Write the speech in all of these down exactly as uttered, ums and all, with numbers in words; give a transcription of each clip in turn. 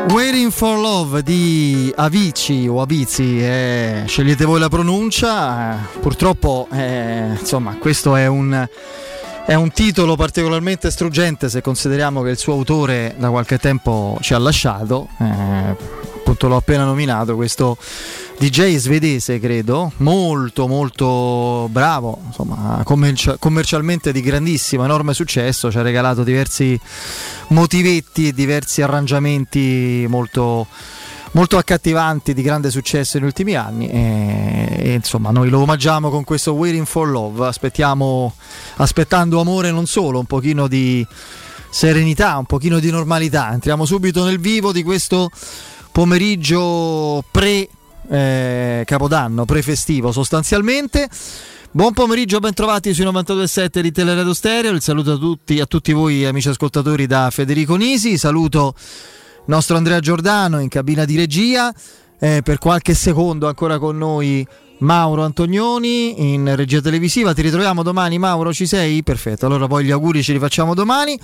Waiting for Love di Avicii o Avicii, eh, scegliete voi la pronuncia. Eh, purtroppo eh, insomma questo è un è un titolo particolarmente struggente se consideriamo che il suo autore da qualche tempo ci ha lasciato. Eh, appunto l'ho appena nominato, questo D J svedese, credo, molto molto bravo, insomma commerci- commercialmente di grandissimo, enorme successo, ci ha regalato diversi motivetti e diversi arrangiamenti molto molto accattivanti, di grande successo negli ultimi anni, e, e insomma noi lo omaggiamo con questo Waiting for Love. Aspettiamo, aspettando amore, non solo, un pochino di serenità, un pochino di normalità. Entriamo subito nel vivo di questo pomeriggio pre eh, Capodanno, pre-festivo sostanzialmente. Buon pomeriggio, ben trovati sui novantadue virgola sette di Teleradio Stereo. Il saluto a tutti, a tutti voi amici ascoltatori da Federico Nisi. Saluto il nostro Andrea Giordano in cabina di regia, eh, per qualche secondo ancora con noi Mauro Antonioni in regia televisiva. Ti ritroviamo domani, Mauro, ci sei? Perfetto, allora poi gli auguri ce li facciamo domani.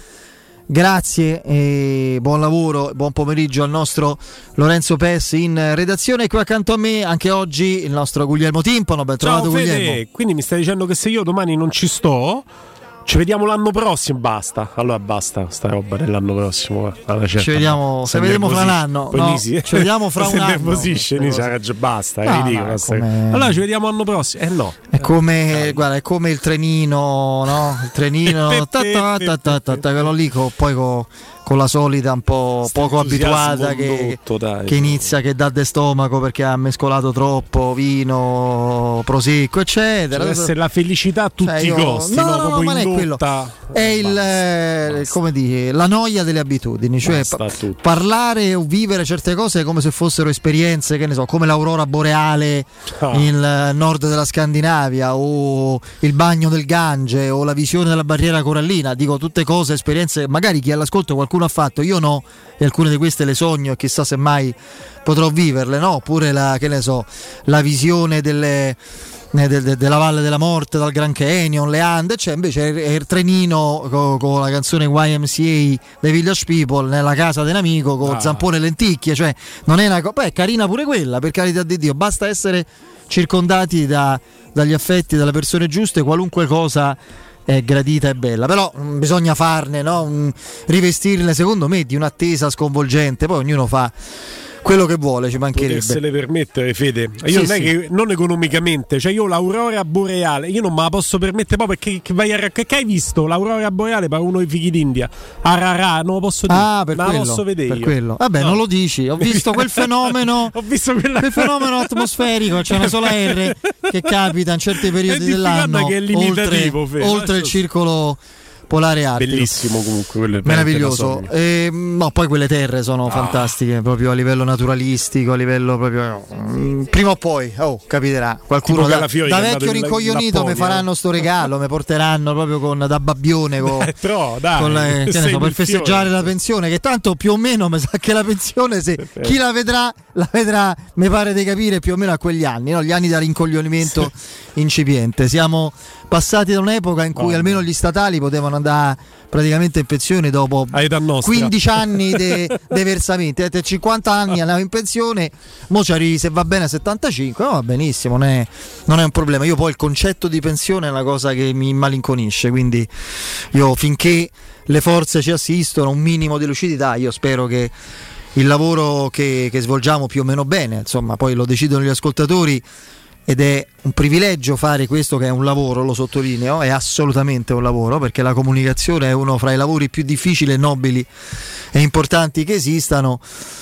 Grazie e buon lavoro, buon pomeriggio al nostro Lorenzo Pessi in redazione. E qui accanto a me anche oggi il nostro Guglielmo Timpano. Ben trovato. Ciao Fede. Guglielmo. Quindi mi stai dicendo che se io domani non ci sto, ci vediamo l'anno prossimo? Basta, allora basta sta roba dell'anno prossimo. Alla certa. Ci vediamo, se vediamo fra un anno, no, ci vediamo fra un anno. Nervosisce, Nisi, basta, è no, ridicolo. no, come... Allora ci vediamo l'anno prossimo. Eh no. È come, guarda, è come il trenino, no? Il trenino, ta ta ta ta ta ta, quello lì con, poi con, con la solita un po' poco abituata che, dai, che inizia, che dà de stomaco perché ha mescolato troppo vino, prosecco, eccetera. Deve essere la felicità a tutti cioè, i io... costi, no, no, no, no, proprio non è quello. È il, basta, eh, basta. come dire, la noia delle abitudini, cioè pa- parlare o vivere certe cose come se fossero esperienze, che ne so, come l'aurora boreale ah. nel nord della Scandinavia, o il bagno del Gange, o la visione della barriera corallina. Dico, tutte cose, esperienze, magari chi all'ascolto qualcuno ha fatto, io no, e alcune di queste le sogno e chissà se mai potrò viverle, no? Oppure la, che ne so, la visione delle De, de, della Valle della Morte, dal Grand Canyon, le Ande, c'è invece il, il trenino con, con la canzone Y M C A dei Village People nella casa dell'amico con ah. zampone e lenticchie, cioè non è una cosa, beh, è carina pure quella, per carità di Dio, basta essere circondati da, dagli affetti delle persone giuste, qualunque cosa è gradita e bella, però mh, bisogna farne, no? Mh, rivestirne, secondo me, di un'attesa sconvolgente, poi ognuno fa quello che vuole, ci mancherebbe. Potersele permettere, Fede. Io sì, non è sì. che non economicamente, cioè io l'aurora boreale, io non me la posso permettere proprio perché che vai a che, che hai visto l'aurora boreale per uno dei fighi d'India? Ararà, non lo posso dire. Ah, per non quello, la posso vedere. Per io. quello. Vabbè, no. non lo dici. Ho visto quel fenomeno. Ho visto quella... quel fenomeno atmosferico, c'è una sola R che capita in certi periodi dell'anno che è oltre, Fede, oltre il circolo polare artico. Bellissimo comunque, quello è meraviglioso. E, no, poi quelle terre sono ah. fantastiche, proprio a livello naturalistico, a livello proprio mm, prima o poi, oh, capiterà. Qualcuno da, da vecchio rincoglionito mi faranno sto regalo, mi porteranno proprio con da babbione con, eh, però, dai, con le, che ne so, per festeggiare la pensione, che tanto più o meno mi sa che la pensione, se Perfetto. chi la vedrà la vedrà, mi pare di capire, più o meno a quegli anni, no? Gli anni da rincoglionimento sì. incipiente. Siamo passati da un'epoca in cui oh. almeno gli statali potevano andare praticamente in pensione dopo quindici anni dei de versamenti. A cinquanta anni andavo in pensione, mo ci arrivi, se va bene a settantacinque, no, va benissimo, non è, non è un problema. Io poi il concetto di pensione è una cosa che mi malinconisce, quindi io finché le forze ci assistono, un minimo di lucidità, io spero che il lavoro che, che svolgiamo più o meno bene, insomma, poi lo decidono gli ascoltatori, ed è un privilegio fare questo, che è un lavoro, lo sottolineo, è assolutamente un lavoro, perché la comunicazione è uno fra i lavori più difficili e nobili e importanti che esistano.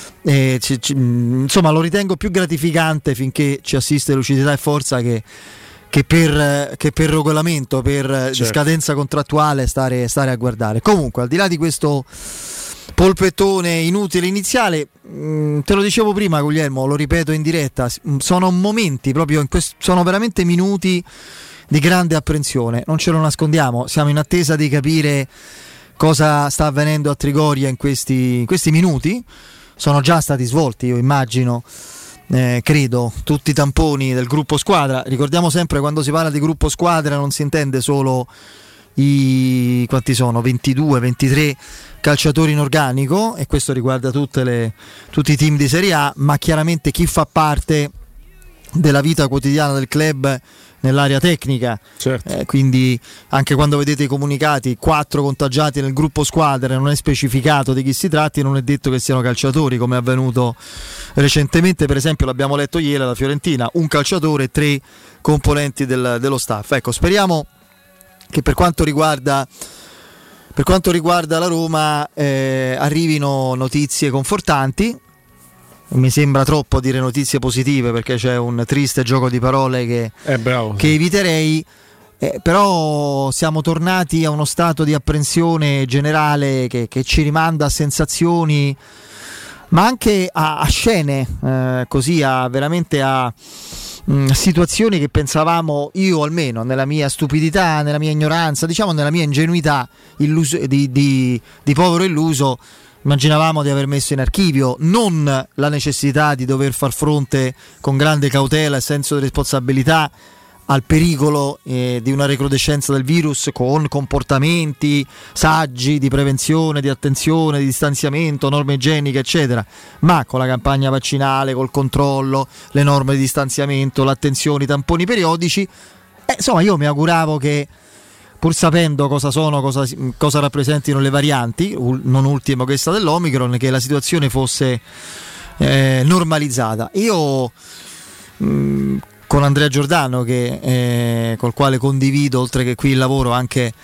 E ci, ci, insomma, lo ritengo più gratificante finché ci assiste lucidità e forza che, che, per, che per regolamento, per certo. scadenza contrattuale stare, stare a guardare. Comunque, al di là di questo polpettone inutile iniziale, mh, te lo dicevo prima, Guglielmo, lo ripeto in diretta, sono momenti proprio in quest- sono veramente minuti di grande apprensione, non ce lo nascondiamo, siamo in attesa di capire cosa sta avvenendo a Trigoria in questi, in questi minuti. Sono già stati svolti, io immagino, eh, credo, tutti i tamponi del gruppo squadra. Ricordiamo sempre, quando si parla di gruppo squadra non si intende solo i quanti sono, ventidue, ventitré calciatori in organico, e questo riguarda tutte le, tutti i team di Serie A, ma chiaramente chi fa parte della vita quotidiana del club nell'area tecnica, certo. eh, quindi anche quando vedete i comunicati quattro contagiati nel gruppo squadre, non è specificato di chi si tratti, non è detto che siano calciatori, come è avvenuto recentemente, per esempio l'abbiamo letto ieri alla Fiorentina, un calciatore e tre componenti del, dello staff. Ecco, speriamo che per quanto riguarda per quanto riguarda la Roma eh, arrivino notizie confortanti. Mi sembra troppo dire notizie positive, perché c'è un triste gioco di parole che, eh, bravo. che eviterei, eh, però siamo tornati a uno stato di apprensione generale che, che ci rimanda a sensazioni, ma anche a, a scene, eh, così a veramente a mh, situazioni che pensavamo, io almeno nella mia stupidità, nella mia ignoranza, diciamo nella mia ingenuità illuso, di, di, di povero illuso, immaginavamo di aver messo in archivio, non la necessità di dover far fronte con grande cautela e senso di responsabilità al pericolo eh, di una recrudescenza del virus, con comportamenti saggi di prevenzione, di attenzione, di distanziamento, norme igieniche eccetera, ma con la campagna vaccinale, col controllo, le norme di distanziamento, l'attenzione, i tamponi periodici. Eh, insomma, io mi auguravo che, pur sapendo cosa sono, cosa, cosa rappresentino le varianti, non ultimo questa dell'Omicron, che la situazione fosse eh, normalizzata. Io mh, con Andrea Giordano, che, eh, col quale condivido, oltre che qui il lavoro, anche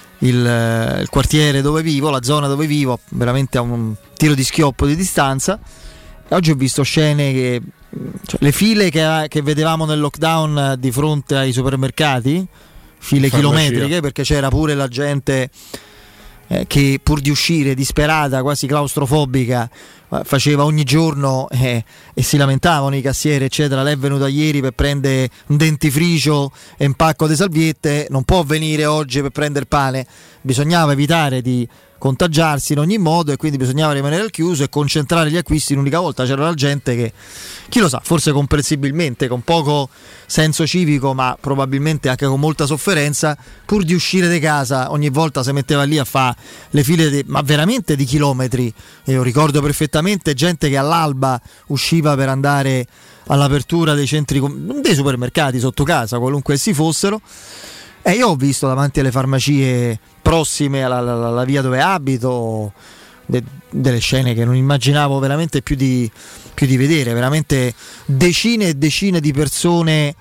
il, il quartiere dove vivo, la zona dove vivo, veramente a un tiro di schioppo di distanza, e oggi ho visto scene che, cioè, le file che, che vedevamo nel lockdown di fronte ai supermercati, file farmacia chilometriche, perché c'era pure la gente eh, che pur di uscire disperata, quasi claustrofobica, faceva ogni giorno eh, e si lamentavano i cassieri eccetera. Lei è venuta ieri per prendere un dentifricio e un pacco di salviette, non può venire oggi per prendere pane. Bisognava evitare di contagiarsi in ogni modo, e quindi bisognava rimanere al chiuso e concentrare gli acquisti in un'unica volta. C'era la gente che, chi lo sa, forse comprensibilmente, con poco senso civico, ma probabilmente anche con molta sofferenza, pur di uscire di casa ogni volta si metteva lì a fare le file di, ma veramente di chilometri. Io ricordo perfettamente gente che all'alba usciva per andare all'apertura dei centri, dei supermercati sotto casa, qualunque essi fossero. E io ho visto davanti alle farmacie prossime alla, alla, alla via dove abito de, delle scene che non immaginavo veramente più di, più di vedere, veramente decine e decine di persone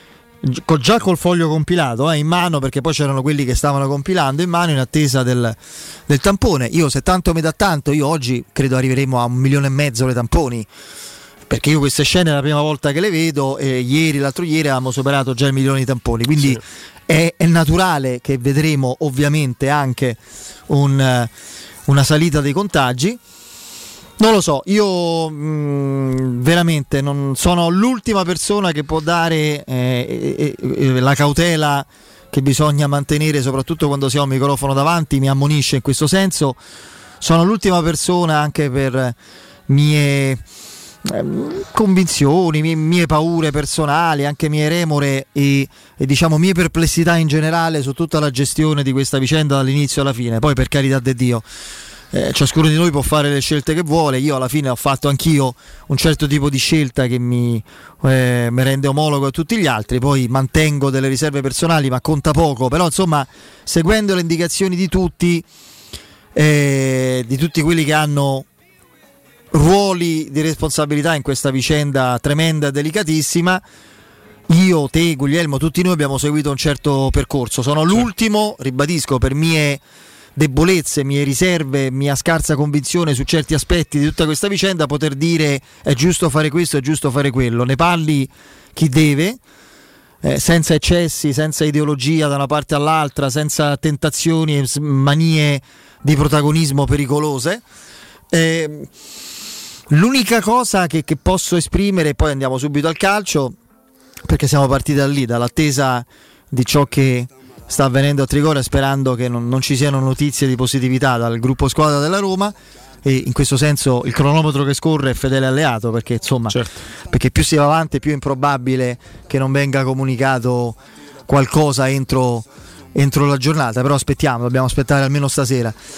già col foglio compilato eh, in mano, perché poi c'erano quelli che stavano compilando in mano in attesa del, del tampone. Io, se tanto mi dà tanto, io oggi credo arriveremo a un milione e mezzo di tamponi, perché io queste scene è la prima volta che le vedo, e ieri, l'altro ieri avevamo superato già il milione di tamponi, quindi sì. È, è naturale che vedremo ovviamente anche un, una salita dei contagi. Non lo so, io mh, veramente non sono l'ultima persona che può dare eh, eh, la cautela che bisogna mantenere, soprattutto quando si ha un microfono davanti, mi ammonisce in questo senso. Sono l'ultima persona, anche per mie convinzioni, mie, mie paure personali, anche mie remore e, e diciamo mie perplessità in generale su tutta la gestione di questa vicenda dall'inizio alla fine. Poi, per carità di Dio, eh, ciascuno di noi può fare le scelte che vuole. Io alla fine ho fatto anch'io un certo tipo di scelta che mi, eh, mi rende omologo a tutti gli altri. Poi mantengo delle riserve personali, ma conta poco. Però insomma, seguendo le indicazioni di tutti, eh, di tutti quelli che hanno ruoli di responsabilità in questa vicenda tremenda e delicatissima, io, te, Guglielmo, tutti noi abbiamo seguito un certo percorso. Sono certo. l'ultimo, ribadisco, per mie debolezze, mie riserve, mia scarsa convinzione su certi aspetti di tutta questa vicenda, poter dire è giusto fare questo, è giusto fare quello. Ne parli chi deve, eh, senza eccessi, senza ideologia da una parte all'altra, senza tentazioni e manie di protagonismo pericolose. Eh, L'unica cosa che, che posso esprimere, poi andiamo subito al calcio, perché siamo partiti da lì, dall'attesa di ciò che sta avvenendo a Trigoria, sperando che non, non ci siano notizie di positività dal gruppo squadra della Roma, e in questo senso il cronometro che scorre è fedele alleato, perché insomma certo. perché più si va avanti più è improbabile che non venga comunicato qualcosa entro, entro la giornata, però aspettiamo, dobbiamo aspettare almeno stasera.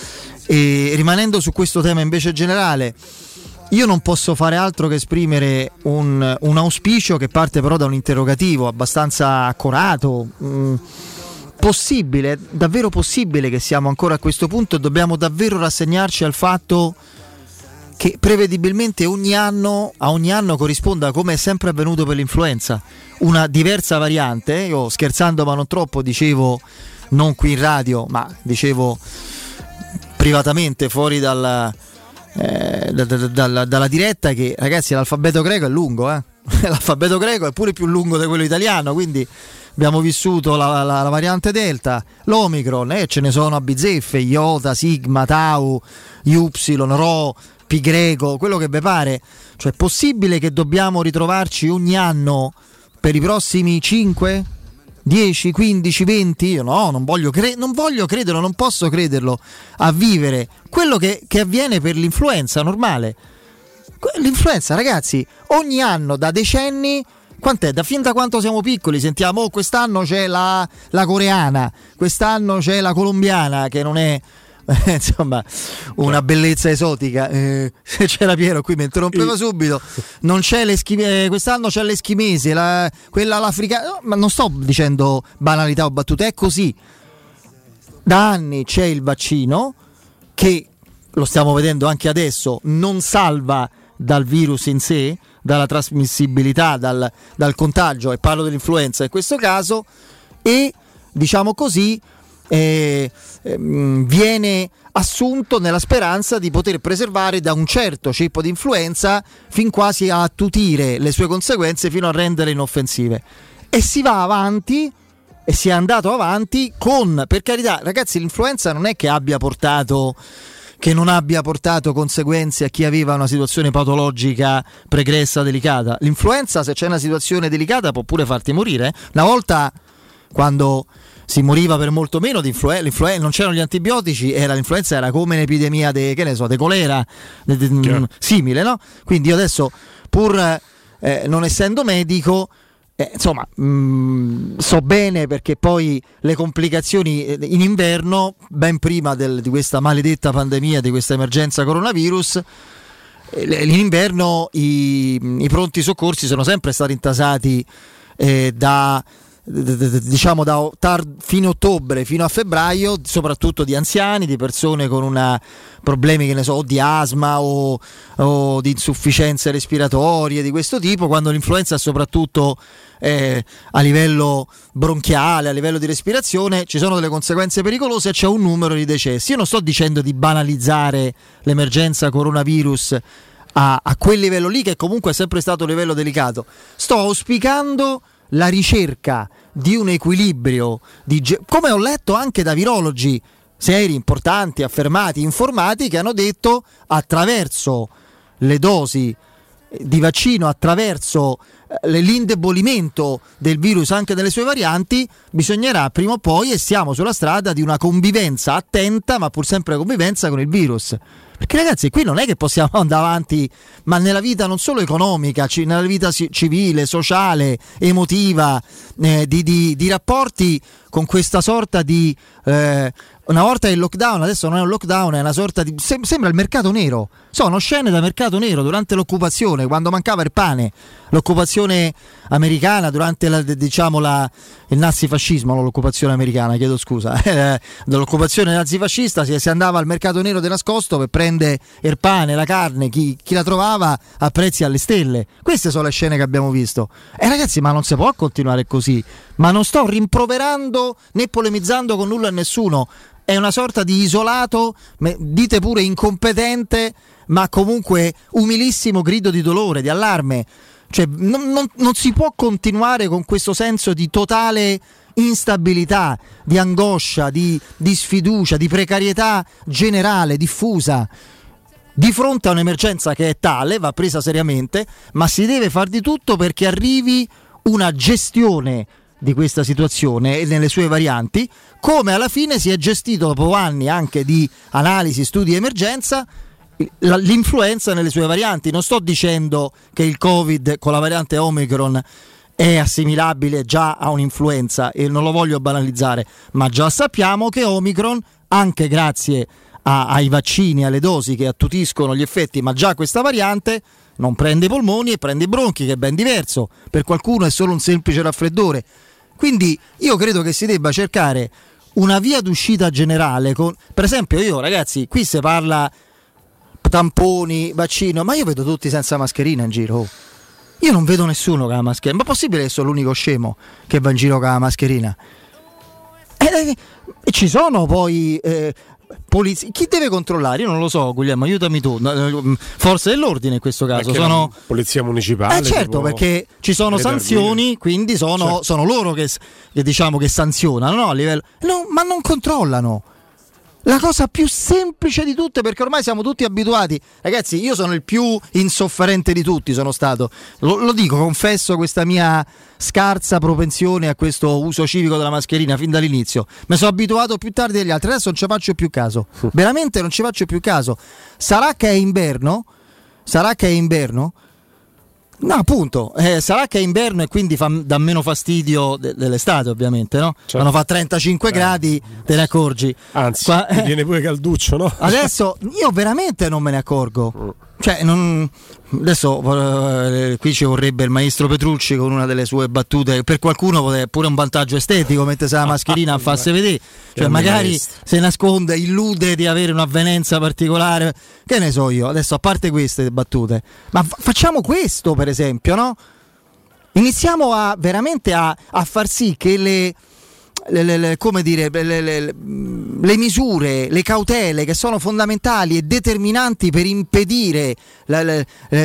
E rimanendo su questo tema invece generale, io non posso fare altro che esprimere un, un auspicio che parte però da un interrogativo abbastanza accorato. Mm, possibile, davvero possibile che siamo ancora a questo punto e dobbiamo davvero rassegnarci al fatto che prevedibilmente ogni anno a ogni anno corrisponda, come è sempre avvenuto per l'influenza, una diversa variante. Io scherzando ma non troppo dicevo, non qui in radio, ma dicevo privatamente fuori dalla, eh, da, da, da, dalla diretta, che ragazzi l'alfabeto greco è lungo, eh? L'alfabeto greco è pure più lungo di quello italiano, quindi abbiamo vissuto la, la, la variante Delta, l'Omicron, e eh, ce ne sono a bizzeffe, Iota, Sigma, Tau, Y, Rho, Pi greco, quello che vi pare. Cioè, è possibile che dobbiamo ritrovarci ogni anno per i prossimi cinque, dieci, quindici, venti? Io no, non voglio, cre- non voglio crederlo, non posso crederlo, a vivere quello che, che avviene per l'influenza normale. L'influenza, ragazzi, ogni anno da decenni, quant'è? Da fin da quanto siamo piccoli sentiamo, oh, quest'anno c'è la, la coreana, quest'anno c'è la colombiana, che non è insomma una bellezza esotica. Eh, se c'era Piero qui mi interrompeva subito. Non c'è l'eschimese, quest'anno c'è l'eschimese, la, quella l'africana. No, ma non sto dicendo banalità o battute, è così. Da anni c'è il vaccino che, lo stiamo vedendo anche adesso, non salva dal virus in sé, dalla trasmissibilità, dal, dal contagio, e parlo dell'influenza in questo caso, e diciamo così eh, eh, viene assunto nella speranza di poter preservare da un certo ceppo di influenza fin quasi a attutire le sue conseguenze fino a renderle inoffensive, e si va avanti e si è andato avanti con, per carità ragazzi, l'influenza non è che abbia portato che non abbia portato conseguenze a chi aveva una situazione patologica pregressa delicata. L'influenza, se c'è una situazione delicata, può pure farti morire. Una volta, quando si moriva per molto meno di influenza, l'influenza, non c'erano gli antibiotici, era l'influenza era come un'epidemia de, che ne so, de colera, de, de, mh, simile, no? Quindi io adesso, pur eh, non essendo medico, Eh, insomma, mh, so bene, perché poi le complicazioni in inverno, ben prima del, di questa maledetta pandemia, di questa emergenza coronavirus, eh, in inverno i, i pronti soccorsi sono sempre stati intasati eh, da diciamo da tar- fine ottobre fino a febbraio, soprattutto di anziani, di persone con una problemi che ne so, o di asma o, o di insufficienze respiratorie di questo tipo, quando l'influenza è soprattutto eh, a livello bronchiale, a livello di respirazione, ci sono delle conseguenze pericolose e c'è un numero di decessi. Io non sto dicendo di banalizzare l'emergenza coronavirus a, a quel livello lì, che comunque è sempre stato un livello delicato. Sto auspicando la ricerca di un equilibrio, di ge- come ho letto anche da virologi seri, importanti, affermati, informati, che hanno detto, attraverso le dosi di vaccino, attraverso eh, l'indebolimento del virus anche nelle sue varianti, bisognerà prima o poi, e siamo sulla strada di una convivenza attenta, ma pur sempre convivenza con il virus. Perché ragazzi, qui non è che possiamo andare avanti, ma nella vita non solo economica, c- nella vita c- civile, sociale, emotiva, eh, di, di, di rapporti, con questa sorta di eh, una volta il lockdown, adesso non è un lockdown, è una sorta di sem- sembra il mercato nero. Sono scene da mercato nero durante l'occupazione, quando mancava il pane, l'occupazione americana, durante la, diciamo la, il nazifascismo, non l'occupazione americana, chiedo scusa, eh, dell'occupazione nazifascista si, si andava al mercato nero di nascosto per prendere il pane, la carne, chi, chi la trovava a prezzi alle stelle. Queste sono le scene che abbiamo visto. E ragazzi, ma non si può continuare così. Ma non sto rimproverando né polemizzando con nulla e nessuno. È una sorta di isolato, dite pure incompetente, ma comunque umilissimo grido di dolore, di allarme. Cioè, non, non, non si può continuare con questo senso di totale instabilità, di angoscia, di, di sfiducia, di precarietà generale, diffusa. Di fronte a un'emergenza che è tale, va presa seriamente, ma si deve far di tutto perché arrivi una gestione di questa situazione e nelle sue varianti, come alla fine si è gestito dopo anni anche di analisi, studi di emergenza, l'influenza nelle sue varianti. Non sto dicendo che il Covid con la variante Omicron è assimilabile già a un'influenza, e non lo voglio banalizzare, ma già sappiamo che Omicron, anche grazie a, ai vaccini, alle dosi che attutiscono gli effetti, ma già questa variante non prende i polmoni e prende i bronchi, che è ben diverso. Per qualcuno è solo un semplice raffreddore. Quindi io credo che si debba cercare una via d'uscita generale con, per esempio, io ragazzi, qui si parla tamponi, vaccino, ma io vedo tutti senza mascherina in giro. Oh. Io non vedo nessuno con la mascherina. Ma è possibile che sono l'unico scemo che va in giro con la mascherina? E eh, eh, ci sono poi eh, polizi- chi deve controllare? Io non lo so, Guglielmo, aiutami tu. Forze dell'ordine in questo caso. Perché sono polizia municipale. Eh certo, perché ci sono sanzioni, quindi sono, certo. sono loro che, che diciamo che sanzionano, no? A livello, no, ma non controllano. La cosa più semplice di tutte, perché ormai siamo tutti abituati. Ragazzi, io sono il più insofferente di tutti, sono stato. Lo, lo dico, confesso questa mia scarsa propensione a questo uso civico della mascherina fin dall'inizio. Mi sono abituato più tardi degli altri, adesso non ci faccio più caso. Veramente non ci faccio più caso. Sarà che è inverno? Sarà che è inverno? No, appunto, eh, sarà che è inverno e quindi fa, dà meno fastidio de- dell'estate, ovviamente, no? Certo. Quando fa trentacinque Beh. gradi te ne accorgi. Anzi, Qua, eh, viene pure calduccio, no? Adesso io veramente non me ne accorgo. Cioè, non, adesso eh, qui ci vorrebbe il maestro Petrucci con una delle sue battute. Per qualcuno è pure un vantaggio estetico mettersi la mascherina a farsi vedere. Cioè, magari maestro. Se nasconde, illude di avere un'avvenenza particolare. Che ne so io, adesso a parte queste battute, ma f- facciamo questo per esempio, no? Iniziamo a veramente a, a far sì che le Le, le, le, come dire, le, le, le, le misure, le cautele che sono fondamentali e determinanti per impedire la, la,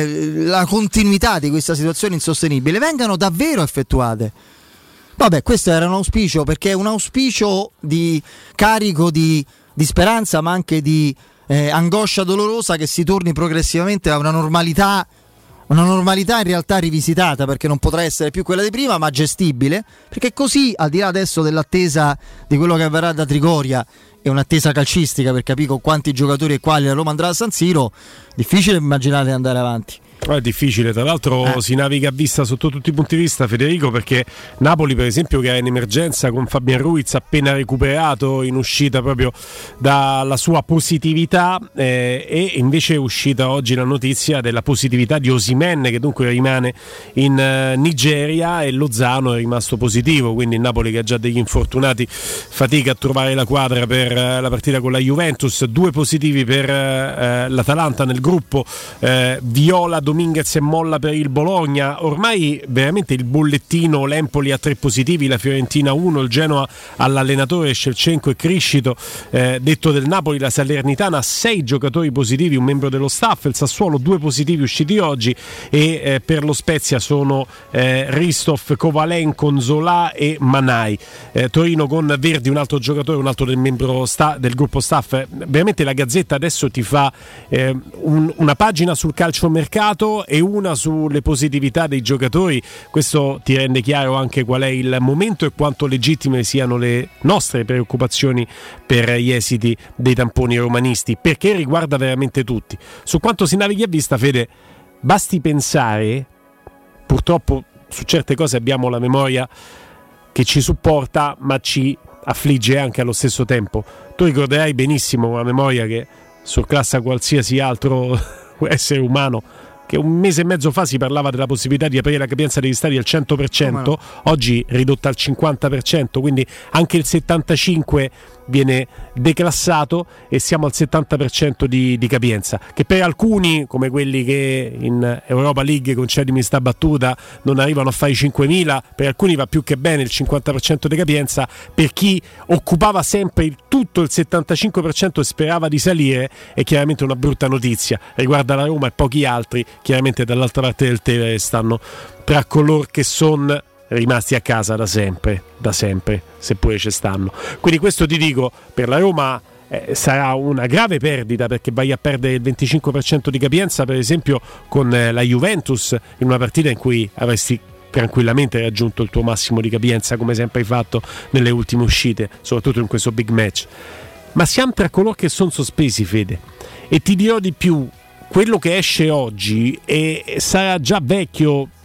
la continuità di questa situazione insostenibile vengano davvero effettuate. Vabbè, questo era un auspicio, perché è un auspicio di carico di, di speranza, ma anche di eh, angoscia dolorosa che si torni progressivamente a una normalità. Una normalità in realtà rivisitata, perché non potrà essere più quella di prima, ma gestibile, perché così, al di là adesso dell'attesa di quello che avverrà da Trigoria, è un'attesa calcistica per capire con quanti giocatori e quali la Roma andrà a San Siro, difficile immaginare di andare avanti. È difficile, tra l'altro eh. si naviga a vista sotto tutti i punti di vista, Federico, perché Napoli per esempio, che è in emergenza con Fabian Ruiz appena recuperato in uscita proprio dalla sua positività, eh, e invece è uscita oggi la notizia della positività di Osimhen, che dunque rimane in uh, Nigeria, e Lozano è rimasto positivo, quindi il Napoli, che ha già degli infortunati, fatica a trovare la quadra per uh, la partita con la Juventus. Due positivi per uh, l'Atalanta nel gruppo, uh, Viola, Dominguez e Molla per il Bologna. Ormai veramente il bollettino: l'Empoli ha tre positivi, la Fiorentina uno, il Genoa all'allenatore Shevchenko e Criscito. Eh, detto del Napoli, la Salernitana ha sei giocatori positivi, un membro dello staff, il Sassuolo due positivi usciti oggi, e eh, per lo Spezia sono eh, Ristov, Kovalenko, Nzola e Manai. Eh, Torino con Verdi, un altro giocatore, un altro del membro sta- del gruppo staff. Eh, veramente la Gazzetta adesso ti fa eh, un, una pagina sul calciomercato e una sulle positività dei giocatori. Questo ti rende chiaro anche qual è il momento e quanto legittime siano le nostre preoccupazioni per gli esiti dei tamponi romanisti, perché riguarda veramente tutti. Su quanto si navighi a vista, Fede, basti pensare, purtroppo su certe cose abbiamo la memoria che ci supporta ma ci affligge anche allo stesso tempo. Tu ricorderai benissimo una memoria che surclassa qualsiasi altro essere umano, che un mese e mezzo fa si parlava della possibilità di aprire la capienza degli stadi al cento per cento, oh, no. Oggi ridotta al cinquanta per cento, quindi anche il settantacinque per cento viene declassato e siamo al settanta per cento di, di capienza, che per alcuni, come quelli che in Europa League, concedimi sta battuta, non arrivano a fare i cinquemila, per alcuni va più che bene il cinquanta per cento di capienza. Per chi occupava sempre il, tutto il settantacinque per cento e sperava di salire, è chiaramente una brutta notizia. Riguarda la Roma e pochi altri, chiaramente dall'altra parte del Tevere stanno tra coloro che sono rimasti a casa da sempre, da sempre, seppure ci stanno. Quindi questo ti dico, per la Roma eh, sarà una grave perdita, perché vai a perdere il venticinque per cento di capienza, per esempio con eh, la Juventus, in una partita in cui avresti tranquillamente raggiunto il tuo massimo di capienza, come sempre hai fatto nelle ultime uscite, soprattutto in questo big match. Ma siamo tra coloro che sono sospesi, Fede, e ti dirò di più: quello che esce oggi e sarà già vecchio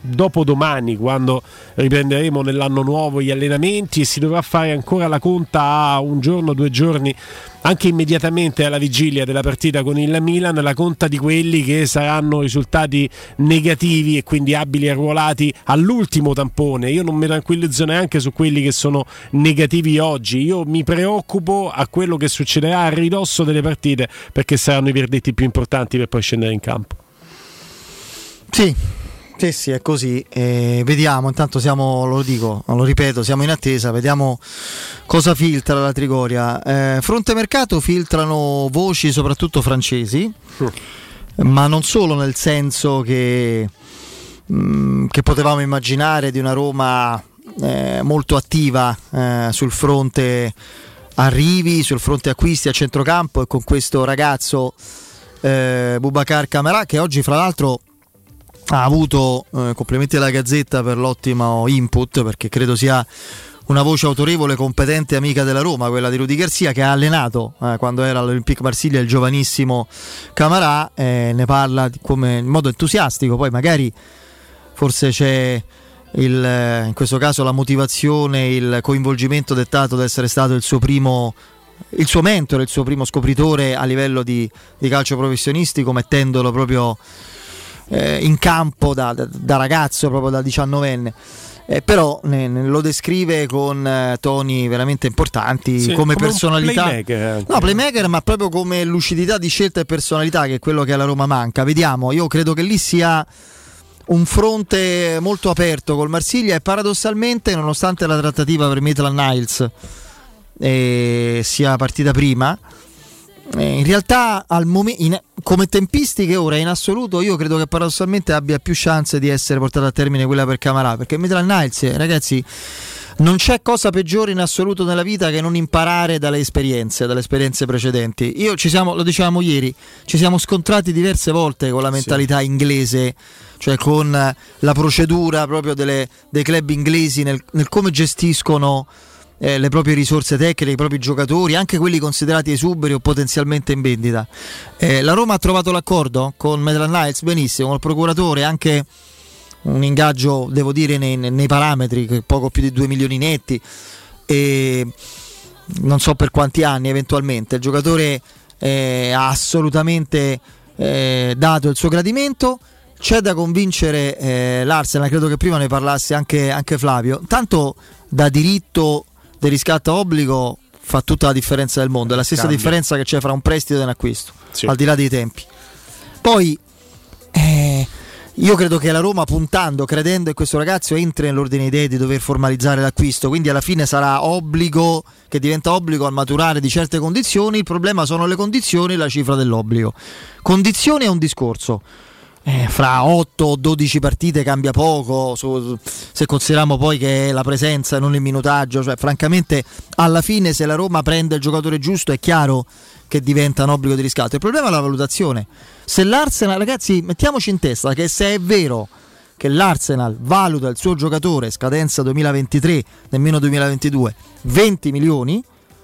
dopodomani, quando riprenderemo nell'anno nuovo gli allenamenti, e si dovrà fare ancora la conta a un giorno, due giorni, anche immediatamente alla vigilia della partita con il Milan, la conta di quelli che saranno risultati negativi e quindi abili arruolati all'ultimo tampone. Io non mi tranquillizzo neanche su quelli che sono negativi oggi, io mi preoccupo a quello che succederà a ridosso delle partite, perché saranno i verdetti più importanti per poi scendere in campo. Sì, sì, sì, è così. Eh, vediamo, intanto siamo, lo dico, lo ripeto, siamo in attesa, vediamo cosa filtra la Trigoria. Eh, fronte mercato filtrano voci soprattutto francesi, mm. ma non solo, nel senso che, mh, che potevamo immaginare di una Roma eh, molto attiva eh, sul fronte arrivi, sul fronte acquisti a centrocampo, e con questo ragazzo eh, Boubacar Kamara, che oggi fra l'altro ha avuto eh, complimenti alla Gazzetta per l'ottimo input, perché credo sia una voce autorevole, competente, amica della Roma, quella di Rudy Garcia, che ha allenato eh, quando era all'Olympique Marsiglia il giovanissimo Kamara, eh, ne parla come in modo entusiastico. Poi magari forse c'è il, in questo caso la motivazione, il coinvolgimento dettato da essere stato il suo primo, il suo mentore, il suo primo scopritore a livello di, di calcio professionistico, mettendolo proprio Eh, in campo da, da, da ragazzo, proprio da diciannovenne, eh, però ne, ne lo descrive con eh, toni veramente importanti, sì, come, come personalità, playmaker, no playmaker, ma proprio come lucidità di scelta e personalità, che è quello che alla Roma manca. Vediamo, io credo che lì sia un fronte molto aperto col Marsiglia, e paradossalmente, nonostante la trattativa per Maitland-Niles eh, sia partita prima, in realtà al mom- in, come tempistiche ora in assoluto io credo che paradossalmente abbia più chance di essere portata a termine quella per Kamara, perché Maitland-Niles, ragazzi, non c'è cosa peggiore in assoluto nella vita che non imparare dalle esperienze, dalle esperienze precedenti. Io ci siamo, lo dicevamo ieri, ci siamo scontrati diverse volte con la mentalità sì. inglese, cioè con la procedura proprio delle, dei club inglesi nel, nel come gestiscono Eh, le proprie risorse tecniche, i propri giocatori, anche quelli considerati esuberi o potenzialmente in vendita. Eh, la Roma ha trovato l'accordo con Maitland-Niles, benissimo, col procuratore, anche un ingaggio, devo dire, nei, nei parametri, poco più di due milioni netti, e non so per quanti anni eventualmente. Il giocatore eh, ha assolutamente eh, dato il suo gradimento. C'è da convincere eh, l'Arsenal, credo che prima ne parlasse anche, anche Flavio, tanto da diritto del riscatto a obbligo fa tutta la differenza del mondo, è la stessa Cambia. differenza che c'è fra un prestito e un acquisto, sì. al di là dei tempi. Poi eh, io credo che la Roma, puntando, credendo che questo ragazzo entri nell'ordine idee di dover formalizzare l'acquisto, quindi alla fine sarà obbligo, che diventa obbligo al maturare di certe condizioni. Il problema sono le condizioni e la cifra dell'obbligo. Condizioni è un discorso, Eh, fra otto o dodici partite cambia poco, su, se consideriamo poi che è la presenza e non il minutaggio, cioè francamente alla fine se la Roma prende il giocatore giusto è chiaro che diventa un obbligo di riscatto. Il problema è la valutazione. Se l'Arsenal, ragazzi, mettiamoci in testa che se è vero che l'Arsenal valuta il suo giocatore scadenza duemilaventitré, nemmeno duemilaventidue, venti milioni,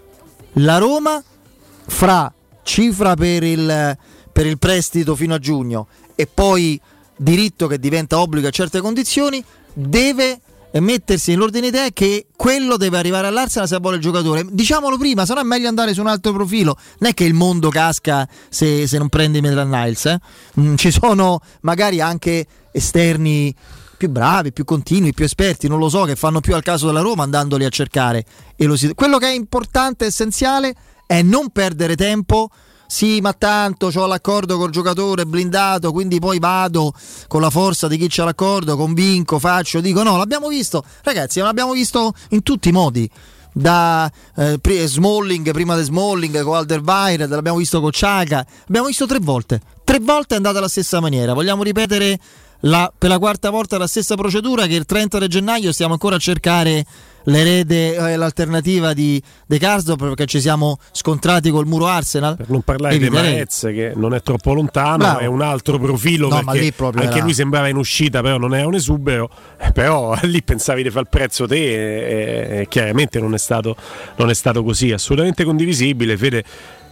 la Roma fra cifra per il, per il prestito fino a giugno e poi diritto che diventa obbligo a certe condizioni, deve mettersi nell'ordine idea che quello deve arrivare all'Arsenal se vuole il giocatore. Diciamolo prima, sarà meglio andare su un altro profilo. Non è che il mondo casca se, se non prendi Maitland-Niles, eh? mm, ci sono magari anche esterni più bravi, più continui, più esperti, non lo so, che fanno più al caso della Roma andandoli a cercare. E lo si... quello che è importante, essenziale, è non perdere tempo. Sì, ma tanto c'ho l'accordo col giocatore blindato, quindi poi vado con la forza di chi c'ha l'accordo, convinco, faccio, dico. No, l'abbiamo visto, ragazzi, l'abbiamo visto in tutti i modi, da eh, Smalling, prima di Smalling con Alderweireld, l'abbiamo visto con Xhaka, l'abbiamo visto tre volte tre volte è andata alla stessa maniera. Vogliamo ripetere la, per la quarta volta la stessa procedura, che il trenta di gennaio stiamo ancora a cercare l'erede e eh, l'alternativa di De Karsdorp, perché ci siamo scontrati col muro Arsenal. Per non parlare di Mahrez, che non è troppo lontano, Bravo. È un altro profilo, no, perché anche era... lui sembrava in uscita, però non è un esubero, però lì pensavi di fare il prezzo te e, e chiaramente non è stato non è stato così, assolutamente condivisibile. Fede,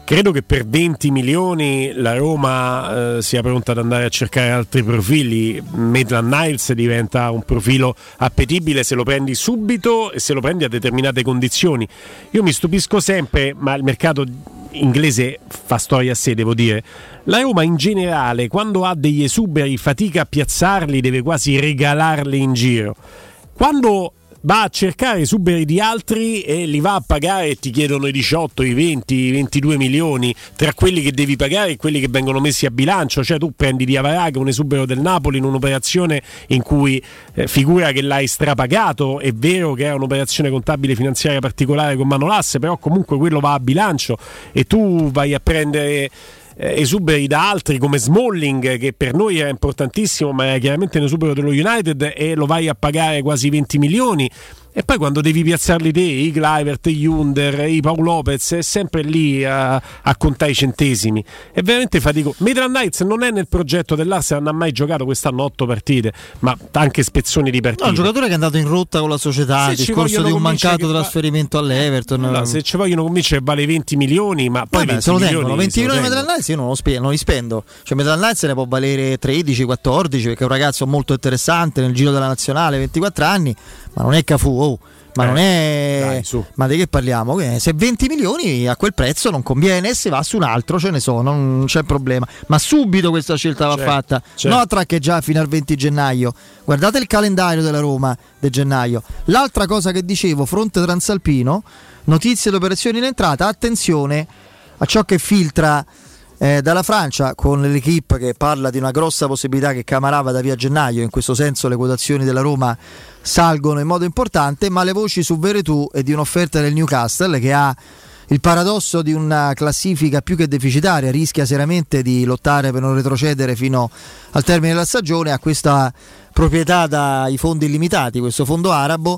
Credo che per venti milioni la Roma eh, sia pronta ad andare a cercare altri profili. Maitland Niles diventa un profilo appetibile se lo prendi subito e se lo prendi a determinate condizioni. Io mi stupisco sempre, ma il mercato inglese fa storia a sé, devo dire. La Roma in generale, quando ha degli esuberi, fatica a piazzarli, deve quasi regalarli in giro. Quando va a cercare esuberi di altri e li va a pagare e ti chiedono i diciotto, i venti, i ventidue milioni tra quelli che devi pagare e quelli che vengono messi a bilancio. Cioè tu prendi Diawara, che è un esubero del Napoli, in un'operazione in cui eh, figura che l'hai strapagato. È vero che è un'operazione contabile finanziaria particolare con Manolas, però comunque quello va a bilancio e tu vai a prendere esuberi da altri come Smalling, che per noi era importantissimo ma era chiaramente un esubero dello United, e lo vai a pagare quasi venti milioni. E poi quando devi piazzarli te, i Kluivert, i Junder, i Paul Lopez, è sempre lì a, a contare i centesimi. È veramente faticoso. Maitland Niles non è nel progetto dell'Arsenal, non ha mai giocato quest'anno otto partite, ma anche spezzoni di partite. No, un giocatore che è andato in rotta con la società, il discorso di un mancato trasferimento va... all'Everton. No, se ci vogliono convincere vale venti milioni, ma poi Vabbè, venti se lo milioni, tengono, venti milioni di Maitland Niles io non, lo spe- non li spendo. Cioè Maitland Niles ne può valere tredici quattordici, perché è un ragazzo molto interessante nel giro della nazionale, ventiquattro anni, ma non è Cafù, oh. Ma eh, non è. Dai, ma di che parliamo? Se venti milioni a quel prezzo non conviene, se va su un altro ce ne sono, non c'è problema. Ma subito questa scelta va certo, fatta, certo. Non traccheggiare fino al venti gennaio. Guardate il calendario della Roma del gennaio. L'altra cosa che dicevo, fronte Transalpino, notizie ed operazioni in entrata, attenzione a ciò che filtra Eh, dalla Francia, con l'Equipe che parla di una grossa possibilità che Camarà vada via a gennaio. In questo senso le quotazioni della Roma salgono in modo importante, ma le voci su Veretout e di un'offerta del Newcastle, che ha il paradosso di una classifica più che deficitaria, rischia seriamente di lottare per non retrocedere fino al termine della stagione, ha questa proprietà dai fondi illimitati, questo fondo arabo,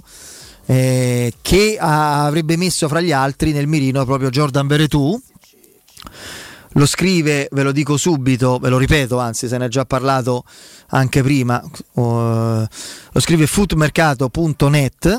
eh, che ha, avrebbe messo fra gli altri nel mirino proprio Jordan Veretout. Lo scrive, ve lo dico subito, ve lo ripeto, anzi se ne è già parlato anche prima, uh, lo scrive footmercato punto net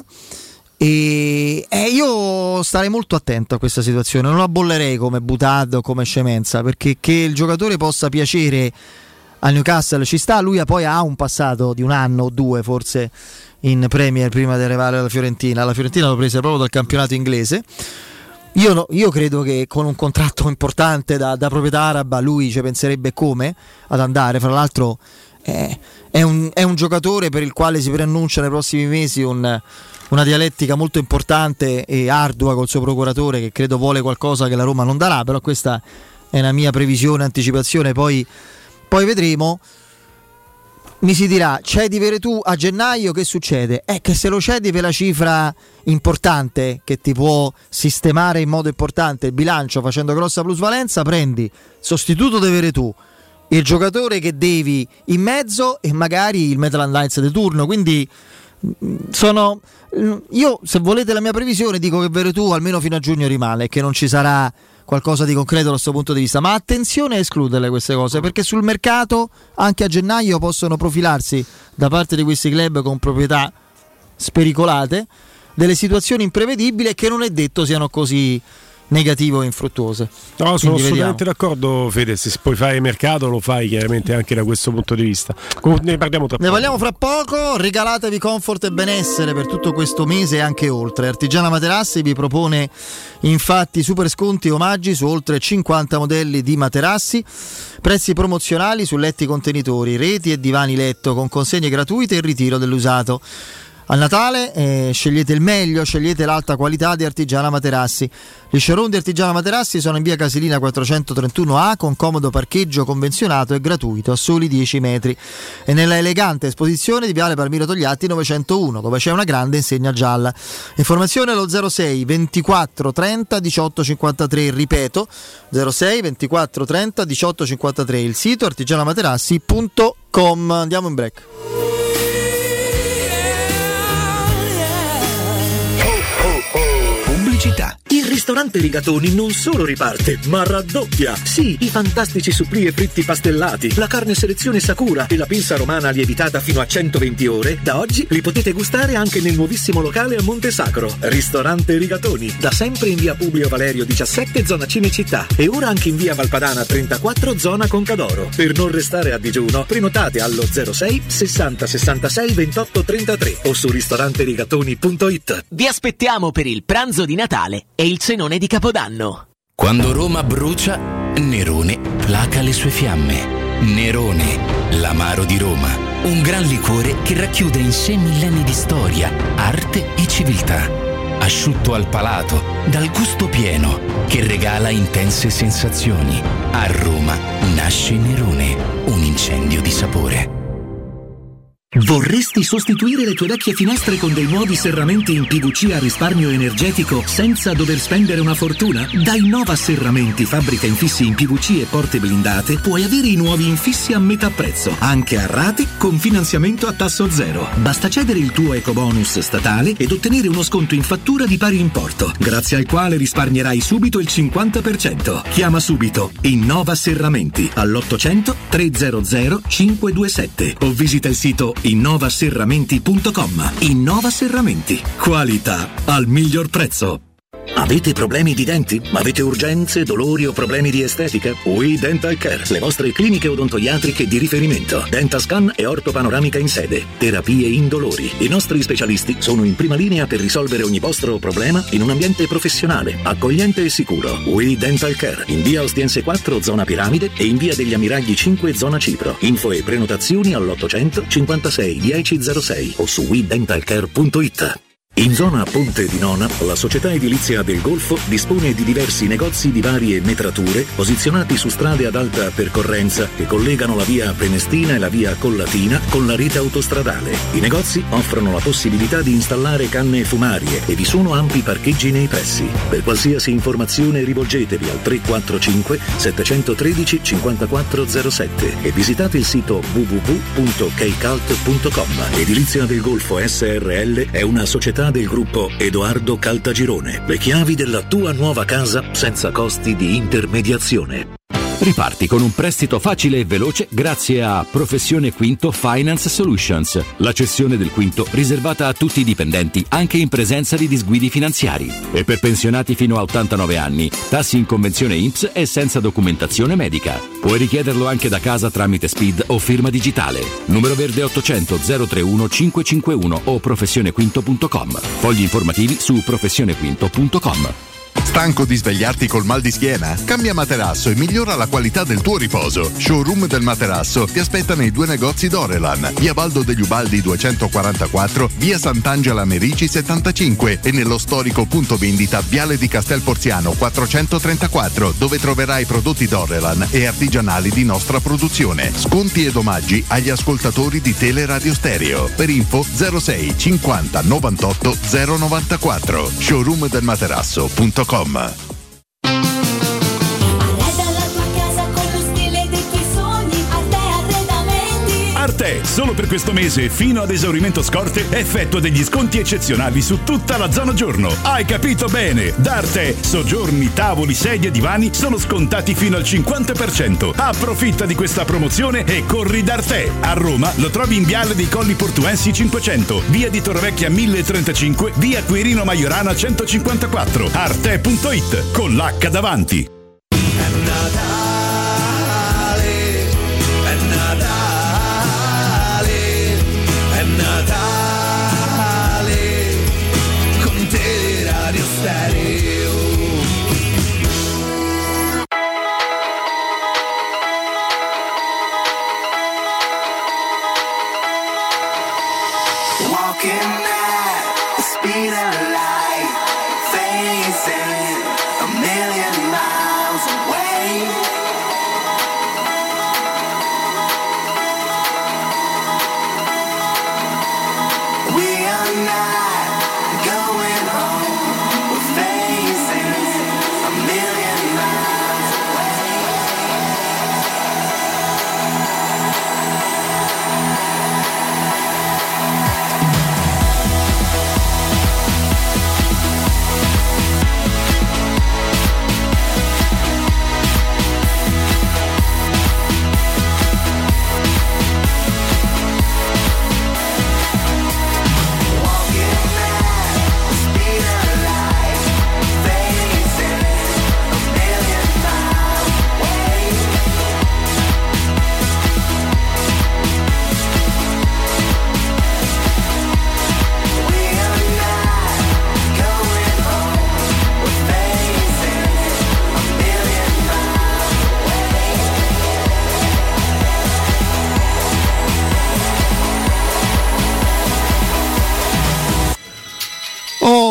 e eh, io starei molto attento a questa situazione, non la bollerei come Butad o come Scemenza, perché che il giocatore possa piacere al Newcastle ci sta, lui poi ha un passato di un anno o due forse in Premier prima di arrivare alla Fiorentina, la Fiorentina l'ho presa proprio dal campionato inglese. Io, no, io credo che con un contratto importante da, da proprietà araba lui ci penserebbe come ad andare. Fra l'altro eh, è, un, è un giocatore per il quale si preannuncia nei prossimi mesi un, una dialettica molto importante e ardua col suo procuratore, che credo vuole qualcosa che la Roma non darà, però questa è una mia previsione, anticipazione, poi, poi vedremo. Mi si dirà, cedi Veretout a gennaio, che succede? È che se lo cedi per la cifra importante che ti può sistemare in modo importante il bilancio facendo grossa plusvalenza, prendi sostituto di Veretout, il giocatore che devi in mezzo e magari il Maitland Niles di turno. Quindi sono io, se volete la mia previsione, dico che Veretout almeno fino a giugno rimane e che non ci sarà qualcosa di concreto da questo punto di vista, ma attenzione a escluderle queste cose, perché sul mercato anche a gennaio possono profilarsi da parte di questi club con proprietà spericolate delle situazioni imprevedibili e che non è detto siano così negative o infruttuose. No, sono Quindi assolutamente vediamo. d'accordo, Fede, se puoi fare mercato lo fai chiaramente anche da questo punto di vista. Ne parliamo tra ne poco. parliamo fra poco. Regalatevi comfort e benessere per tutto questo mese e anche oltre. Artigiana Materassi vi propone infatti super sconti e omaggi su oltre cinquanta modelli di materassi, prezzi promozionali su letti contenitori, reti e divani letto con consegne gratuite e il ritiro dell'usato. A Natale eh, scegliete il meglio, scegliete l'alta qualità di Artigiana Materassi. Gli showroom di Artigiana Materassi sono in via Casilina quattrocentotrentuno A con comodo parcheggio convenzionato e gratuito a soli dieci metri e nella elegante esposizione di viale Palmiro Togliatti novecentouno, dove c'è una grande insegna gialla. Informazione allo zero sei ventiquattro trenta diciotto cinquantatré, ripeto zero sei ventiquattro trenta diciotto cinquantatré, il sito artigianamaterassi punto com. Andiamo in break. Il Ristorante Rigatoni non solo riparte, ma raddoppia. Sì, i fantastici supplì e fritti pastellati, la carne selezione Sakura e la pinza romana lievitata fino a centoventi ore, da oggi li potete gustare anche nel nuovissimo locale a Monte Sacro. Ristorante Rigatoni, da sempre in via Publio Valerio diciassette, zona Cinecittà, e ora anche in via Valpadana trentaquattro, zona Concadoro. Per non restare a digiuno, prenotate allo zero sei sessanta sessantasei ventotto trentatré o su ristoranterigatoni punto it. Vi aspettiamo per il pranzo di Natale e il cenone di Capodanno. Quando Roma brucia, Nerone placa le sue fiamme. Nerone, l'amaro di Roma. Un gran liquore che racchiude in sé millenni di storia, arte e civiltà. Asciutto al palato, dal gusto pieno, che regala intense sensazioni. A Roma nasce Nerone, un incendio di sapore. Vorresti sostituire le tue vecchie finestre con dei nuovi serramenti in P V C a risparmio energetico senza dover spendere una fortuna? Da Innova Serramenti, fabbrica infissi in P V C e porte blindate, puoi avere i nuovi infissi a metà prezzo, anche a rate con finanziamento a tasso zero. Basta cedere il tuo ecobonus statale ed ottenere uno sconto in fattura di pari importo, grazie al quale risparmierai subito il cinquanta per cento. Chiama subito Innova Serramenti all'ottocento trecento cinquecentoventisette o visita il sito innova serramenti punto com. Innova Serramenti, qualità al miglior prezzo. Avete problemi di denti? Avete urgenze, dolori o problemi di estetica? We Dental Care, le vostre cliniche odontoiatriche di riferimento. Dentascan e ortopanoramica in sede. Terapie indolori. I nostri specialisti sono in prima linea per risolvere ogni vostro problema in un ambiente professionale, accogliente e sicuro. We Dental Care, in via Ostiense quattro, zona Piramide, e in via degli Ammiragli cinque, zona Cipro. Info e prenotazioni all'ottocento cinquantasei dieci zero sei o su we dental care punto it. In zona Ponte di Nona, la società edilizia del Golfo dispone di diversi negozi di varie metrature posizionati su strade ad alta percorrenza che collegano la via Prenestina e la via Collatina con la rete autostradale. I negozi offrono la possibilità di installare canne fumarie e vi sono ampi parcheggi nei pressi. Per qualsiasi informazione rivolgetevi al tre quattro cinque sette uno tre cinque zero sette e visitate il sito w w w punto keicalt punto com. Edilizia del Golfo S R L è una società del gruppo Edoardo Caltagirone. Le chiavi della tua nuova casa senza costi di intermediazione. Riparti con un prestito facile e veloce grazie a Professione Quinto Finance Solutions, la cessione del quinto riservata a tutti i dipendenti anche in presenza di disguidi finanziari. E per pensionati fino a ottantanove anni, tassi in convenzione I N P S e senza documentazione medica. Puoi richiederlo anche da casa tramite S P I D o firma digitale. Numero verde ottocento zero trentuno cinquecentocinquantuno o professionequinto punto com. Fogli informativi su professionequinto punto com. Stanco di svegliarti col mal di schiena? Cambia materasso e migliora la qualità del tuo riposo. Showroom del materasso ti aspetta nei due negozi Dorelan, via Baldo degli Ubaldi duecentoquarantaquattro, via Sant'Angela Merici settantacinque e nello storico punto vendita Viale di Castel Porziano quattrocentotrentaquattro, dove troverai prodotti Dorelan e artigianali di nostra produzione. Sconti ed omaggi agli ascoltatori di Teleradio Stereo. Per info zero sei cinquanta novantotto zero novantaquattro. showroom del materasso punto com. Arte, solo per questo mese fino ad esaurimento scorte effettua degli sconti eccezionali su tutta la zona giorno. Hai capito bene? Da Arte, soggiorni, tavoli, sedie, divani sono scontati fino al cinquanta per cento. Approfitta di questa promozione e corri da Arte. A Roma lo trovi in Viale dei Colli Portuensi cinquecento, via di Torrevecchia mille trentacinque, via Quirino Maiorana centocinquantaquattro. arte punto it con l'H davanti.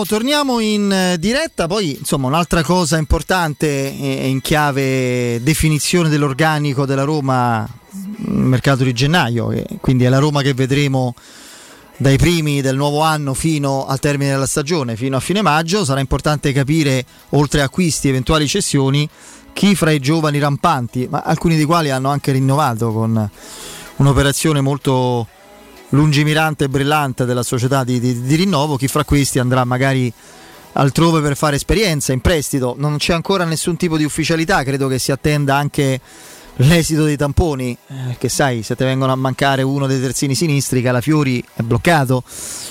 torniamo in diretta. Poi insomma un'altra cosa importante è in chiave definizione dell'organico della Roma mercato di gennaio, e quindi è la Roma che vedremo dai primi del nuovo anno fino al termine della stagione, fino a fine maggio. Sarà importante capire, oltre a acquisti, eventuali cessioni, chi fra i giovani rampanti, ma alcuni dei quali hanno anche rinnovato con un'operazione molto lungimirante e brillante della società di, di, di rinnovo, chi fra questi andrà magari altrove per fare esperienza, in prestito. Non c'è ancora nessun tipo di ufficialità, credo che si attenda anche l'esito dei tamponi, eh, che sai, se te vengono a mancare uno dei terzini sinistri, Calafiori è bloccato,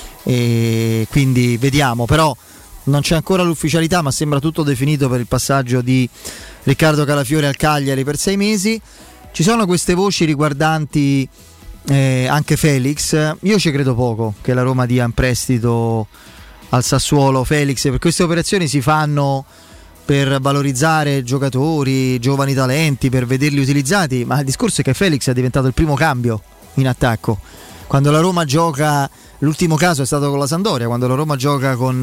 e quindi vediamo. Però non c'è ancora l'ufficialità, ma sembra tutto definito per il passaggio di Riccardo Calafiori al Cagliari per sei mesi. Ci sono queste voci riguardanti Eh, anche Felix. Io ci credo poco che la Roma dia in prestito al Sassuolo Felix, per queste operazioni si fanno per valorizzare giocatori, giovani talenti, per vederli utilizzati, ma il discorso è che Felix è diventato il primo cambio in attacco. Quando la Roma gioca, l'ultimo caso è stato con la Sampdoria, quando la Roma gioca con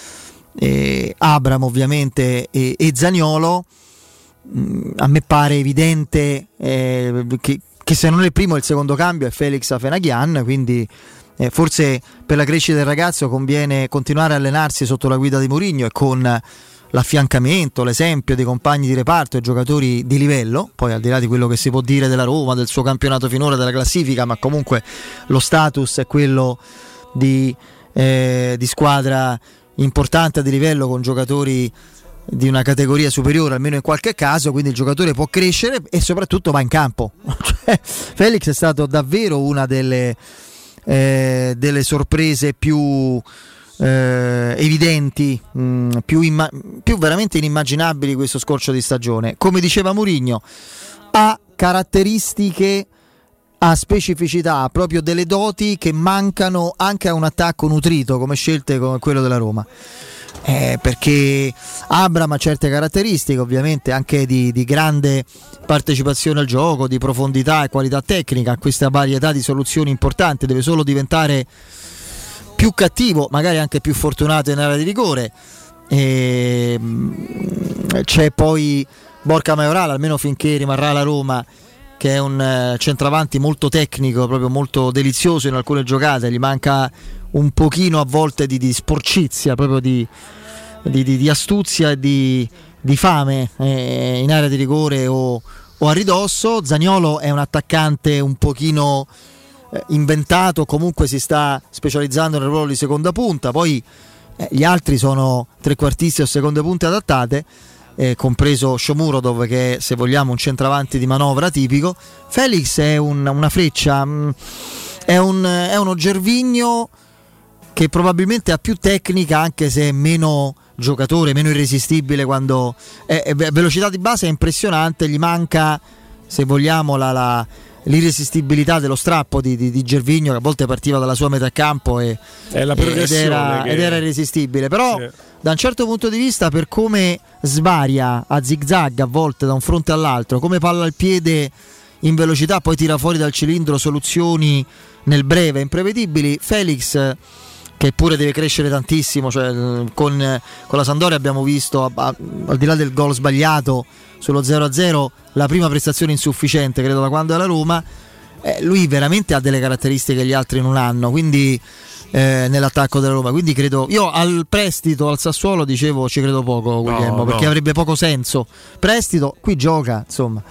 eh, Abramo ovviamente e, e Zaniolo, mh, a me pare evidente eh, che che se non è il primo il secondo cambio è Felix Afenaghian, quindi eh, forse per la crescita del ragazzo conviene continuare a allenarsi sotto la guida di Mourinho e con l'affiancamento, l'esempio dei compagni di reparto e giocatori di livello. Poi al di là di quello che si può dire della Roma, del suo campionato finora, della classifica, ma comunque lo status è quello di, eh, di squadra importante di livello, con giocatori di una categoria superiore almeno in qualche caso, quindi il giocatore può crescere e soprattutto va in campo. Cioè, Felix è stato davvero una delle, eh, delle sorprese più eh, evidenti, mh, più, imma- più veramente inimmaginabili questo scorcio di stagione. Come diceva Mourinho, ha caratteristiche, ha specificità, ha proprio delle doti che mancano anche a un attacco nutrito come scelte come quello della Roma. Eh, perché Abraham ha certe caratteristiche ovviamente anche di, di grande partecipazione al gioco, di profondità e qualità tecnica, questa varietà di soluzioni importanti, deve solo diventare più cattivo, magari anche più fortunato in area di rigore. E, c'è poi Borja Mayoral, almeno finché rimarrà alla Roma, che è un centravanti molto tecnico, proprio molto delizioso in alcune giocate, gli manca un pochino a volte di, di sporcizia, proprio di, di, di, di astuzia e di, di fame eh, in area di rigore o, o a ridosso. Zaniolo è un attaccante un pochino eh, inventato, comunque si sta specializzando nel ruolo di seconda punta. Poi eh, gli altri sono trequartisti o seconde punte adattate, eh, compreso Shomurodov, che è, se vogliamo, un centravanti di manovra tipico. Felix è un, una freccia, mh, è, un, è uno Gervinho che probabilmente ha più tecnica, anche se è meno giocatore, meno irresistibile. Quando è, è velocità di base è impressionante, gli manca, se vogliamo, la, la, l'irresistibilità dello strappo di, di, di Gervinho, che a volte partiva dalla sua metà campo e, è la ed, era, che... ed era irresistibile. Però sì, da un certo punto di vista, per come svaria a zigzag a volte da un fronte all'altro, come palla al piede in velocità, poi tira fuori dal cilindro soluzioni nel breve imprevedibili, Felix, che pure deve crescere tantissimo, cioè, con, con la Sampdoria abbiamo visto, a, a, al di là del gol sbagliato sullo zero a zero, la prima prestazione insufficiente credo da quando è alla Roma. eh, lui veramente ha delle caratteristiche che gli altri non hanno, quindi eh, nell'attacco della Roma, quindi credo, io al prestito al Sassuolo dicevo ci credo poco, Guglielmo, no, perché no, avrebbe poco senso. Prestito, qui gioca, insomma.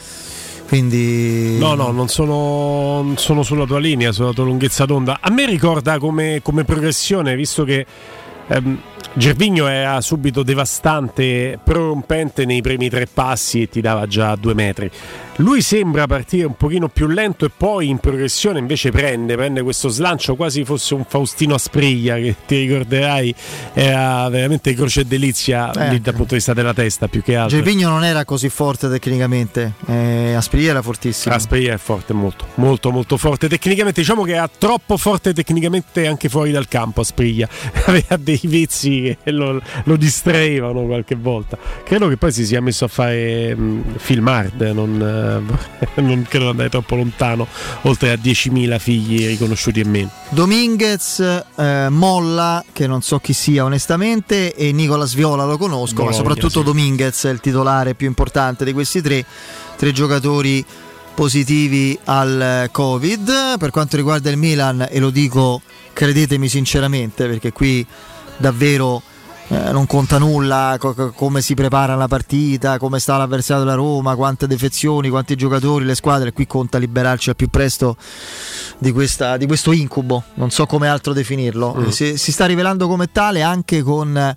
Quindi no no non sono, sono sulla tua linea, sulla tua lunghezza d'onda. A me ricorda come, come progressione, visto che ehm, Gervinho era subito devastante, prorompente nei primi tre passi e ti dava già due metri. Lui sembra partire un pochino più lento e poi in progressione invece prende, prende questo slancio quasi fosse un Faustino Aspriglia, che ti ricorderai era veramente croce e delizia eh. lì dal punto di vista della testa più che altro. Gervinho non era così forte tecnicamente, eh, Aspriglia era fortissimo. Aspriglia è forte, molto, molto molto forte tecnicamente, diciamo che era troppo forte tecnicamente anche fuori dal campo. Aspriglia aveva dei vizi che lo, lo distraevano qualche volta. Credo che poi si sia messo a fare mh, film hard, non eh, non credo andare troppo lontano, oltre a diecimila figli riconosciuti e meno. Dominguez, eh, Molla, che non so chi sia onestamente, e Nicolas Viola lo conosco, Bologna, ma soprattutto sì. Dominguez è il titolare più importante di questi tre, tre giocatori positivi al Covid. Per quanto riguarda il Milan, e lo dico, credetemi sinceramente, perché qui davvero eh, non conta nulla co- come si prepara la partita, come sta l'avversario della Roma, quante defezioni, quanti giocatori, le squadre. Qui conta liberarci al più presto di, questa, di questo incubo, non so come altro definirlo. Mm. Si, si sta rivelando come tale, anche con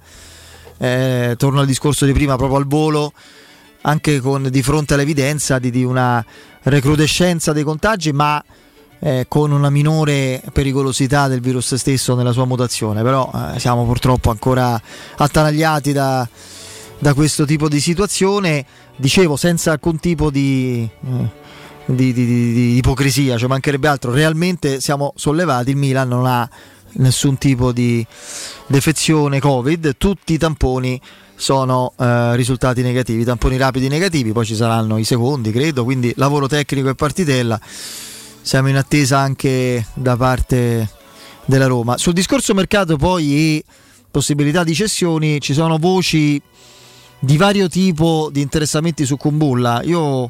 eh, torno al discorso di prima, proprio al volo, anche con di fronte all'evidenza di, di una recrudescenza dei contagi, ma eh, con una minore pericolosità del virus stesso nella sua mutazione. Però eh, siamo purtroppo ancora attanagliati da, da questo tipo di situazione, dicevo, senza alcun tipo di, eh, di, di, di, di ipocrisia, cioè mancherebbe altro. Realmente siamo sollevati, il Milan non ha nessun tipo di defezione Covid, tutti i tamponi sono eh, risultati negativi, tamponi rapidi negativi, poi ci saranno i secondi, credo, quindi lavoro tecnico e partitella. Siamo in attesa anche da parte della Roma. Sul discorso mercato poi e possibilità di cessioni, ci sono voci di vario tipo di interessamenti su Kumbulla. Io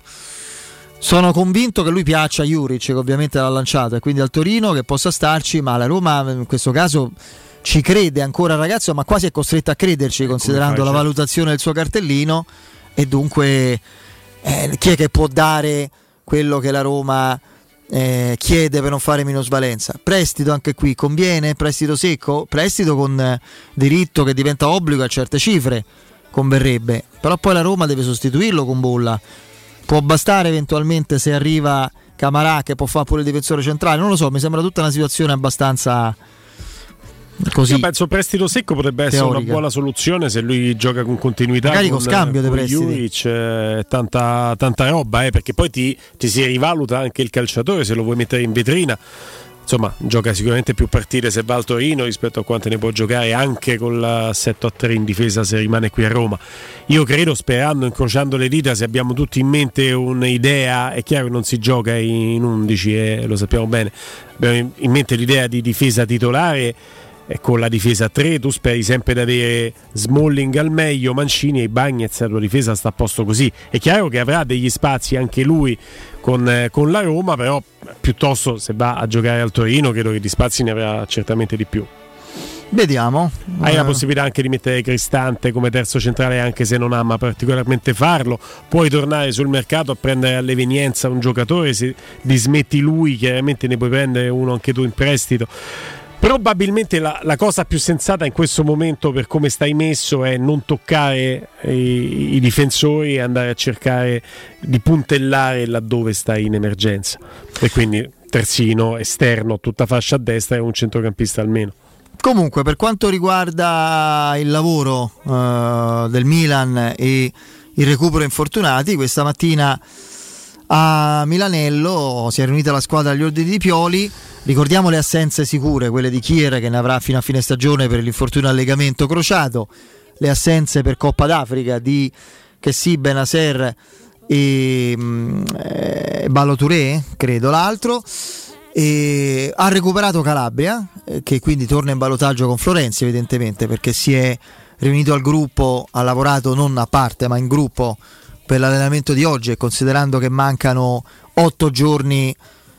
sono convinto che lui piaccia a Juric, che ovviamente l'ha lanciato, e quindi al Torino, che possa starci, ma la Roma in questo caso ci crede ancora il ragazzo, ma quasi è costretto a crederci, considerando la valutazione del suo cartellino, e dunque eh, chi è che può dare quello che la Roma eh, chiede per non fare minusvalenza? Prestito, anche qui conviene, prestito secco, prestito con eh, diritto che diventa obbligo a certe cifre, converrebbe, però poi la Roma deve sostituirlo con Bolla. Può bastare eventualmente se arriva Camarà, che può fare pure il difensore centrale, non lo so, mi sembra tutta una situazione abbastanza così. Io penso prestito secco potrebbe essere teorica. Una buona soluzione se lui gioca con continuità, magari con, con scambio dei prestiti. Juric, eh, tanta, tanta roba, eh, perché poi ti, ti si rivaluta anche il calciatore se lo vuoi mettere in vetrina. Insomma, gioca sicuramente più partite se va al Torino rispetto a quante ne può giocare anche con l'assetto a tre in difesa se rimane qui a Roma. Io credo, sperando, incrociando le dita, se abbiamo tutti in mente un'idea, è chiaro che non si gioca in undici, eh, lo sappiamo bene, abbiamo in mente l'idea di difesa titolare, e con la difesa a tre tu speri sempre di avere Smalling al meglio, Mancini e Bagnez, la tua difesa sta a posto così. È chiaro che avrà degli spazi anche lui con, eh, con la Roma, però piuttosto se va a giocare al Torino credo che di spazi ne avrà certamente di più. Vediamo. Hai la possibilità anche di mettere Cristante come terzo centrale, anche se non ama particolarmente farlo. Puoi tornare sul mercato a prendere all'evenienza un giocatore, se dismetti lui chiaramente ne puoi prendere uno anche tu in prestito. Probabilmente la, la cosa più sensata in questo momento, per come stai messo, è non toccare i, i difensori e andare a cercare di puntellare laddove stai in emergenza, e quindi terzino, esterno, tutta fascia a destra e un centrocampista almeno. Comunque, per quanto riguarda il lavoro uh, del Milan e il recupero infortunati, questa mattina a Milanello si è riunita la squadra agli ordini di Pioli. Ricordiamo le assenze sicure, quelle di Chier, che ne avrà fino a fine stagione per l'infortunio al legamento crociato, le assenze per Coppa d'Africa di Kessi, Benacer e eh, Ballo Touré, credo l'altro. E ha recuperato Calabria, eh, che quindi torna in ballottaggio con Florenzi, evidentemente, perché si è riunito al gruppo, ha lavorato non a parte ma in gruppo per l'allenamento di oggi, e considerando che mancano otto giorni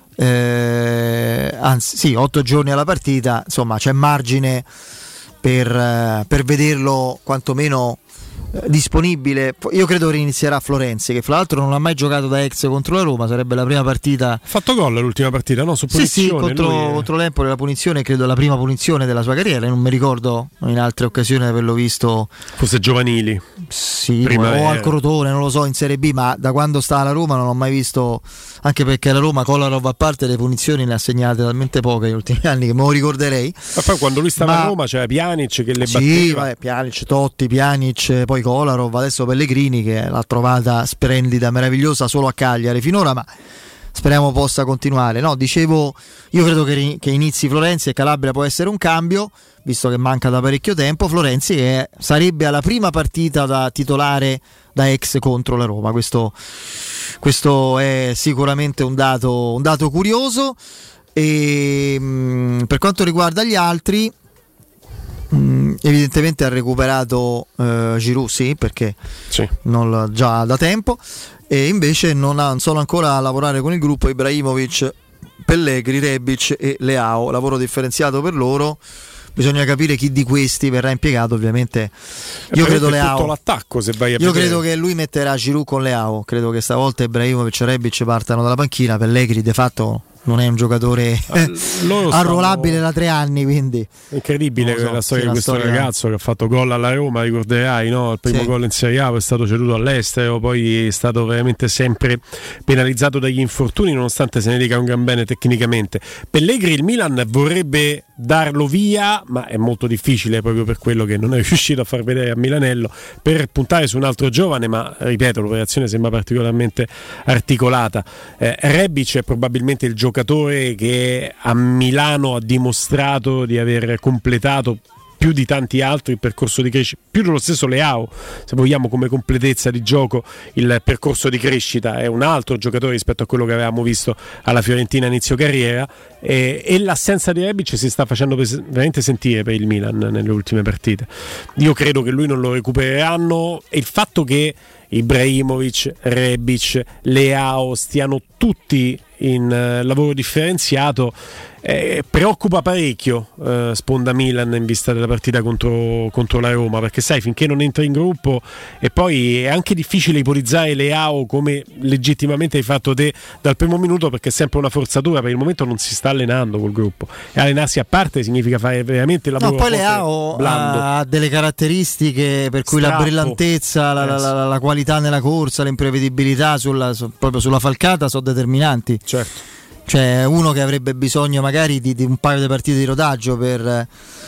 Eh, anzi sì, otto giorni alla partita, insomma c'è margine per, eh, per vederlo quantomeno eh, disponibile. Io credo che inizierà Florenzi, che fra l'altro non ha mai giocato da ex contro la Roma, sarebbe la prima partita. Ha fatto gol l'ultima partita, no? Su punizione. Sì, sì, contro, è... contro l'Empoli, la punizione, credo la prima punizione della sua carriera, non mi ricordo in altre occasioni di averlo visto. Forse giovanili. Sì, prima o al Crotone, non lo so, in Serie B, ma da quando sta alla Roma non ho mai visto, anche perché la Roma, Kolarov a parte, le punizioni ne ha segnate talmente poche negli ultimi anni che me lo ricorderei. Ma poi quando lui stava ma... a Roma c'era Pjanic che le sì, batteva. Sì, vabbè, Pjanic, Totti, Pjanic, poi Kolarov, adesso Pellegrini, che l'ha trovata splendida, meravigliosa solo a Cagliari finora, ma speriamo possa continuare. No, dicevo, io credo che, che inizi Florenzi e Calabria può essere un cambio, visto che manca da parecchio tempo. Florenzi che sarebbe alla prima partita da titolare da ex contro la Roma, questo, questo è sicuramente un dato, un dato curioso. E mh, per quanto riguarda gli altri, mh, evidentemente ha recuperato uh, Giroud, sì, perché sì. Non già da tempo, e invece non, ha, non sono ancora a lavorare con il gruppo Ibrahimovic, Pellegrini, Rebic e Leao, lavoro differenziato per loro. Bisogna capire chi di questi verrà impiegato, ovviamente. Io credo Leao. Tutto l'attacco, se vai a Io vedere. credo che lui metterà Giroud con Leao. Credo che stavolta Ibrahimovic e Rebic partano dalla panchina. Pellegrini de fatto non è un giocatore arruolabile da tre anni, quindi incredibile so, la storia sì, di questo storia... ragazzo che ha fatto gol alla Roma, ricorderai, no? Il primo sì. gol in Serie A, è stato ceduto all'estero, poi è stato veramente sempre penalizzato dagli infortuni, nonostante se ne dica un gran bene tecnicamente. Pellegrini il Milan vorrebbe darlo via, ma è molto difficile proprio per quello che non è riuscito a far vedere a Milanello, per puntare su un altro giovane, ma ripeto, l'operazione sembra particolarmente articolata. eh, Rebic è probabilmente il giocatore che a Milano ha dimostrato di aver completato più di tanti altri il percorso di crescita, più dello stesso Leao, se vogliamo, come completezza di gioco. Il percorso di crescita è un altro giocatore rispetto a quello che avevamo visto alla Fiorentina a inizio carriera, e, e l'assenza di Rebic si sta facendo veramente sentire per il Milan nelle ultime partite. Io credo che lui non lo recupereranno, e il fatto che Ibrahimovic, Rebic, Leao stiano tutti in uh, lavoro differenziato eh, preoccupa parecchio, eh, sponda Milan in vista della partita contro, contro la Roma, perché sai, finché non entri in gruppo, e poi è anche difficile ipotizzare Leao come legittimamente hai fatto te dal primo minuto, perché è sempre una forzatura. Per il momento non si sta allenando col gruppo, e allenarsi a parte significa fare veramente il lavoro. No, poi Leao ha delle caratteristiche per cui Strappo. la brillantezza, la, la, la, la qualità nella corsa, l'imprevedibilità sulla, su, proprio sulla falcata sono determinanti. Certo. Cioè, uno che avrebbe bisogno magari di, di un paio di partite di rodaggio per,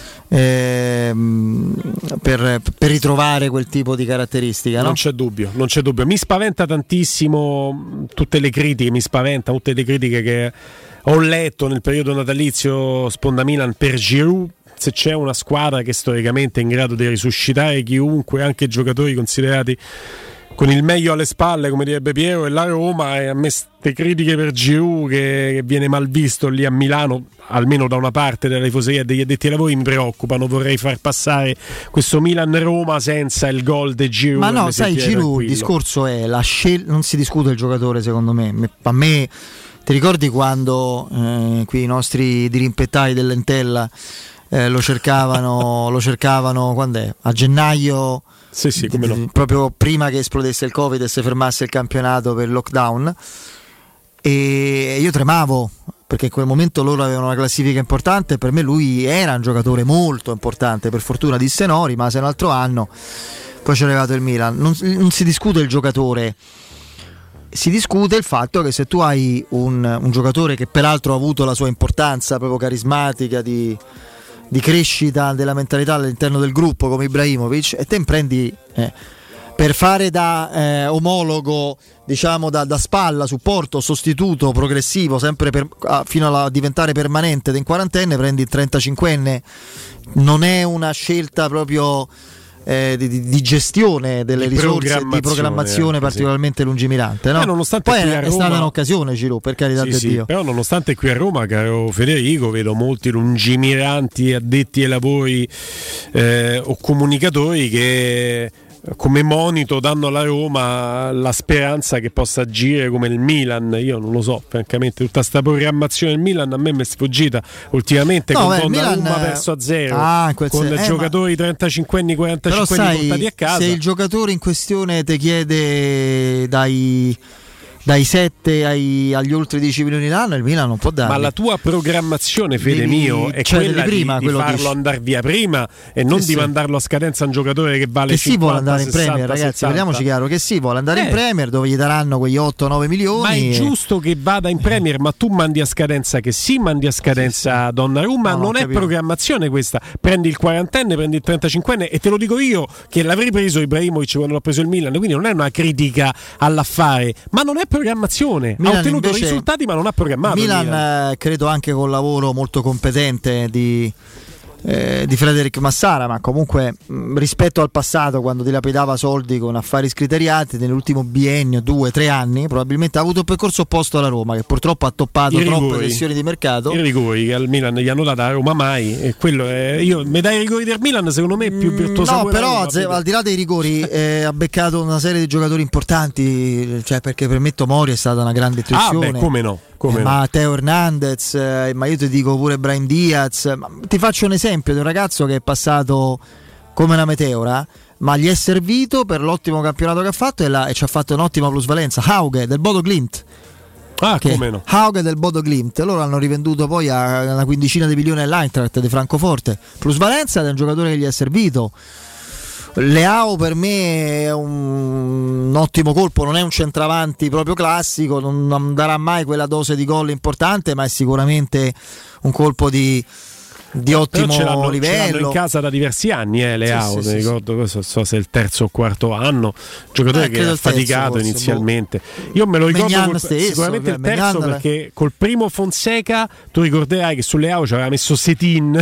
eh, per, per ritrovare quel tipo di caratteristica, no? Non c'è dubbio, non c'è dubbio. Mi spaventa tantissimo tutte le critiche, mi spaventa tutte le critiche che ho letto nel periodo natalizio sponda Milan per Giroud. Se c'è una squadra che storicamente è in grado di risuscitare chiunque, anche giocatori considerati con il meglio alle spalle, come direbbe Piero, è la Roma, e a me ste critiche per Giroud che, che viene mal visto lì a Milano, almeno da una parte della tifoseria e degli addetti ai lavori, mi preoccupano. Vorrei far passare questo Milan-Roma senza il gol di Giroud. Ma no, sai, Giroud, il discorso è la scel- non si discute il giocatore, secondo me. A me, ti ricordi quando eh, qui i nostri dirimpettai dell'Entella eh, lo cercavano, lo cercavano quando è? A gennaio. Sì, sì, come no. Proprio prima che esplodesse il Covid e si fermasse il campionato per il lockdown, e io tremavo perché in quel momento loro avevano una classifica importante, e per me lui era un giocatore molto importante. Per fortuna disse no, rimase un altro anno, poi c'è arrivato il Milan. Non, non si discute il giocatore, si discute il fatto che se tu hai un, un giocatore che peraltro ha avuto la sua importanza proprio carismatica di di crescita della mentalità all'interno del gruppo come Ibrahimovic, e te prendi eh, per fare da eh, omologo, diciamo da, da spalla, supporto, sostituto progressivo sempre per, a, fino a diventare permanente in quarantenne, prendi il trentacinquenne. Non è una scelta proprio eh, di, di gestione delle di risorse, di programmazione anche, particolarmente sì. lungimirante, no? Eh, nonostante poi qui è, a Roma, è stata un'occasione Giroud, per carità sì, di sì, Dio. Però nonostante qui a Roma, caro Federico, vedo molti lungimiranti addetti ai lavori eh, o comunicatori che come monito danno alla Roma la speranza che possa agire come il Milan. Io non lo so, francamente, tutta sta programmazione del Milan a me mi è sfuggita ultimamente, no, con Donnarumma perso a zero, ah, con se... eh, giocatori ma... trentacinquenni, quarantacinquenni sai, portati a casa. Se il giocatore in questione ti chiede dai dai sette ai, agli oltre dieci milioni l'anno, il Milan non può dare. Ma la tua programmazione, Fede devi, mio, è cioè quella prima, di, di farlo dici. andare via prima, e non sì, di sì. mandarlo a scadenza a un giocatore che vale che cinquanta, si vuole andare in sessanta, Premier, ragazzi, settanta. parliamoci chiaro, che si vuole andare eh. in Premier, dove gli daranno quegli otto nove milioni. Ma è e... giusto che vada in Premier, ma tu mandi a scadenza, che sì, mandi a scadenza Donnarumma, no, non, non è capito. Programmazione questa. Prendi il quarantenne, prendi il trentacinquenne, e te lo dico io che l'avrei preso Ibrahimovic quando l'ho preso il Milan, quindi non è una critica all'affare, ma non è programmazione, Milan ha ottenuto invece, risultati ma non ha programmato. Milan, Milan. Eh, credo anche con il lavoro molto competente di Eh, di Frederic Massara, ma comunque mh, rispetto al passato, quando dilapidava soldi con affari scriteriati, nell'ultimo biennio, due, tre anni, probabilmente ha avuto un percorso opposto alla Roma, che purtroppo ha toppato I troppe rigori. pressioni di mercato. I rigori che al Milan gli hanno dato a Roma mai, e quello è, io mi dai i rigori del Milan, secondo me è più virtuoso. No, però Roma, ze- al di là dei rigori eh, ha beccato una serie di giocatori importanti, cioè perché per me Tomori è stata una grande intuizione. Ah, beh, come no? Come Eh, no. ma Teo Hernandez, eh, ma io ti dico pure Brahim Diaz. Ma ti faccio un esempio di un ragazzo che è passato come una meteora, ma gli è servito per l'ottimo campionato che ha fatto e, la, e ci ha fatto un'ottima plusvalenza. Hauge del Bodo Glimt. Ah, come no? Hauge del Bodo Glimt, loro hanno rivenduto poi a una quindicina di milioni all'Eintracht di Francoforte. Plusvalenza è un giocatore che gli è servito. Leao per me è un, un ottimo colpo, non è un centravanti proprio classico, non, non darà mai quella dose di gol importante, ma è sicuramente un colpo di, di ottimo ce l'hanno, livello. Ce l'hanno in casa da diversi anni, eh, Leao, sì, sì, mi sì, ricordo, sì. so se è il terzo o quarto anno, giocatore eh, che ha faticato terzo, inizialmente. Io me lo ricordo Megnan col, stesso, sicuramente cioè, il terzo, Megnan, perché col primo Fonseca tu ricorderai che su Leao ci aveva messo Setin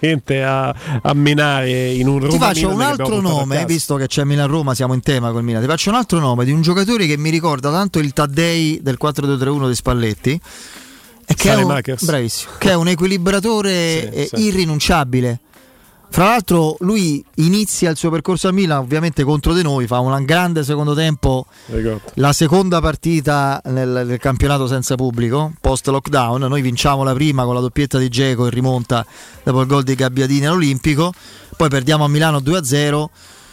a, a menare in un Roma. Ti faccio Milan un altro nome, visto che c'è Milan-Roma, siamo in tema col Milan. Ti faccio un altro nome di un giocatore che mi ricorda tanto il Taddei del quattro due tre uno di Spalletti, e che, è un, bravissimo, che è un equilibratore sì, eh, sì. irrinunciabile. Fra l'altro lui inizia il suo percorso al Milan ovviamente contro di noi, fa un grande secondo tempo, la seconda partita nel, nel campionato senza pubblico post lockdown, noi vinciamo la prima con la doppietta di Dzeko in rimonta dopo il gol di Gabbiadini all'Olimpico, poi perdiamo a Milano due a zero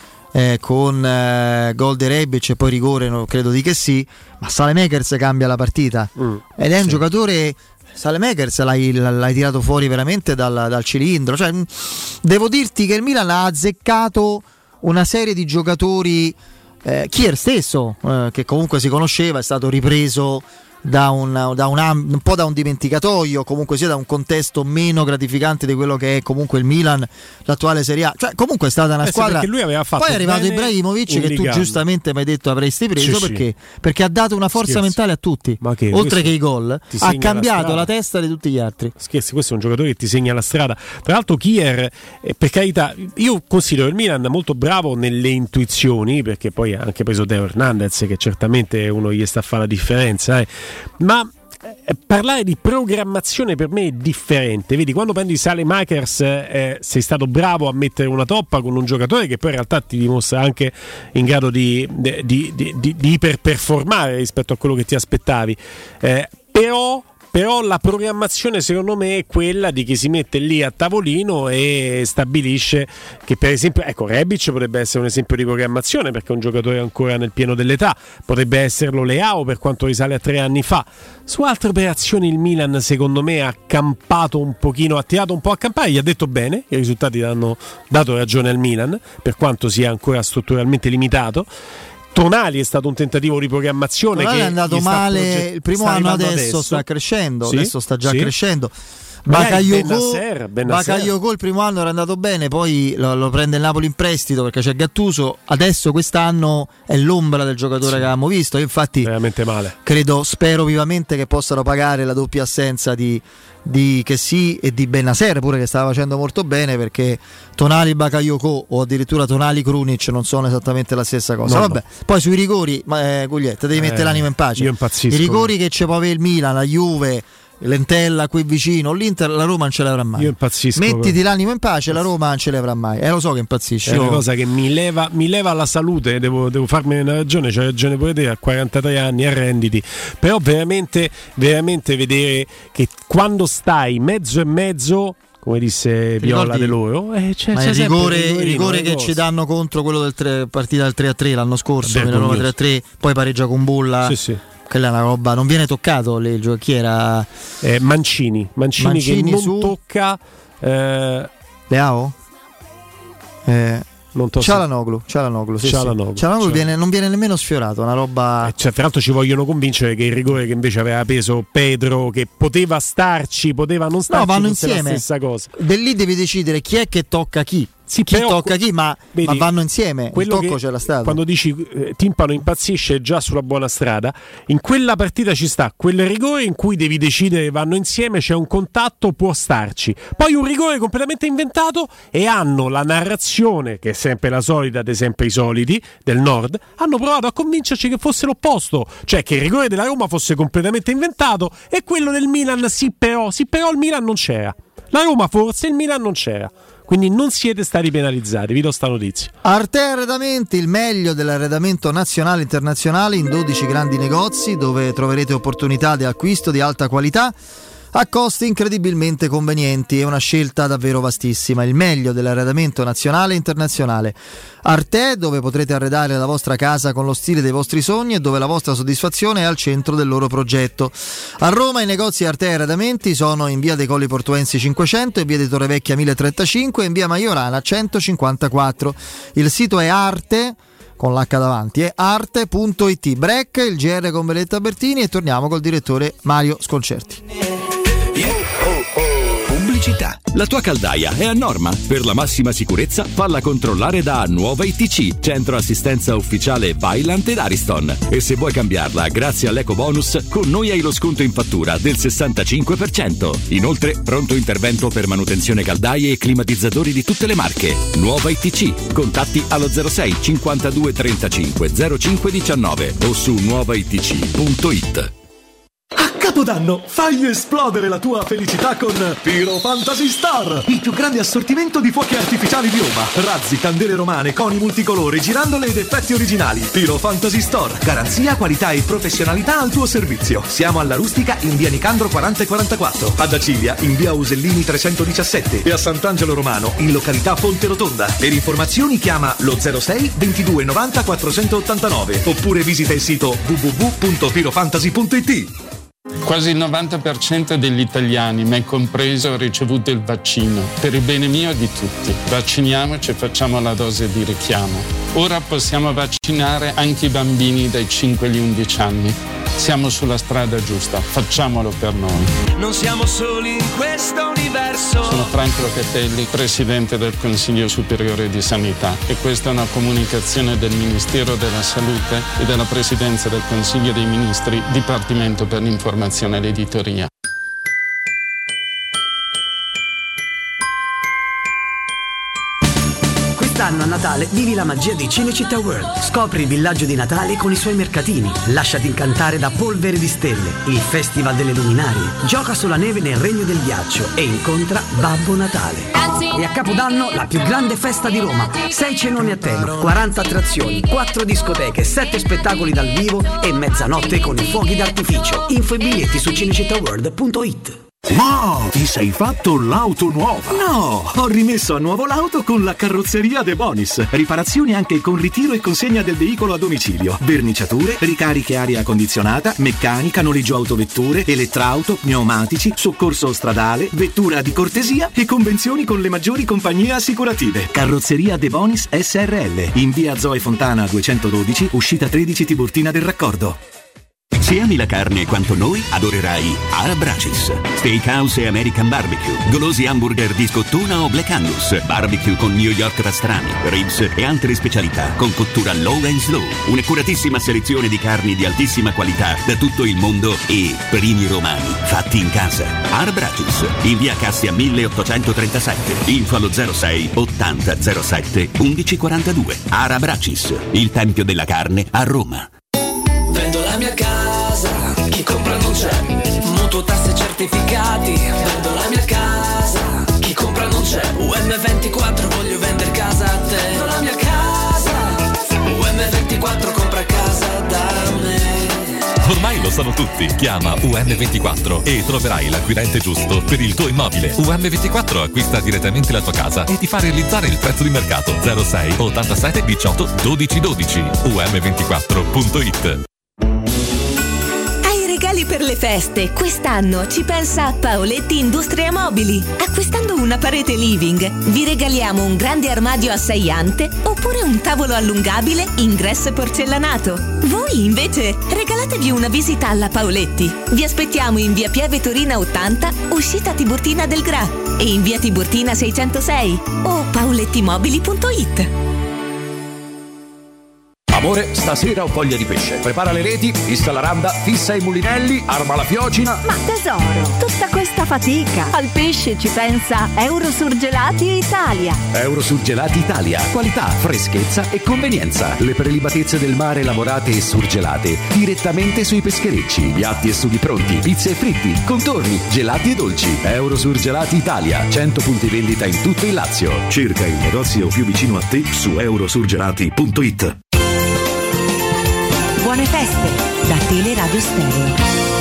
eh, con eh, gol di Rebic e poi rigore, no, credo di che sì, ma Saelemaekers cambia la partita mm, ed è un sì. giocatore. Saelemaekers l'hai, l'hai tirato fuori veramente dal, dal cilindro, cioè, devo dirti che il Milan ha azzeccato una serie di giocatori, eh, Kier stesso eh, che comunque si conosceva, è stato ripreso da un, da un, un po' da un dimenticatoio, comunque sia da un contesto meno gratificante di quello che è comunque il Milan, l'attuale Serie A, cioè comunque è stata una eh squadra. Lui aveva fatto poi è arrivato Ibrahimovic che tu giustamente mi hai detto avresti preso, sì, perché? Sì. Perché ha dato una forza Scherzi. mentale a tutti, che, oltre che i gol ha cambiato la, la testa di tutti gli altri. Scherzi, questo è un giocatore che ti segna la strada. Tra l'altro Kier, eh, per carità, io considero il Milan molto bravo nelle intuizioni, perché poi ha anche preso Teo Hernandez che certamente è uno che gli sta a fare la differenza, eh. ma eh, parlare di programmazione per me è differente. Vedi, quando prendi Saelemaekers eh, sei stato bravo a mettere una toppa con un giocatore che poi in realtà ti dimostra anche in grado di, di, di, di, di, di iperperformare rispetto a quello che ti aspettavi, eh, però Però la programmazione secondo me è quella di chi si mette lì a tavolino e stabilisce che, per esempio, ecco, Rebic potrebbe essere un esempio di programmazione perché è un giocatore ancora nel pieno dell'età, potrebbe esserlo Leao per quanto risale a tre anni fa. Su altre operazioni il Milan secondo me ha campato un pochino, ha tirato un po' a campare, gli ha detto bene, i risultati hanno dato ragione al Milan per quanto sia ancora strutturalmente limitato. Tonali è stato un tentativo di programmazione. Tonali che è andato male proge- il primo anno, adesso, adesso sta crescendo, sì, adesso sta già sì. crescendo. Bakayoko il primo anno era andato bene, poi lo, lo prende il Napoli in prestito perché c'è Gattuso, adesso quest'anno è l'ombra del giocatore sì. che avevamo visto. Io infatti veramente male. Credo, spero vivamente che possano pagare la doppia assenza di di Kessi e di Bennacer pure, che stava facendo molto bene, perché Tonali Bakayoko o addirittura Tonali Krunic non sono esattamente la stessa cosa. No, Vabbè, no. Poi sui rigori, ma, eh, Guglietta, devi eh, mettere l'anima in pace. Io impazzisco. I rigori che ci può avere il Milan, la Juve, Lentella qui vicino, l'Inter, la Roma non ce l'avrà mai. Io impazzisco. Mettiti l'animo in pace, la Roma non ce l'avrà mai. E eh, lo so che impazzisci. È una cosa che mi leva, mi leva la salute, devo, devo farmi una ragione, c'hai ragione pure te, a quarantatré anni arrenditi. Però veramente, veramente vedere che quando stai mezzo e mezzo, come disse Viola De Loro, eh, c'è, ma c'è il rigore, il rigore che ci danno contro quello del tre, partita del tre a tre l'anno scorso, Roma tre a tre, poi pareggia con Bulla. Sì, sì. Quella è una roba, non viene toccato lì, chi era? Eh, Mancini, Mancini, Mancini che non su... tocca eh... Leao? Eh... Non Cialanoglu, Cialanoglu, sì, Cialanoglu, sì. Cialanoglu viene, non viene nemmeno sfiorato, una roba. Eh, cioè, tra l'altro ci vogliono convincere che il rigore che invece aveva preso Pedro, che poteva starci, poteva non starci, no, vanno insieme. La stessa cosa. Da lì devi decidere chi è che tocca chi. Sì, chi però, tocca chi, ma, vedi, ma vanno insieme. Il tocco c'era stato. Quando dici eh, Timpano impazzisce è già sulla buona strada. In quella partita ci sta quel rigore in cui devi decidere vanno insieme, c'è un contatto, può starci. Poi un rigore completamente inventato e hanno la narrazione, che è sempre la solita, ad esempio i soliti del Nord, hanno provato a convincerci che fosse l'opposto, cioè che il rigore della Roma fosse completamente inventato e quello del Milan sì però, sì però il Milan non c'era. La Roma forse, il Milan non c'era. Quindi non siete stati penalizzati, vi do sta notizia. Arte Arredamenti, il meglio dell'arredamento nazionale e internazionale in dodici grandi negozi dove troverete opportunità di acquisto di alta qualità a costi incredibilmente convenienti. È una scelta davvero vastissima, il meglio dell'arredamento nazionale e internazionale. Arte, dove potrete arredare la vostra casa con lo stile dei vostri sogni e dove la vostra soddisfazione è al centro del loro progetto. A Roma i negozi Arte Arredamenti sono in via dei Colli Portuensi cinquecento, in via di Torrevecchia mille trentacinque e in via Maiorana centocinquantaquattro. Il sito è Arte con l'H davanti, è arte punto it. Break, il G R con Benedetta Bertini e torniamo col direttore Mario Sconcerti. Pubblicità. La tua caldaia è a norma? Per la massima sicurezza falla controllare da Nuova I T C, centro assistenza ufficiale Vaillant ed Ariston. E se vuoi cambiarla grazie all'eco bonus, con noi hai lo sconto in fattura del sessantacinque per cento. Inoltre pronto intervento per manutenzione caldaie e climatizzatori di tutte le marche. Nuova I T C. Contatti allo zero sei cinquantadue trentacinque zero cinque diciannove o su nuova i t c punto it. A Capodanno fai esplodere la tua felicità con Piro Fantasy Star, il più grande assortimento di fuochi artificiali di Roma. Razzi, candele romane, coni multicolori, girandole ed effetti originali. Piro Fantasy Store, garanzia, qualità e professionalità al tuo servizio. Siamo alla Rustica in via Nicandro quaranta e quarantaquattro, ad Acilia in via Usellini trecentodiciassette e a Sant'Angelo Romano in località Fonte Rotonda. Per informazioni chiama lo zero sei ventidue novanta quattrocentottantanove oppure visita il sito w w w punto pirofantasy punto it. Quasi il novanta per cento degli italiani, me compreso, ha ricevuto il vaccino. Per il bene mio e di tutti. Vacciniamoci e facciamo la dose di richiamo. Ora possiamo vaccinare anche i bambini dai cinque agli undici anni. Siamo sulla strada giusta, facciamolo per noi. Non siamo soli in questo universo. Sono Franco Locatelli, Presidente del Consiglio Superiore di Sanità e questa è una comunicazione del Ministero della Salute e della Presidenza del Consiglio dei Ministri, Dipartimento per l'Informazione e l'Editoria. Quest'anno a Natale vivi la magia di Cinecittà World. Scopri il villaggio di Natale con i suoi mercatini. Lasciati incantare da Polvere di Stelle, il Festival delle Luminarie. Gioca sulla neve nel Regno del Ghiaccio e incontra Babbo Natale. E a Capodanno la più grande festa di Roma. Sei cenoni a tema, quaranta attrazioni, quattro discoteche, sette spettacoli dal vivo e mezzanotte con i fuochi d'artificio. Info e biglietti su cinecittàworld punto it. Wow, ti sei fatto l'auto nuova? No, ho rimesso a nuovo l'auto con la carrozzeria De Bonis. Riparazioni anche con ritiro e consegna del veicolo a domicilio. Verniciature, ricariche aria condizionata, meccanica, noleggio autovetture, elettrauto, pneumatici, soccorso stradale, vettura di cortesia e convenzioni con le maggiori compagnie assicurative. Carrozzeria De Bonis S R L in via Zoe Fontana duecentododici, uscita tredici Tiburtina del Raccordo. Se ami la carne quanto noi, adorerai Arab Bracis, Steakhouse e American Barbecue, golosi hamburger di scottuna o Black Angus, barbecue con New York pastrami, ribs e altre specialità con cottura low and slow, un'accuratissima selezione di carni di altissima qualità da tutto il mondo e primi romani fatti in casa. Arab Bracis, in via Cassia milleottocentotrentasette, info allo zero sei ottanta zero sette undici quarantadue. Arab Bracis, il tempio della carne a Roma. Vendo la mia casa, chi compra non c'è. Mutuo, tasse, certificati. Vendo la mia casa, chi compra non c'è. U M ventiquattro, voglio vendere casa a te. Vendo la mia casa, U M ventiquattro, compra casa da me. Ormai lo sanno tutti. Chiama U M ventiquattro e troverai l'acquirente giusto per il tuo immobile. U M ventiquattro acquista direttamente la tua casa e ti fa realizzare il prezzo di mercato. zero sei ottantasette diciotto dodici dodici. U M ventiquattro punto it. per le feste, quest'anno ci pensa Paoletti Industria Mobili. Acquistando una parete living, vi regaliamo un grande armadio a sei ante oppure un tavolo allungabile ingresso porcellanato. Voi invece regalatevi una visita alla Paoletti. Vi aspettiamo in via Pieve Torina ottanta, uscita Tiburtina del Gra, e in via Tiburtina seicentosei o paolettimobili punto it. Amore, stasera ho voglia di pesce. Prepara le reti, fissa la randa, fissa i mulinelli, arma la fiocina. Ma tesoro, tutta questa fatica. Al pesce ci pensa Eurosurgelati Italia. Eurosurgelati Italia. Qualità, freschezza e convenienza. Le prelibatezze del mare lavorate e surgelate direttamente sui pescherecci. Piatti e sughi pronti, pizze e fritti, contorni, gelati e dolci. Eurosurgelati Italia. cento punti vendita in tutto il Lazio. Cerca il negozio più vicino a te su eurosurgelati punto it. Buone feste da Teleradio Stereo.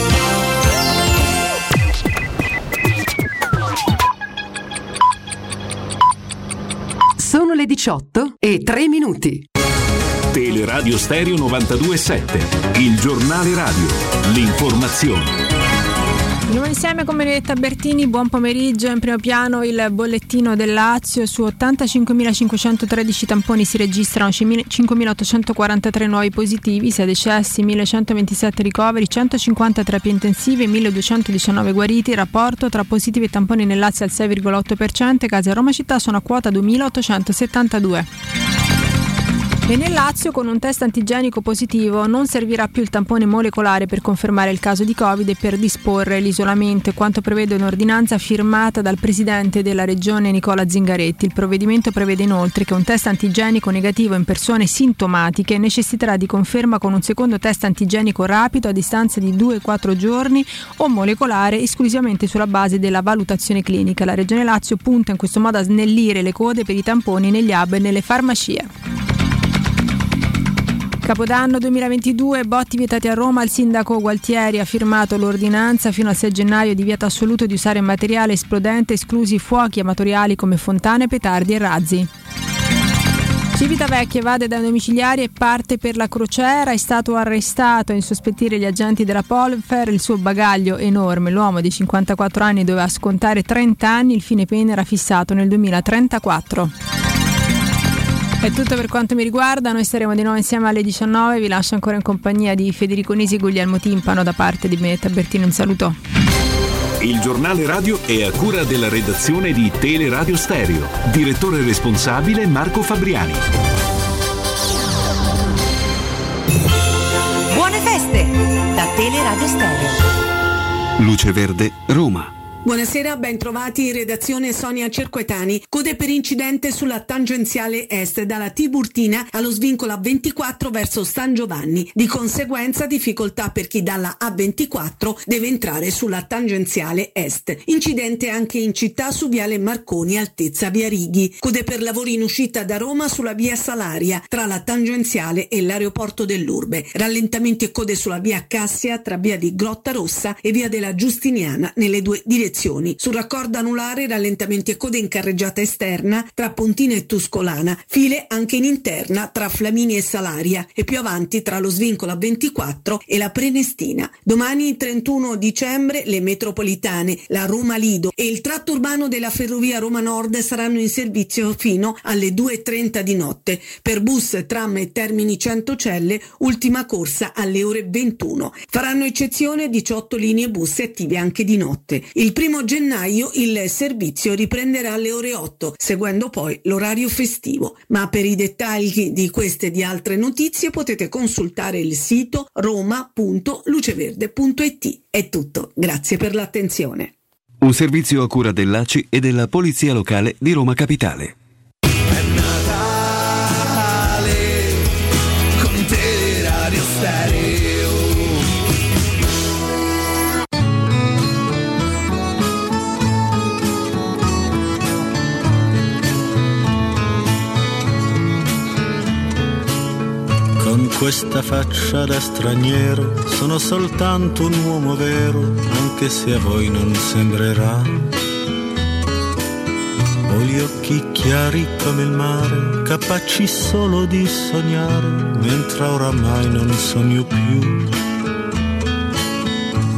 Sono le diciotto e tre minuti. Teleradio Stereo novantadue e sette, il giornale radio, l'informazione. Di nuovo insieme con Benedetta Bertini, buon pomeriggio. In primo piano il bollettino del Lazio: su ottantacinquemilacinquecentotredici tamponi si registrano cinquemilaottocentoquarantatré nuovi positivi, sei decessi, millecentoventisette ricoveri, centocinquanta terapie intensive, milleduecentodiciannove guariti. Il rapporto tra positivi e tamponi nel Lazio al sei virgola otto per cento, i casi a Roma città sono a quota duemilaottocentosettantadue. E nel Lazio con un test antigenico positivo non servirà più il tampone molecolare per confermare il caso di Covid e per disporre l'isolamento, quanto prevede un'ordinanza firmata dal presidente della regione Nicola Zingaretti. Il provvedimento prevede inoltre che un test antigenico negativo in persone sintomatiche necessiterà di conferma con un secondo test antigenico rapido a distanza di due quattro giorni o molecolare esclusivamente sulla base della valutazione clinica. La regione Lazio punta in questo modo a snellire le code per i tamponi negli hub e nelle farmacie. Capodanno duemilaventidue, botti vietati a Roma. Il sindaco Gualtieri ha firmato l'ordinanza fino al sei gennaio di vieta assoluto di usare materiale esplodente, esclusi fuochi amatoriali come fontane, petardi e razzi. Civitavecchia evade dai domiciliari e parte per la crociera. È stato arrestato a insospettire gli agenti della Polfer, il suo bagaglio enorme. L'uomo di cinquantaquattro anni doveva scontare trenta anni, il fine pena era fissato nel duemilatrentaquattro. È tutto per quanto mi riguarda, noi staremo di nuovo insieme alle diciannove, vi lascio ancora in compagnia di Federico Nisi e Guglielmo Timpano. Da parte di Benedetta Bertini un saluto. Il giornale radio è a cura della redazione di Teleradio Stereo. Direttore responsabile Marco Fabriani. Buone feste da Teleradio Stereo. Luce Verde, Roma. Buonasera, ben trovati in redazione Sonia Cerquetani. Code per incidente sulla tangenziale est dalla Tiburtina allo svincolo A ventiquattro verso San Giovanni. Di conseguenza difficoltà per chi dalla A ventiquattro deve entrare sulla tangenziale est. Incidente anche in città su viale Marconi altezza via Righi. Code per lavori in uscita da Roma sulla via Salaria tra la tangenziale e l'aeroporto dell'Urbe. Rallentamenti e code sulla via Cassia tra via di Grotta Rossa e via della Giustiniana nelle due direzioni. Sul raccordo anulare rallentamenti e code in carreggiata esterna tra Pontina e Tuscolana, file anche in interna tra Flamini e Salaria e più avanti tra lo svincolo A ventiquattro e la Prenestina. Domani trentuno dicembre le metropolitane, la Roma Lido e il tratto urbano della ferrovia Roma Nord saranno in servizio fino alle due e trenta di notte. Per bus, tram e Termini Centocelle ultima corsa alle ore ventuno. Faranno eccezione diciotto linee bus attive anche di notte. Il primo gennaio il servizio riprenderà alle ore otto, seguendo poi l'orario festivo. Ma per i dettagli di queste e di altre notizie potete consultare il sito roma punto luceverde punto it. È tutto, grazie per l'attenzione. Un servizio a cura dell'A C I e della Polizia Locale di Roma Capitale. È Natale con Teleradio Stereo. Con questa faccia da straniero sono soltanto un uomo vero, anche se a voi non sembrerà. Ho gli occhi chiari come il mare, capaci solo di sognare, mentre oramai non sogno più.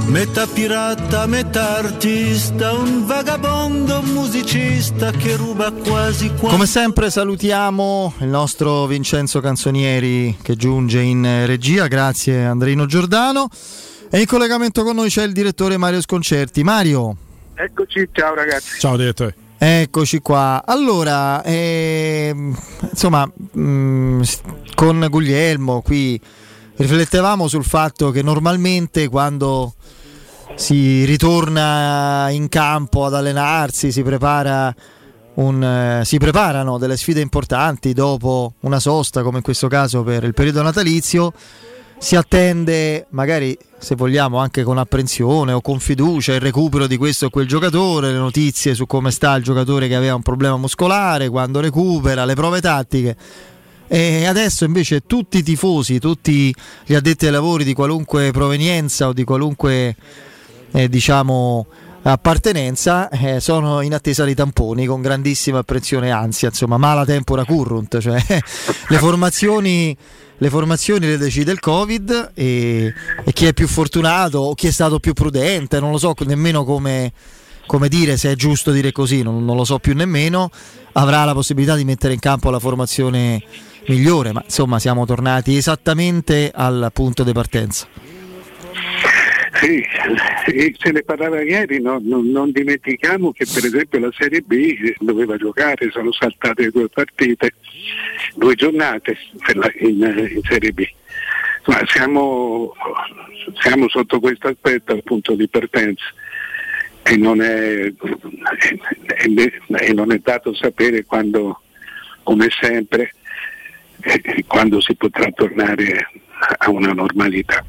Metà pirata, metà artista, un vagabondo musicista che ruba quasi quasi. Come sempre salutiamo il nostro Vincenzo Canzonieri che giunge in regia, grazie Andreino Giordano. E in collegamento con noi c'è il direttore Mario Sconcerti. Mario. Eccoci, ciao ragazzi. Ciao direttore. Eccoci qua. Allora, ehm, insomma, mh, con Guglielmo qui riflettevamo sul fatto che normalmente quando si ritorna in campo ad allenarsi, si prepara un, eh, si preparano delle sfide importanti dopo una sosta, come in questo caso per il periodo natalizio. Si attende, magari se vogliamo anche con apprensione o con fiducia, il recupero di questo o quel giocatore, le notizie su come sta il giocatore che aveva un problema muscolare, quando recupera, le prove tattiche. E adesso invece tutti i tifosi, tutti gli addetti ai lavori di qualunque provenienza o di qualunque eh, diciamo appartenenza eh, sono in attesa di tamponi con grandissima apprensione e ansia, insomma mala tempora currunt, cioè le formazioni le formazioni le decide il Covid e, e chi è più fortunato o chi è stato più prudente, non lo so nemmeno come, come dire, se è giusto dire così, non, non lo so più nemmeno, avrà la possibilità di mettere in campo la formazione migliore, ma insomma siamo tornati esattamente al punto di partenza. Sì, se ne parlava ieri, no, no, non dimentichiamo che per esempio la Serie B doveva giocare, sono saltate due partite, due giornate per la, in, in Serie B. Ma siamo, siamo sotto questo aspetto al punto di partenza e non è, e, e non è dato sapere quando, come sempre, eh, quando si potrà tornare a una normalità.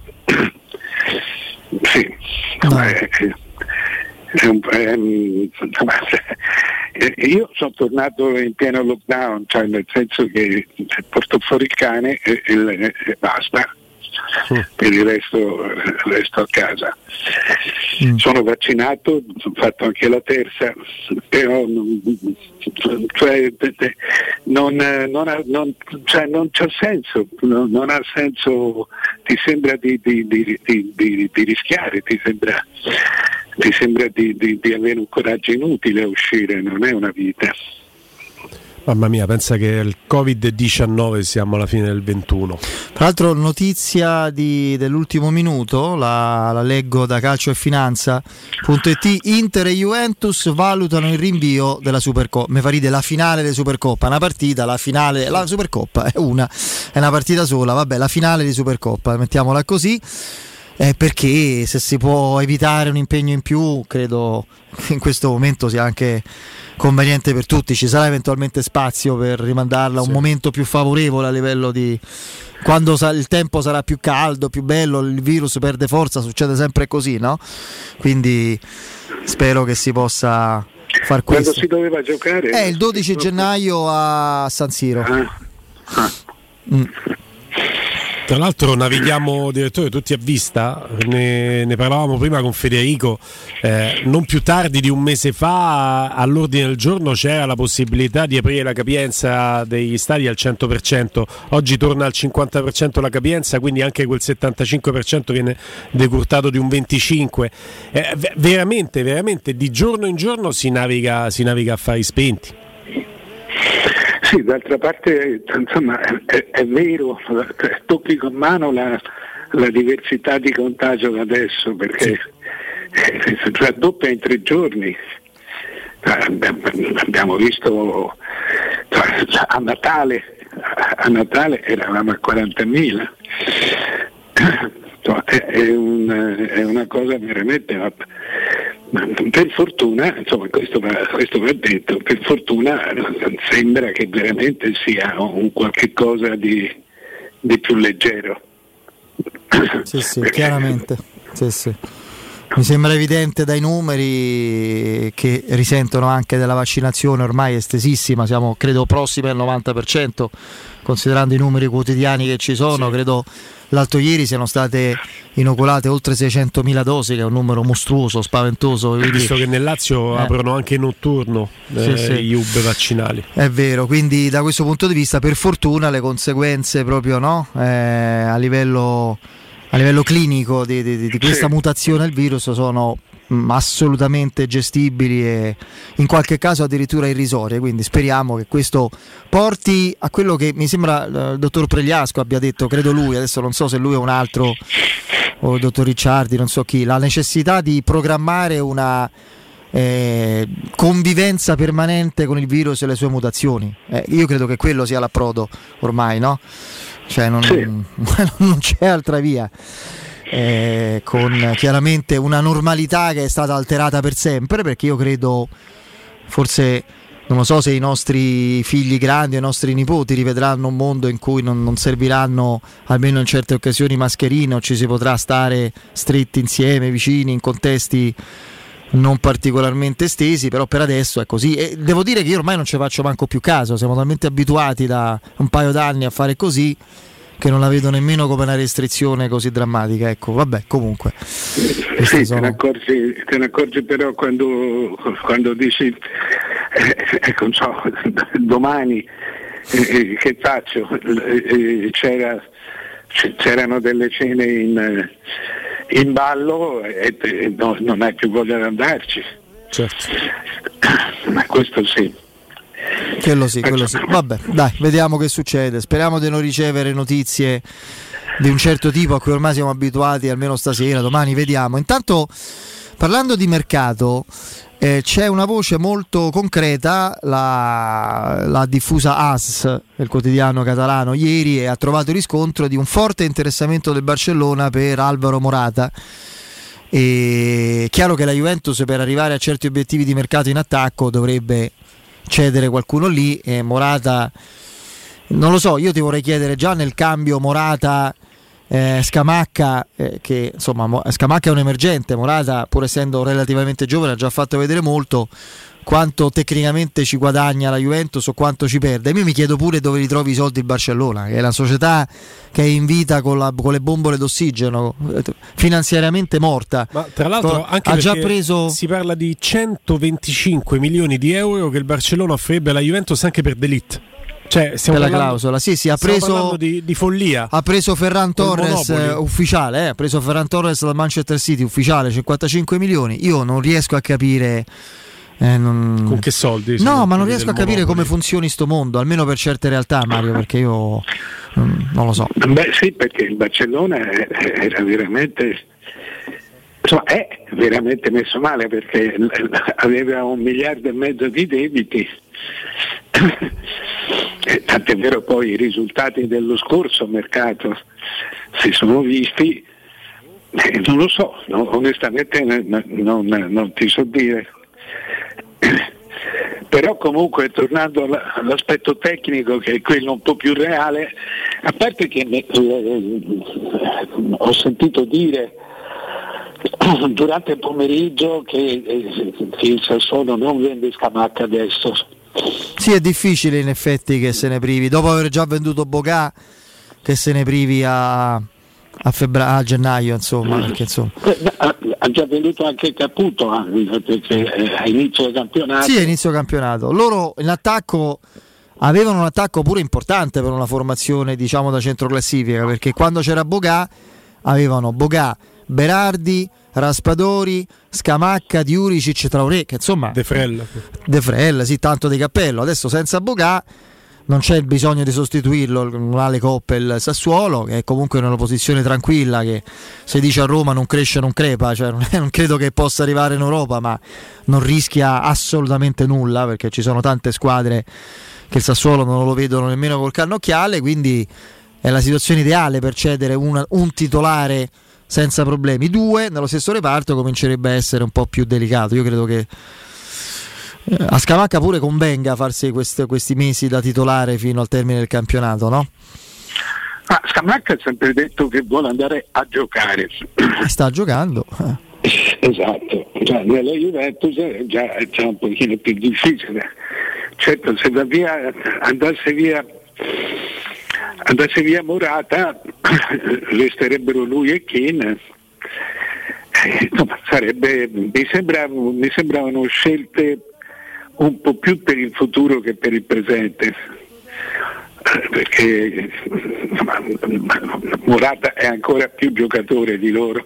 Sì, no. è, è un, è, io sono tornato in pieno lockdown, cioè nel senso che porto fuori il cane e, e, e basta, mm. per il resto resto a casa. Mm. Sono vaccinato, ho fatto anche la terza, però cioè, non, non, ha, non, cioè, non c'ha senso, non, non ha senso, ti sembra di, di, di, di, di, di rischiare, ti sembra, ti sembra di, di, di avere un coraggio inutile a uscire, non è una vita. Mamma mia, pensa che il covid diciannove siamo alla fine del ventuno. Tra l'altro notizia di, dell'ultimo minuto, la, la leggo da calcio e finanza punto it, Inter e Juventus valutano il rinvio della Supercoppa. Mi fa ridere, la finale di Supercoppa, una partita, la finale, la Supercoppa è una, è una partita sola, vabbè, la finale di Supercoppa, mettiamola così. Eh, perché se si può evitare un impegno in più, credo che in questo momento sia anche conveniente per tutti. Ci sarà eventualmente spazio per rimandarla a un sì. momento più favorevole a livello di quando sa- il tempo sarà più caldo, più bello, il virus perde forza, succede sempre così, no? Quindi spero che si possa far questo. Quando si doveva giocare? È il dodici gennaio a San Siro. Ah. Ah. Mm. Tra l'altro navighiamo, direttore, tutti a vista, ne, ne parlavamo prima con Federico, eh, non più tardi di un mese fa all'ordine del giorno c'era la possibilità di aprire la capienza degli stadi al cento per cento, oggi torna al cinquanta per cento la capienza, quindi anche quel settantacinque per cento viene decurtato di un venticinque per cento. Eh, veramente, veramente di giorno in giorno si naviga, si naviga a fari spenti. Sì, d'altra parte insomma è, è vero, tocchi con mano la, la diversità di contagio da adesso, perché sì. raddoppia in tre giorni. Abbiamo visto a Natale, a Natale eravamo a quarantamila. È, un, è una cosa veramente, ma per fortuna, insomma questo va, questo va detto, per fortuna sembra che veramente sia un qualche cosa di, di più leggero. Sì, sì, chiaramente. Sì, sì. Mi sembra evidente dai numeri che risentono anche della vaccinazione ormai estesissima, siamo credo prossimi al novanta per cento considerando i numeri quotidiani che ci sono, sì. Credo l'altro ieri siano state inoculate oltre seicentomila dosi, che è un numero mostruoso, spaventoso. Quindi, visto che nel Lazio eh. aprono anche notturno eh, sì, sì. gli hub vaccinali. È vero, quindi da questo punto di vista per fortuna le conseguenze proprio no, eh, a livello a livello clinico di, di, di questa sì. mutazione del virus sono mh, assolutamente gestibili e in qualche caso addirittura irrisorie, quindi speriamo che questo porti a quello che mi sembra il dottor Pregliasco abbia detto, credo lui, adesso non so se lui è un altro o il dottor Ricciardi, non so chi, la necessità di programmare una eh, convivenza permanente con il virus e le sue mutazioni. Eh, io credo che quello sia l'approdo ormai, no? Cioè non, sì. non c'è altra via. Eh, con chiaramente una normalità che è stata alterata per sempre, perché io credo, forse non lo so se i nostri figli grandi o i nostri nipoti rivedranno un mondo in cui non, non serviranno, almeno in certe occasioni, mascherine, o ci si potrà stare stretti insieme, vicini, in contesti non particolarmente estesi, però per adesso è così. E devo dire che io ormai non ci faccio manco più caso, siamo talmente abituati da un paio d'anni a fare così che non la vedo nemmeno come una restrizione così drammatica. Ecco, vabbè, comunque sì, sono... te, ne accorgi, te ne accorgi però quando, quando dici eh, ecco, non so, domani eh, che faccio? Eh, c'era, c'erano delle cene in, in ballo e eh, no, non hai più voglia di andarci. Certo. Ma questo sì. Quello sì, quello sì. Vabbè, dai, vediamo che succede. Speriamo di non ricevere notizie di un certo tipo a cui ormai siamo abituati, almeno stasera, domani vediamo. Intanto, parlando di mercato, eh, c'è una voce molto concreta, l'ha, l'ha diffusa A S, il quotidiano catalano, ieri, e ha trovato riscontro di un forte interessamento del Barcellona per Alvaro Morata. E chiaro che la Juventus, per arrivare a certi obiettivi di mercato in attacco, dovrebbe cedere qualcuno lì, e Morata non lo so, io ti vorrei chiedere, già nel cambio Morata eh, Scamacca, eh, che insomma Scamacca è un emergente, Morata pur essendo relativamente giovane ha già fatto vedere molto, quanto tecnicamente ci guadagna la Juventus o quanto ci perde. E io mi chiedo pure dove ritrovi i soldi il Barcellona, che è la società che è in vita con, la, con le bombole d'ossigeno, finanziariamente morta. Ma tra l'altro anche ha già preso, si parla di centoventicinque milioni di euro che il Barcellona offrirebbe alla Juventus anche per De Ligt. Cioè, stiamo per la parlando, clausola, sì, sì, ha preso di, di follia. Ha preso Ferran Torres eh, ufficiale, eh, ha preso Ferran Torres dal Manchester City ufficiale, cinquantacinque milioni. Io non riesco a capire Eh, non... con che soldi? No, ma non riesco a capire come funzioni sto mondo, almeno per certe realtà, Mario, perché io non, non lo so. Beh sì, perché il Barcellona era veramente, insomma, è veramente messo male, perché aveva un miliardo e mezzo di debiti. Tant'è vero, poi i risultati dello scorso mercato si sono visti, eh, non lo so, no, onestamente non, non, non ti so dire. Però comunque, tornando all'aspetto tecnico, che è quello un po' più reale, a parte che eh, ho sentito dire durante il pomeriggio che, eh, che il Sassuolo non vende Scamacca adesso. Sì, è difficile in effetti che se ne privi, dopo aver già venduto Bocà, che se ne privi a, a, febbra- a gennaio, insomma, perché, insomma. Ha, ha già venduto anche Caputo, perché a inizio campionato. Sì, a inizio campionato. Loro in attacco avevano un attacco pure importante per una formazione, diciamo, da centroclassifica, perché quando c'era Bocà avevano Bocà, Berardi, Raspadori, Scamacca, Diuricic, Traoré, che insomma De Frel. De Frel, sì, tanto di cappello. Adesso senza Bocà non c'è il bisogno di sostituirlo, non ha le coppe il Sassuolo, che è comunque in una posizione tranquilla, che se dice a Roma non cresce non crepa, cioè non, è, non credo che possa arrivare in Europa, ma non rischia assolutamente nulla, perché ci sono tante squadre che il Sassuolo non lo vedono nemmeno col cannocchiale, quindi è la situazione ideale per cedere una, un titolare senza problemi. Due nello stesso reparto comincerebbe a essere un po' più delicato. Io credo che a Scamacca pure convenga farsi questi, questi mesi da titolare fino al termine del campionato, no? Ah, Scamacca ha sempre detto che vuole andare a giocare. Sta giocando. Esatto, cioè, nella Juventus è già, è già un pochino più difficile. Certo, se da via andasse via andasse via Morata, resterebbero lui e Keane. Eh, no, sarebbe, mi, sembrava, mi sembravano scelte un po' più per il futuro che per il presente. perché Morata è ancora più giocatore di loro.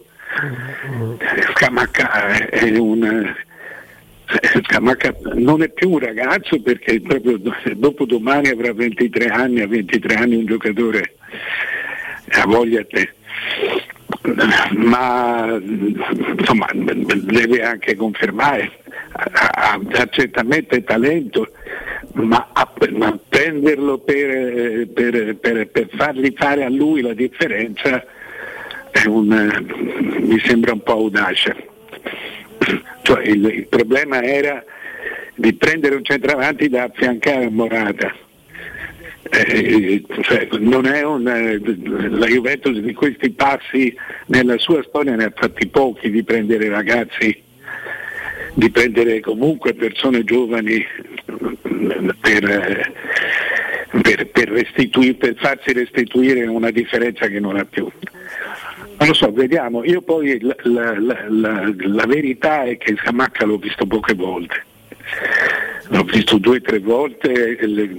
Scamacca è un Scamacca non è più un ragazzo, perché proprio dopo domani avrà ventitré anni, a ventitré anni un giocatore ha voglia a te, ma insomma deve anche confermare, ha, ha certamente talento, ma, a, ma prenderlo per, per, per, per fargli fare a lui la differenza è un, mi sembra un po' audace. Cioè, il, il problema era di prendere un centravanti da affiancare a Morata. Eh, cioè, non è un, la Juventus di questi passi nella sua storia ne ha fatti pochi, di prendere ragazzi, di prendere comunque persone giovani per, per, per, restituire, per farsi restituire una differenza che non ha più. Non lo so, vediamo. Io poi la, la, la, la, la verità è che Scamacca l'ho visto poche volte. L'ho visto due o tre volte,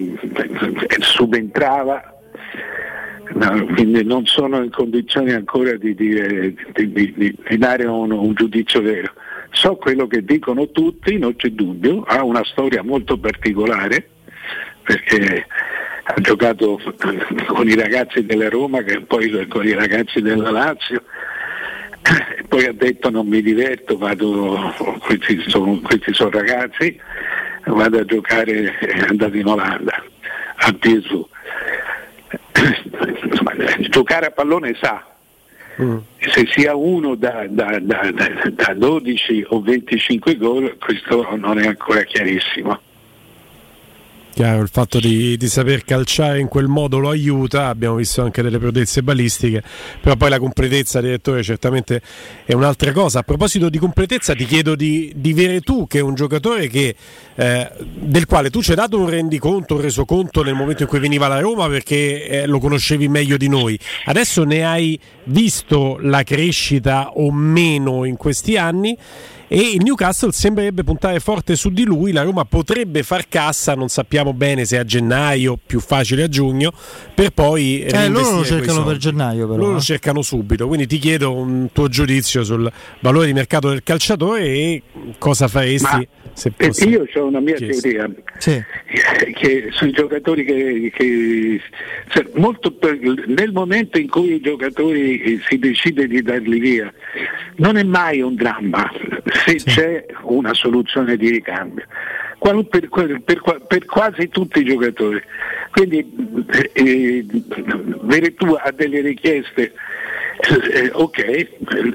subentrava, no, quindi non sono in condizioni ancora di, dire, di, di, di, di dare un, un giudizio vero. So quello che dicono tutti, non c'è dubbio, ha una storia molto particolare, perché ha giocato con i ragazzi della Roma, che poi con i ragazzi della Lazio, e poi ha detto non mi diverto, vado, questi sono, questi sono ragazzi, vado a giocare, è andato in Olanda, a P S V. Insomma, giocare a pallone sa, mm. se sia uno da, da, da, da, da dodici o venticinque gol, questo non è ancora chiarissimo. Chiaro, il fatto di, di saper calciare in quel modo lo aiuta, abbiamo visto anche delle prodezze balistiche, però poi la completezza, direttore, certamente è un'altra cosa. A proposito di completezza, ti chiedo di, di Veretù, che è un giocatore che, eh, del quale tu ci hai dato un rendiconto, un resoconto nel momento in cui veniva alla Roma, perché eh, lo conoscevi meglio di noi. Adesso ne hai visto la crescita o meno in questi anni, e il Newcastle sembrerebbe puntare forte su di lui. La Roma potrebbe far cassa, non sappiamo bene se a gennaio, più facile a giugno, per poi eh, loro lo cercano per gennaio, però loro lo eh. cercano subito, quindi ti chiedo un tuo giudizio sul valore di mercato del calciatore e cosa faresti. Ma se fosse... io ho una mia chiesto. teoria, sì. che sui giocatori che, che cioè, molto per, nel momento in cui i giocatori si decide di darli via non è mai un dramma se sì. c'è una soluzione di ricambio per, per, per, per quasi tutti i giocatori, quindi eh, Veretù ha delle richieste, eh, ok, eh,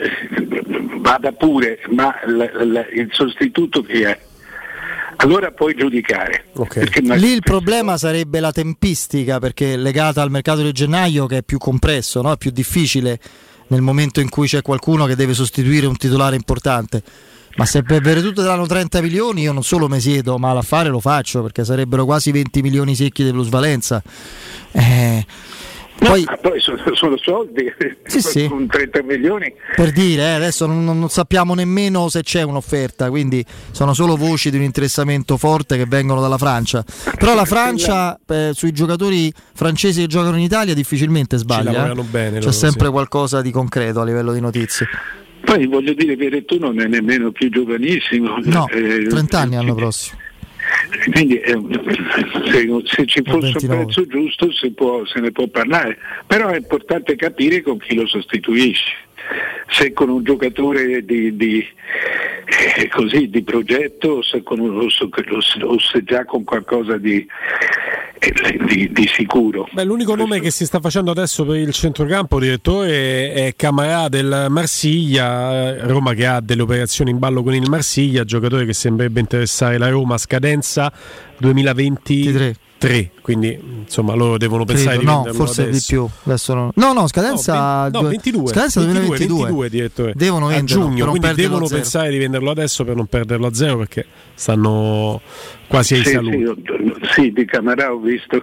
vada pure, ma la, la, il sostituto chi è? Allora puoi giudicare. Okay. Lì il problema sarebbe la tempistica, perché legata al mercato di gennaio, che è più compresso, no? È più difficile nel momento in cui c'è qualcuno che deve sostituire un titolare importante. Ma se per Veretù daranno trenta milioni, io non solo mi siedo, ma l'affare lo faccio, perché sarebbero quasi venti milioni secchi di plusvalenza. Eh, no, poi, poi sono, sono soldi, sì, sì. con trenta milioni. Per dire, eh, adesso non, non sappiamo nemmeno se c'è un'offerta, quindi sono solo voci di un interessamento forte che vengono dalla Francia. Però la Francia, eh, sui giocatori francesi che giocano in Italia, difficilmente sbaglia. Eh. Bene, c'è loro, sempre sì. qualcosa di concreto a livello di notizie. Poi voglio dire, Veretù non è nemmeno più giovanissimo. No, eh, trenta anni l'anno prossimo. Quindi eh, se, se ci fosse un prezzo giusto si può, se ne può parlare, però è importante capire con chi lo sostituisci. Se con un giocatore di, di, eh, così, di progetto o se, con un, o, se, o se già con qualcosa di, eh, di, di sicuro. Beh, l'unico nome che si sta facendo adesso per il centrocampo, direttore, è Camarà del Marsiglia, Roma che ha delle operazioni in ballo con il Marsiglia, giocatore che sembrerebbe interessare la Roma, scadenza duemilaventitré. Tre, quindi insomma loro devono pensare Credo, di venderlo no, forse adesso. di più. Adesso no. no, no, scadenza no, ventidue, scadenza ventidue, duemilaventidue. ventidue, direttore. Devono venderlo, a giugno, quindi devono zero. pensare di venderlo adesso per non perderlo a zero, perché stanno quasi ai sì, saluti. Sì, sì, di Camarà ho visto.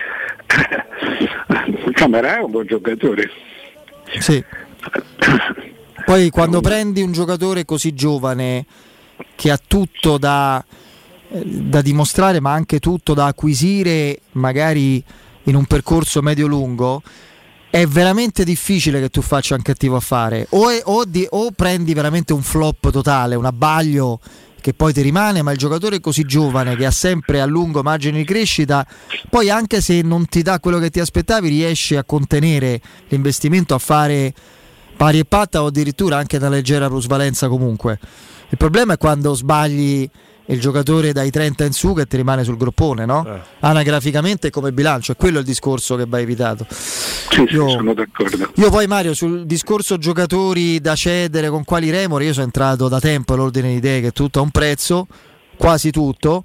Camarà è un buon giocatore. Sì. Poi quando prendi un giocatore così giovane che ha tutto da da dimostrare, ma anche tutto da acquisire, magari in un percorso medio-lungo, è veramente difficile che tu faccia un cattivo affare. O, è, o, di, o prendi veramente un flop totale, un abbaglio che poi ti rimane, ma il giocatore è così giovane che ha sempre a lungo margine di crescita, poi anche se non ti dà quello che ti aspettavi riesce a contenere l'investimento, a fare pari e patta o addirittura anche una leggera plusvalenza comunque. Il problema è quando sbagli il giocatore dai trenta in su che ti rimane sul groppone, no? Eh. Anagraficamente come bilancio, è quello il discorso che va evitato. Sì, io, sì, sono d'accordo. Io poi Mario sul discorso giocatori da cedere con quali remore, io sono entrato da tempo all'ordine di idee che tutto ha un prezzo, quasi tutto.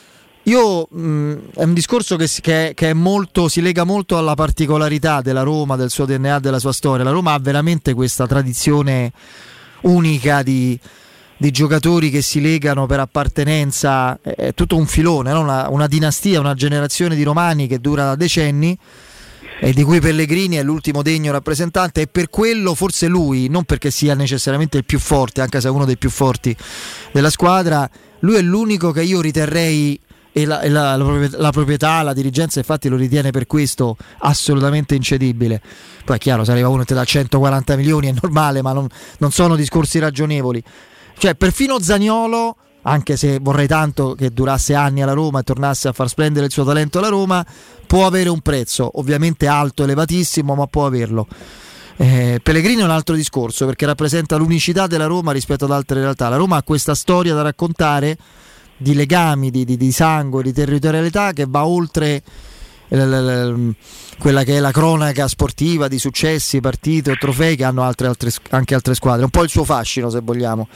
Io mh, è un discorso che, che, che è molto, si lega molto alla particolarità della Roma, del suo D N A, della sua storia. La Roma ha veramente questa tradizione unica di di giocatori che si legano per appartenenza, è tutto un filone, no? una, una dinastia, una generazione di romani che dura da decenni e di cui Pellegrini è l'ultimo degno rappresentante, e per quello forse lui, non perché sia necessariamente il più forte, anche se è uno dei più forti della squadra, lui è l'unico che io riterrei, e la, e la, la, la proprietà, la dirigenza infatti lo ritiene per questo assolutamente incedibile. Poi è chiaro, se arriva uno e ti dà centoquaranta milioni è normale, ma non, non sono discorsi ragionevoli. Cioè perfino Zaniolo, anche se vorrei tanto che durasse anni alla Roma e tornasse a far splendere il suo talento alla Roma, può avere un prezzo, ovviamente alto, elevatissimo, ma può averlo. eh, Pellegrini è un altro discorso, perché rappresenta l'unicità della Roma rispetto ad altre realtà. La Roma ha questa storia da raccontare di legami, di, di, di sangue, di territorialità che va oltre l, l, l, quella che è la cronaca sportiva di successi, partite o trofei che hanno altre, altre, anche altre squadre. Un po' il suo fascino, se vogliamo.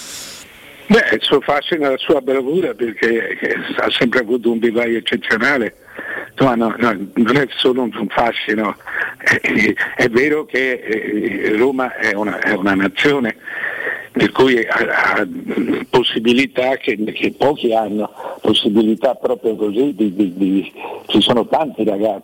Beh, il suo fascino è la sua bravura, perché ha sempre avuto un vivaio eccezionale. No, no, no, non è solo un fascino, è, è vero che eh, Roma è una, è una nazione per cui ha, ha possibilità che, che pochi hanno, possibilità proprio così, di, di, di, ci sono tanti ragazzi.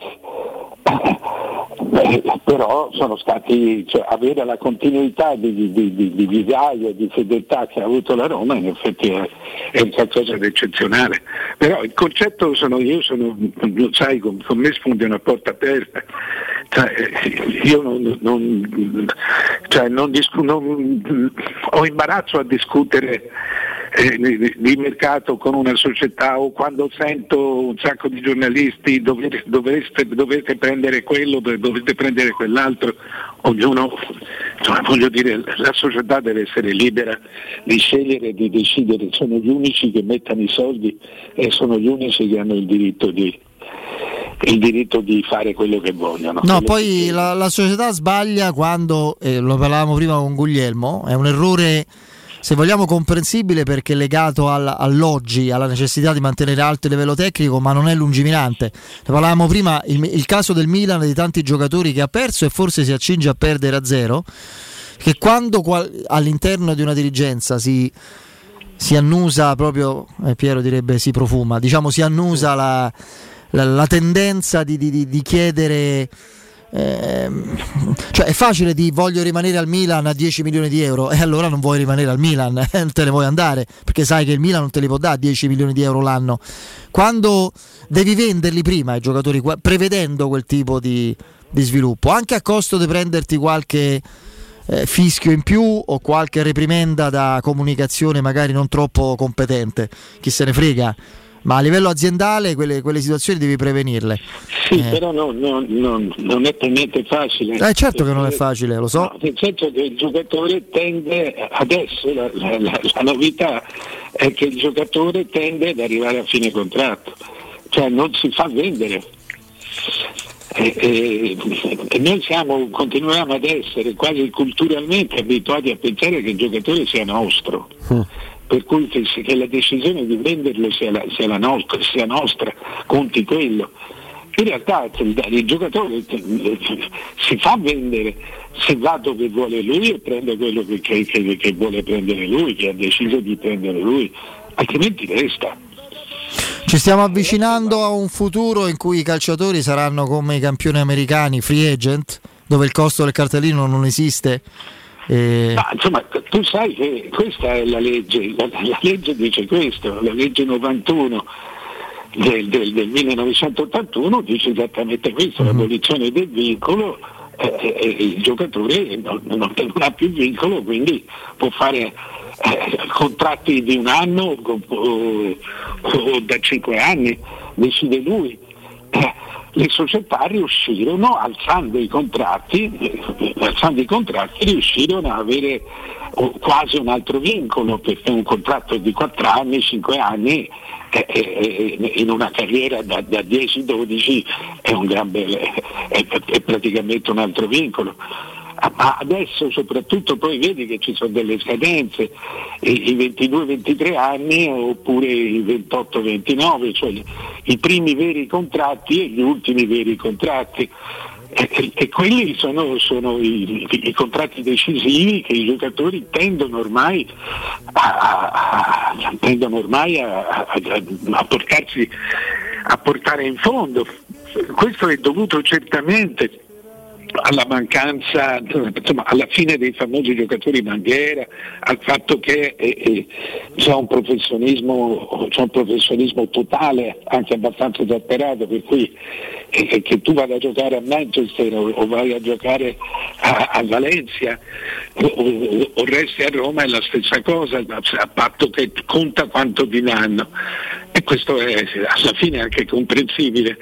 Beh, però sono stati, cioè, avere la continuità di, di, di, di vivaio, di fedeltà che ha avuto la Roma in effetti è, è qualcosa di eccezionale. Però il concetto sono io, sono, lo sai, con, con me sfondi una porta aperta, cioè, io non, non, cioè, non, discu- non ho imbarazzo a discutere Eh, di, di mercato con una società, o quando sento un sacco di giornalisti dovete, dovreste, dovete prendere quello, dovete prendere quell'altro, ognuno, insomma, voglio dire, la società deve essere libera di scegliere, di decidere, sono gli unici che mettono i soldi e sono gli unici che hanno il diritto di il diritto di fare quello che vogliono. No, poi la, la società sbaglia quando, eh, lo parlavamo prima con Guglielmo, è un errore se vogliamo comprensibile perché è legato al, all'oggi, alla necessità di mantenere alto il livello tecnico, ma non è lungimirante. Ne parlavamo prima, il, il caso del Milan, di tanti giocatori che ha perso e forse si accinge a perdere a zero, che quando qual, all'interno di una dirigenza si, si annusa proprio, eh, Piero direbbe si profuma, diciamo si annusa la, la, la tendenza di, di, di chiedere... Eh, cioè è facile di voglio rimanere al Milan a dieci milioni di euro, e allora non vuoi rimanere al Milan, eh, te ne vuoi andare perché sai che il Milan non te li può dare dieci milioni di euro l'anno. Quando devi venderli prima ai giocatori, prevedendo quel tipo di, di sviluppo, anche a costo di prenderti qualche eh, fischio in più o qualche reprimenda da comunicazione magari non troppo competente, chi se ne frega, ma a livello aziendale quelle, quelle situazioni devi prevenirle. Sì, eh. però no, no, no, non è per niente facile. Eh, certo che non è facile, lo so. No, nel senso che il giocatore tende, adesso la, la, la, la novità è che il giocatore tende ad arrivare a fine contratto, cioè non si fa vendere. E, e, e noi siamo, continuiamo ad essere quasi culturalmente abituati a pensare che il giocatore sia nostro. Mm. Per cui che, che la decisione di venderlo sia la, sia la nostra, sia nostra, conti quello. In realtà il giocatore si fa vendere se va dove vuole lui e prende quello che, che, che, che vuole prendere lui, che ha deciso di prendere lui, altrimenti resta. Ci stiamo avvicinando a un futuro in cui i calciatori saranno come i campioni americani, free agent, dove il costo del cartellino non esiste. E... Ma, insomma, tu sai che questa è la legge, la, la legge dice questo, la legge novantuno, del, del, del millenovecentottantuno dice esattamente questo, mm-hmm. l'abolizione del vincolo, eh, eh, il giocatore non, non ha più vincolo, quindi può fare eh, contratti di un anno o, o, o da cinque anni, decide lui. Eh, le società riuscirono, alzando i contratti, eh, alzando i contratti, riuscirono a avere oh, quasi un altro vincolo, perché un contratto di quattro anni, cinque anni, eh, eh, in una carriera da, da dieci dodici è un gran bel, è, è praticamente un altro vincolo. Ma adesso soprattutto poi vedi che ci sono delle scadenze, i ventidue ventitré anni oppure i ventotto ventinove, cioè i primi veri contratti e gli ultimi veri contratti, e, e quelli sono, sono i, i contratti decisivi che i giocatori tendono ormai a, a, a, tendono ormai a, a, a portarsi a portare in fondo. Questo è dovuto certamente alla mancanza, insomma, alla fine dei famosi giocatori bandiera, al fatto che eh, eh, c'è un professionismo c'è un professionismo totale, anche abbastanza esasperato, per cui eh, che tu vada a giocare a Manchester o, o vai a giocare a, a Valencia o, o, o resti a Roma è la stessa cosa, a patto che conta quanto ti danno, e questo è alla fine anche comprensibile.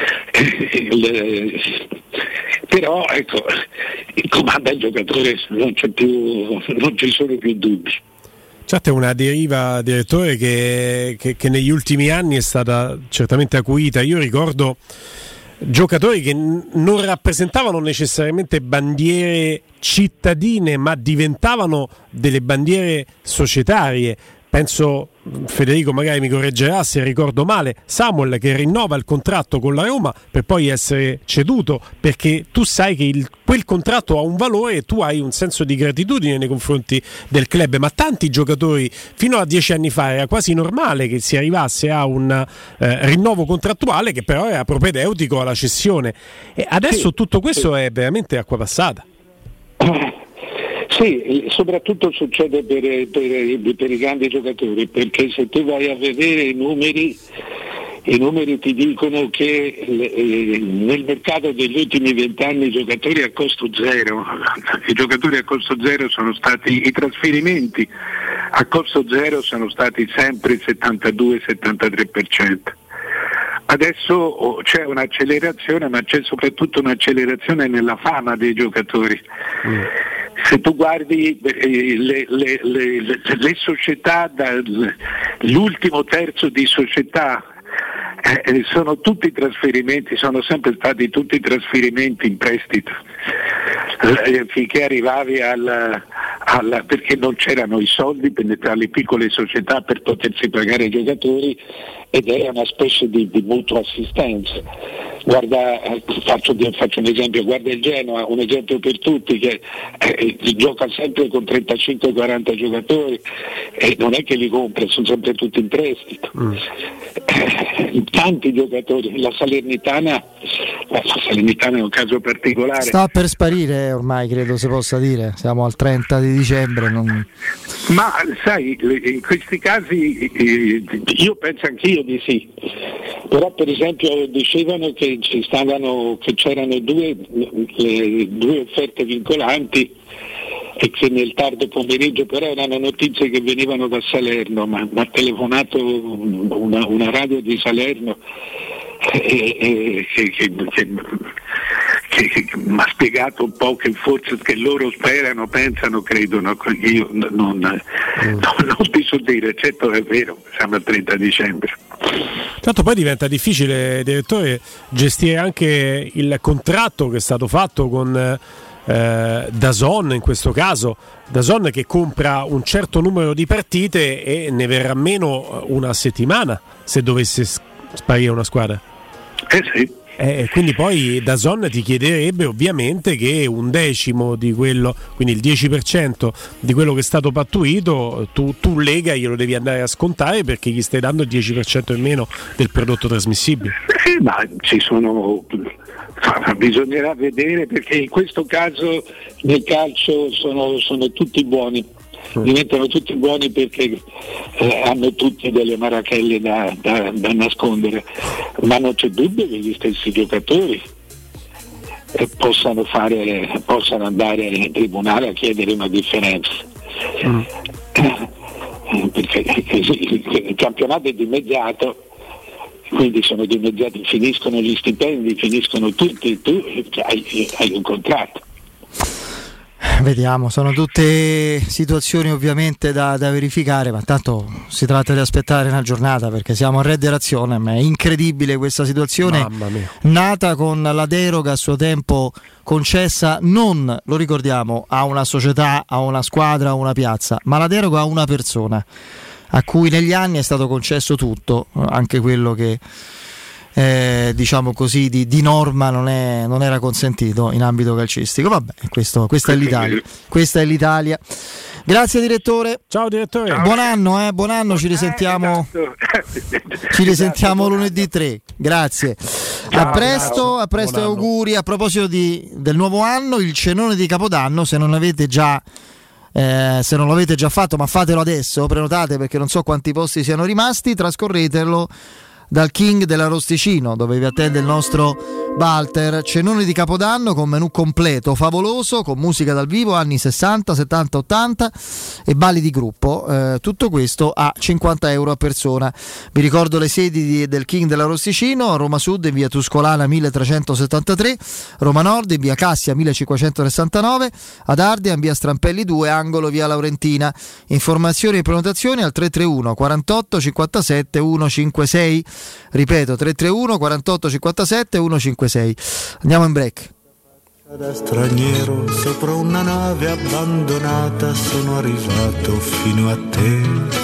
Il, però ecco, il comando al giocatore non c'è più, non ci sono più dubbi. Certo, è una deriva, direttore, che, che, che negli ultimi anni è stata certamente acuita. Io ricordo giocatori che n- non rappresentavano necessariamente bandiere cittadine, ma diventavano delle bandiere societarie. Penso, Federico magari mi correggerà se ricordo male, Samuel che rinnova il contratto con la Roma per poi essere ceduto, perché tu sai che il, quel contratto ha un valore e tu hai un senso di gratitudine nei confronti del club. Ma tanti giocatori fino a dieci anni fa era quasi normale che si arrivasse a un eh, rinnovo contrattuale che però era propedeutico alla cessione, e adesso sì, tutto questo sì. è veramente acqua passata. Sì, soprattutto succede per, per, per i grandi giocatori, perché se tu vai a vedere i numeri, i numeri ti dicono che eh, nel mercato degli ultimi vent'anni i giocatori a costo zero, i giocatori a costo zero sono stati, i trasferimenti a costo zero sono stati sempre il settantadue settantatré per cento. Adesso oh, c'è un'accelerazione, ma c'è soprattutto un'accelerazione nella fama dei giocatori. Mm. Se tu guardi eh, le, le, le, le società, l'ultimo terzo di società eh, sono tutti trasferimenti, sono sempre stati tutti trasferimenti in prestito, eh, finché arrivavi al, al perché non c'erano i soldi tra le piccole società per potersi pagare i giocatori, ed era una specie di, di mutua assistenza. Guarda, faccio, faccio un esempio, guarda il Genoa, un esempio per tutti, che eh, gioca sempre con trentacinque quaranta giocatori e non è che li compra, sono sempre tutti in prestito. Mm. Eh, tanti giocatori, la Salernitana, la Salernitana è un caso particolare. Sta per sparire ormai, credo si possa dire, siamo al trenta di dicembre. Non... Ma sai, in questi casi eh, io penso anch'io di sì. Però per esempio dicevano che ci stavano, che c'erano due, le, due offerte vincolanti e che nel tardo pomeriggio, però erano notizie che venivano da Salerno, ma mi ha telefonato una, una radio di Salerno e, e, che, che, che, che, che mi ha spiegato un po' che forse che loro sperano, pensano, credono, io non, non, non, non ti so dire, certo è vero, siamo al trenta dicembre. Tanto poi diventa difficile, direttore, gestire anche il contratto che è stato fatto con eh, DAZN, in questo caso DAZN che compra un certo numero di partite e ne verrà meno una settimana se dovesse sparire una squadra. Eh sì. Eh, quindi poi DAZN ti chiederebbe ovviamente che un decimo di quello, quindi il dieci per cento di quello che è stato pattuito, tu, tu Lega glielo devi andare a scontare, perché gli stai dando il dieci per cento in meno del prodotto trasmissibile. Eh, ma ci sono, bisognerà vedere, perché in questo caso nel calcio sono, sono tutti buoni. diventano tutti buoni perché eh, hanno tutti delle marachelle da, da, da nascondere, ma non c'è dubbio che gli stessi giocatori eh, possano, fare, possano andare in tribunale a chiedere una differenza. Mm. Perché il campionato è dimezzato, quindi sono dimezzati, finiscono gli stipendi, finiscono tutti, tu hai, hai un contratto. Vediamo, sono tutte situazioni ovviamente da, da verificare, ma tanto si tratta di aspettare una giornata perché siamo a Red Razione, ma è incredibile questa situazione nata con la deroga a suo tempo concessa non, lo ricordiamo, a una società, a una squadra, a una piazza, ma la deroga a una persona a cui negli anni è stato concesso tutto, anche quello che Eh, diciamo così di, di norma non, è, non era consentito in ambito calcistico. Vabbè, questo, questa è l'Italia. Questa è l'Italia. Grazie direttore. Ciao direttore. Ciao. Buon anno, eh, buon anno, ci risentiamo. Ci risentiamo lunedì tre. Grazie. Ciao, a presto, ciao. A presto e auguri. A proposito di, del nuovo anno, il cenone di Capodanno, se non avete già Eh, se non l'avete già fatto, ma fatelo adesso, prenotate perché non so quanti posti siano rimasti, trascorretelo dal King dell'Arosticino, dove vi attende il nostro Walter. Cenone di Capodanno con menù completo, favoloso, con musica dal vivo anni sessanta, settanta, ottanta e balli di gruppo, eh, tutto questo a cinquanta euro a persona. Vi ricordo le sedi di, del King dell'Arosticino: a Roma Sud in via Tuscolana milletrecentosettantatré, Roma Nord in via Cassia millecinquecentosessantanove, ad Ardea in via Strampelli due, angolo via Laurentina. Informazioni e prenotazioni al tre tre uno quarantotto cinquantasette centocinquantasei, ripeto tre tre uno quarantotto cinquantasette centocinquantasei. Andiamo in break. Da straniero sopra una nave abbandonata sono arrivato fino a te.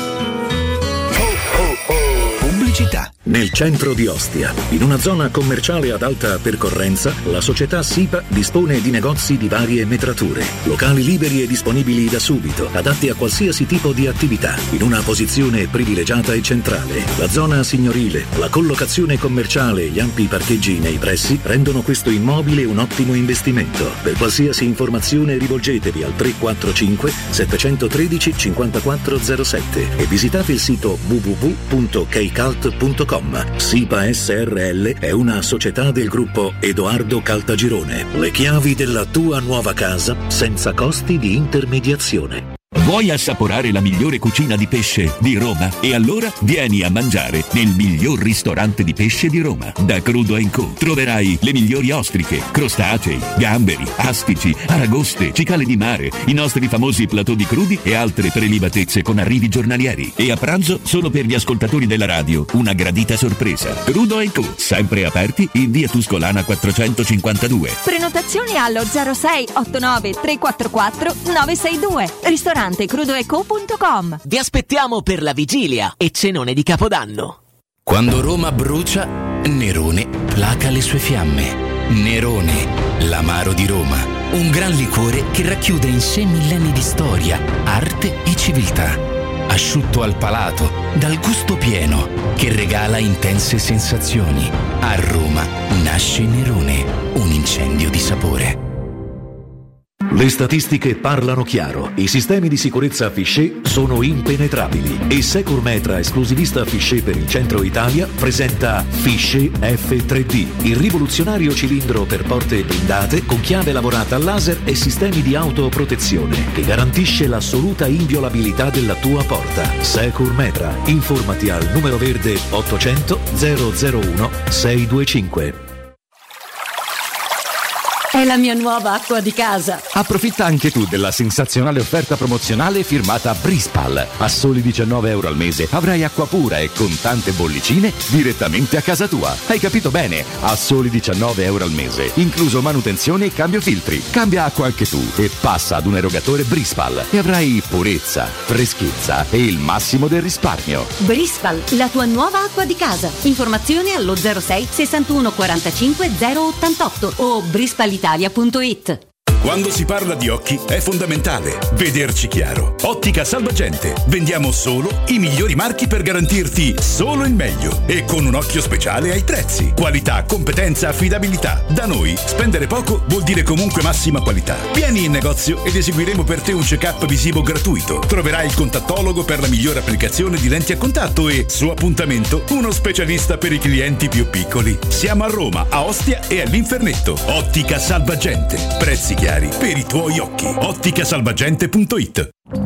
Pubblicità. Nel centro di Ostia, in una zona commerciale ad alta percorrenza, la società SIPA dispone di negozi di varie metrature, locali liberi e disponibili da subito, adatti a qualsiasi tipo di attività, in una posizione privilegiata e centrale. La zona signorile, la collocazione commerciale e gli ampi parcheggi nei pressi rendono questo immobile un ottimo investimento. Per qualsiasi informazione rivolgetevi al tre quattro cinque sette uno tre cinque quattro zero sette e visitate il sito w w w punto keycult punto com. SIPA S R L è una società del gruppo Edoardo Caltagirone. Le chiavi della tua nuova casa senza costi di intermediazione. Vuoi assaporare la migliore cucina di pesce di Roma? E allora vieni a mangiare nel miglior ristorante di pesce di Roma. Da Crudo and Co troverai le migliori ostriche, crostacei, gamberi, astici, aragoste, cicale di mare, i nostri famosi plateau di crudi e altre prelibatezze con arrivi giornalieri. E a pranzo, solo per gli ascoltatori della radio, una gradita sorpresa. Crudo and Co, sempre aperti in via Tuscolana quattrocentocinquantadue. Prenotazioni allo zero sei otto nove tre quattro quattro nove sei due. Ristorante crudo e co punto com. Vi aspettiamo per la vigilia e cenone di Capodanno. Quando Roma brucia, Nerone placa le sue fiamme. Nerone, l'amaro di Roma, un gran liquore che racchiude in sé millenni di storia, arte e civiltà. Asciutto al palato, dal gusto pieno, che regala intense sensazioni. A Roma nasce Nerone, un incendio di sapore. Le statistiche parlano chiaro, i sistemi di sicurezza Fichet sono impenetrabili e Securmetra, esclusivista Fichet per il centro Italia, presenta Fichet F tre D, il rivoluzionario cilindro per porte blindate con chiave lavorata a laser e sistemi di autoprotezione che garantisce l'assoluta inviolabilità della tua porta. Securmetra, informati al numero verde ottocento zero zero uno sei due cinque. È la mia nuova acqua di casa. Approfitta anche tu della sensazionale offerta promozionale firmata Brispal. A soli diciannove euro al mese avrai acqua pura e con tante bollicine direttamente a casa tua. Hai capito bene? A soli diciannove euro al mese, incluso manutenzione e cambio filtri. Cambia acqua anche tu e passa ad un erogatore Brispal e avrai purezza, freschezza e il massimo del risparmio. Brispal, la tua nuova acqua di casa. Informazioni allo zero sei sessantuno quarantacinque zero ottantotto o brispal italia punto it. Quando si parla di occhi è fondamentale vederci chiaro. Ottica Salvagente. Vendiamo solo i migliori marchi per garantirti solo il meglio e con un occhio speciale ai prezzi. Qualità, competenza, affidabilità. Da noi spendere poco vuol dire comunque massima qualità. Vieni in negozio ed eseguiremo per te un check-up visivo gratuito. Troverai il contattologo per la migliore applicazione di lenti a contatto e, su appuntamento, uno specialista per i clienti più piccoli. Siamo a Roma, a Ostia e all'Infernetto. Ottica Salvagente. Prezzi chiari per i tuoi occhi. ottica salvagente punto it.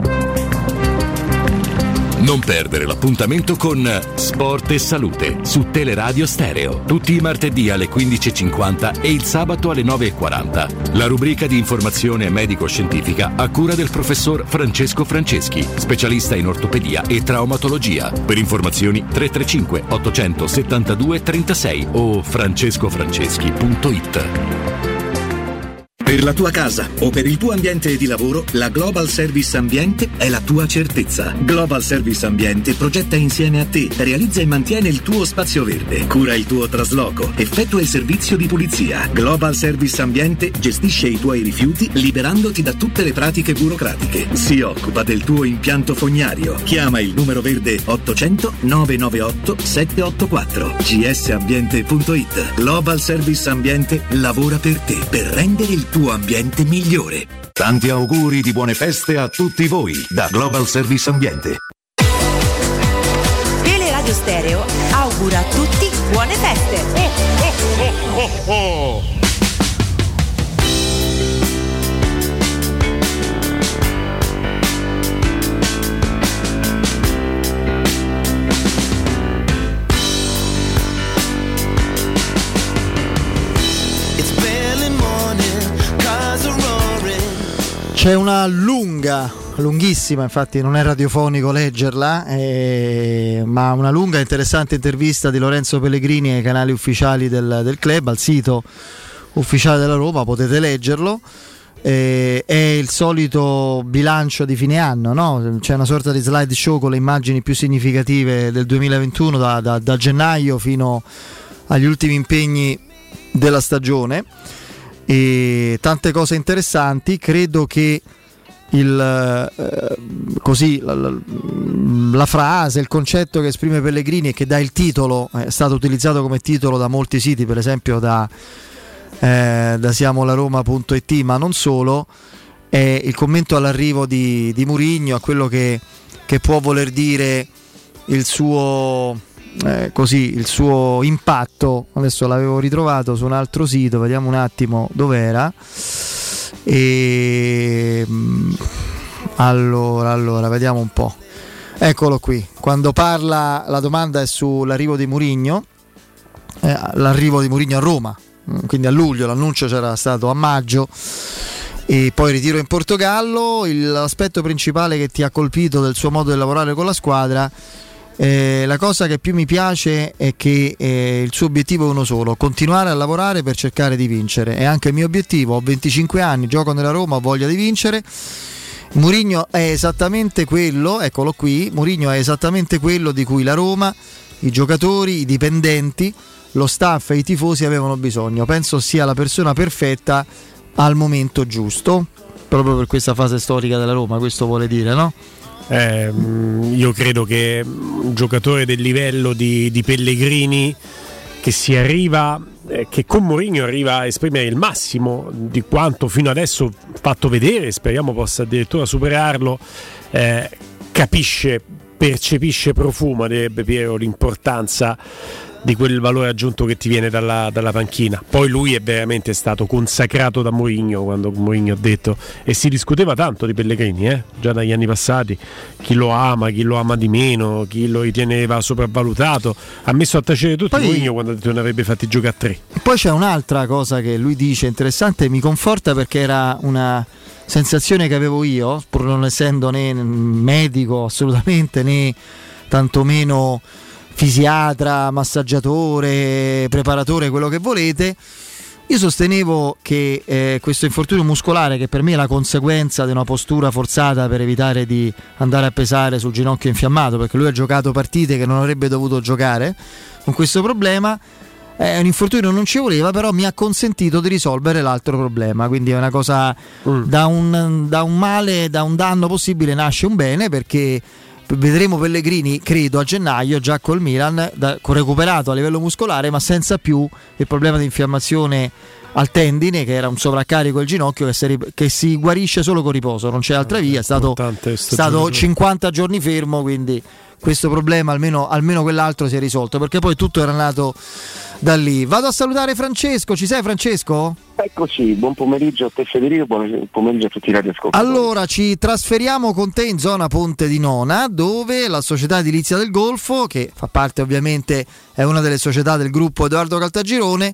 Non perdere l'appuntamento con Sport e Salute su Teleradio Stereo. Tutti i martedì alle quindici e cinquanta e il sabato alle nove e quaranta. La rubrica di informazione medico-scientifica a cura del professor Francesco Franceschi, specialista in ortopedia e traumatologia. Per informazioni tre tre cinque otto sette due tre sei o francescofranceschi punto it. Per la tua casa o per il tuo ambiente di lavoro, la Global Service Ambiente è la tua certezza. Global Service Ambiente progetta insieme a te, realizza e mantiene il tuo spazio verde, cura il tuo trasloco, effettua il servizio di pulizia. Global Service Ambiente gestisce i tuoi rifiuti liberandoti da tutte le pratiche burocratiche. Si occupa del tuo impianto fognario. Chiama il numero verde ottocento nove nove otto sette otto quattro g s ambiente punto it. Global Service Ambiente lavora per te, per rendere il tuo ambiente migliore. Tanti auguri di buone feste a tutti voi da Global Service Ambiente. Teleradio Stereo augura a tutti buone feste. Oh, oh, oh, oh. C'è una lunga, lunghissima, infatti non è radiofonico leggerla, eh, ma una lunga e interessante intervista di Lorenzo Pellegrini ai canali ufficiali del, del club, al sito ufficiale della Roma, potete leggerlo. Eh, è il solito bilancio di fine anno, no? C'è una sorta di slideshow con le immagini più significative del duemilaventuno da, da, da gennaio fino agli ultimi impegni della stagione. E tante cose interessanti. Credo che il eh, così la, la, la frase, il concetto che esprime Pellegrini e che dà il titolo, è stato utilizzato come titolo da molti siti, per esempio da, eh, da siamolaroma punto it, ma non solo, è il commento all'arrivo di, di Mourinho, a quello che, che può voler dire il suo Eh, così il suo impatto. Adesso l'avevo ritrovato su un altro sito, vediamo un attimo dov'era. E allora, allora vediamo un po'. Eccolo qui. Quando parla, la domanda è sull'arrivo di Mourinho, eh, l'arrivo di Mourinho a Roma, quindi a luglio, l'annuncio c'era stato a maggio e poi ritiro in Portogallo. Il, l'aspetto principale che ti ha colpito del suo modo di lavorare con la squadra, Eh, la cosa che più mi piace è che eh, il suo obiettivo è uno solo: continuare a lavorare per cercare di vincere. È anche il mio obiettivo, ho venticinque anni, gioco nella Roma, ho voglia di vincere. Mourinho è esattamente quello, eccolo qui, Mourinho è esattamente quello di cui la Roma, i giocatori, i dipendenti, lo staff e i tifosi avevano bisogno. Penso sia la persona perfetta al momento giusto, proprio per questa fase storica della Roma, questo vuole dire, no? Eh, io credo che un giocatore del livello di, di Pellegrini, che si arriva, eh, che con Mourinho arriva a esprimere il massimo di quanto fino adesso fatto vedere, speriamo possa addirittura superarlo, eh, capisce, percepisce, profuma, direbbe Piero, l'importanza di quel valore aggiunto che ti viene dalla, dalla panchina. Poi lui è veramente stato consacrato da Mourinho, quando Mourinho ha detto, e si discuteva tanto di Pellegrini, eh? già dagli anni passati, chi lo ama, chi lo ama di meno, chi lo riteneva sopravvalutato, ha messo a tacere tutti. Poi, Mourinho quando ha detto che ne avrebbe fatti giocare a tre. Poi c'è un'altra cosa che lui dice interessante, mi conforta, perché era una sensazione che avevo io, pur non essendo né medico assolutamente, né tantomeno fisiatra, massaggiatore, preparatore, quello che volete. Io sostenevo che eh, questo infortunio muscolare, che per me è la conseguenza di una postura forzata per evitare di andare a pesare sul ginocchio infiammato, perché lui ha giocato partite che non avrebbe dovuto giocare con questo problema, Eh, un infortunio non ci voleva, però mi ha consentito di risolvere l'altro problema, quindi è una cosa mm. da, un, da un male, da un danno possibile nasce un bene, perché vedremo Pellegrini credo a gennaio già col Milan, da, recuperato a livello muscolare ma senza più il problema di infiammazione al tendine, che era un sovraccarico al ginocchio che si, che si guarisce solo con riposo, non c'è altra via, è stato, stato cinquanta giorni fermo, quindi questo problema almeno, almeno quell'altro si è risolto, perché poi tutto era nato da lì. Vado a salutare Francesco, ci sei Francesco? Eccoci, buon pomeriggio a te Federico, buon pomeriggio a tutti i radioascoltatori. Allora ci trasferiamo con te in zona Ponte di Nona, dove la società edilizia del Golfo, che fa parte ovviamente, è una delle società del gruppo Edoardo Caltagirone,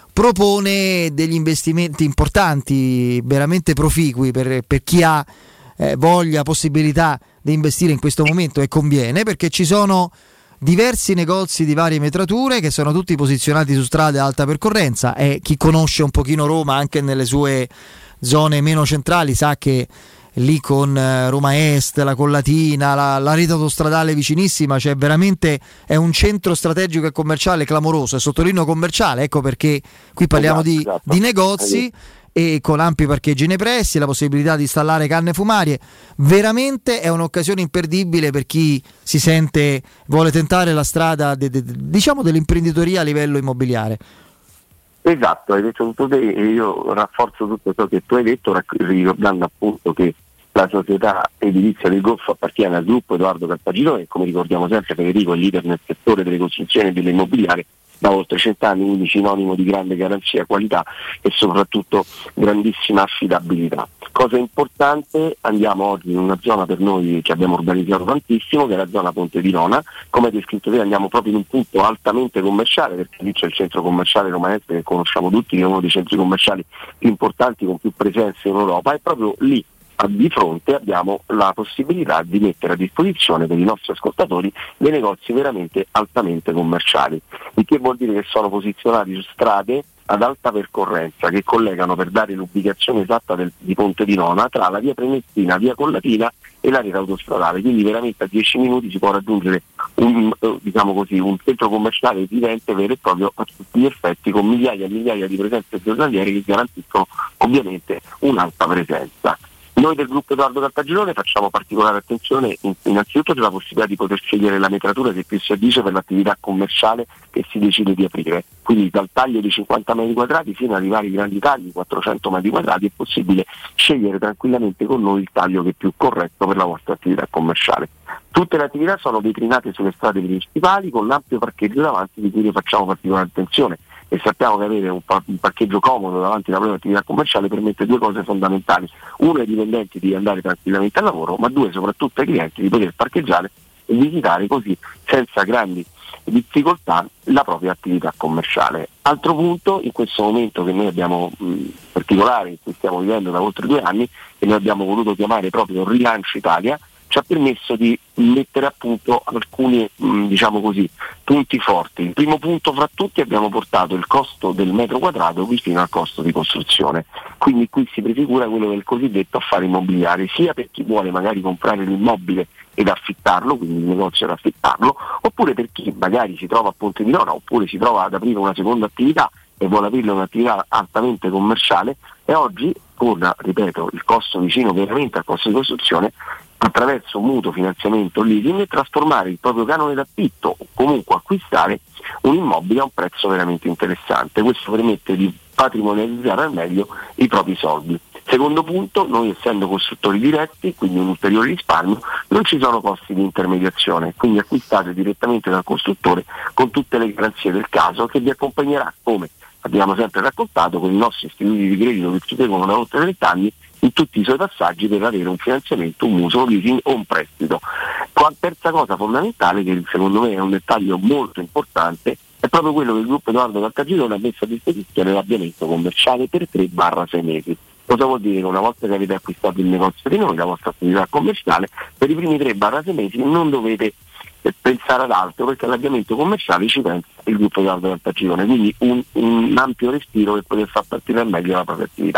propone degli investimenti importanti, veramente proficui per, per chi ha eh, voglia, possibilità di investire in questo momento, e conviene, perché ci sono diversi negozi di varie metrature che sono tutti posizionati su strade a alta percorrenza, e chi conosce un pochino Roma anche nelle sue zone meno centrali sa che lì con Roma Est, la Collatina, la, la rete autostradale vicinissima, cioè veramente è un centro strategico e commerciale clamoroso, e sottolineo commerciale, ecco perché qui parliamo esatto, di, esatto. di negozi e con ampi parcheggi nei pressi, la possibilità di installare canne fumarie. Veramente è un'occasione imperdibile per chi si sente, vuole tentare la strada de, de, diciamo dell'imprenditoria a livello immobiliare. Esatto, hai detto tutto te, e io rafforzo tutto ciò che tu hai detto, ricordando appunto che la società edilizia del Golfo appartiene al gruppo Edoardo Caltagirone, e come ricordiamo sempre Federico è leader nel settore delle costruzioni e dell'immobiliare da oltre cent'anni, quindi sinonimo di grande garanzia, qualità e soprattutto grandissima affidabilità. Cosa importante, andiamo oggi in una zona per noi che abbiamo urbanizzato tantissimo, che è la zona Ponte di Nona. Come hai descritto te, andiamo proprio in un punto altamente commerciale, perché lì c'è il centro commerciale Roma Est, che conosciamo tutti, che è uno dei centri commerciali più importanti con più presenze in Europa, e proprio lì di fronte abbiamo la possibilità di mettere a disposizione per i nostri ascoltatori dei negozi veramente altamente commerciali, il che vuol dire che sono posizionati su strade ad alta percorrenza che collegano, per dare l'ubicazione esatta del, di Ponte di Nona, tra la via Prenestina, via Collatina e la rete autostradale, quindi veramente a dieci minuti si può raggiungere un, eh, diciamo così, un centro commerciale vivente vero e proprio a tutti gli effetti, con migliaia e migliaia di presenze giornaliere che garantiscono ovviamente un'alta presenza. Noi del gruppo Edoardo Caltagirone facciamo particolare attenzione innanzitutto della possibilità di poter scegliere la metratura che più si addice per l'attività commerciale che si decide di aprire, quindi dal taglio di cinquanta metri quadrati fino ad arrivare ai grandi tagli, quattrocento metri quadrati, è possibile scegliere tranquillamente con noi il taglio che è più corretto per la vostra attività commerciale. Tutte le attività sono vetrinate sulle strade principali con l'ampio parcheggio davanti, di cui ne facciamo particolare attenzione, e sappiamo che avere un, par- un parcheggio comodo davanti alla propria attività commerciale permette due cose fondamentali: uno, ai dipendenti di andare tranquillamente al lavoro, ma due, soprattutto ai clienti, di poter parcheggiare e visitare così senza grandi difficoltà la propria attività commerciale. Altro punto, in questo momento che noi abbiamo mh, particolare, in cui stiamo vivendo da oltre due anni, che noi abbiamo voluto chiamare proprio Rilancio Italia, ci ha permesso di mettere a punto alcuni mh, diciamo così punti forti. Il primo punto fra tutti, abbiamo portato il costo del metro quadrato vicino al costo di costruzione, quindi qui si prefigura quello del cosiddetto affare immobiliare, sia per chi vuole magari comprare l'immobile ed affittarlo, quindi il negozio ad affittarlo, oppure per chi magari si trova a Ponte di Nona, oppure si trova ad aprire una seconda attività e vuole aprire un'attività altamente commerciale, e oggi con, ripeto, il costo vicino veramente al costo di costruzione, attraverso mutuo, finanziamento, leasing, e trasformare il proprio canone d'affitto o comunque acquistare un immobile a un prezzo veramente interessante. Questo permette di patrimonializzare al meglio i propri soldi. Secondo punto, noi essendo costruttori diretti, quindi un ulteriore risparmio, non ci sono costi di intermediazione, quindi acquistate direttamente dal costruttore con tutte le garanzie del caso, che vi accompagnerà, come abbiamo sempre raccontato, con i nostri istituti di credito che ci seguono da oltre trenta anni in tutti i suoi passaggi per avere un finanziamento, un mutuo, un leasing o un prestito. La terza cosa fondamentale, che secondo me è un dettaglio molto importante, è proprio quello che il gruppo Edoardo Caltagirone ha messo a disposizione l'avviamento commerciale per tre sei mesi. Cosa vuol dire? Che una volta che avete acquistato il negozio di noi, la vostra attività commerciale, per i primi tre sei mesi non dovete pensare ad altro, perché all'avviamento commerciale ci pensa il gruppo Edoardo Caltagirone, quindi un, un ampio respiro per poter far partire al meglio la propria attività.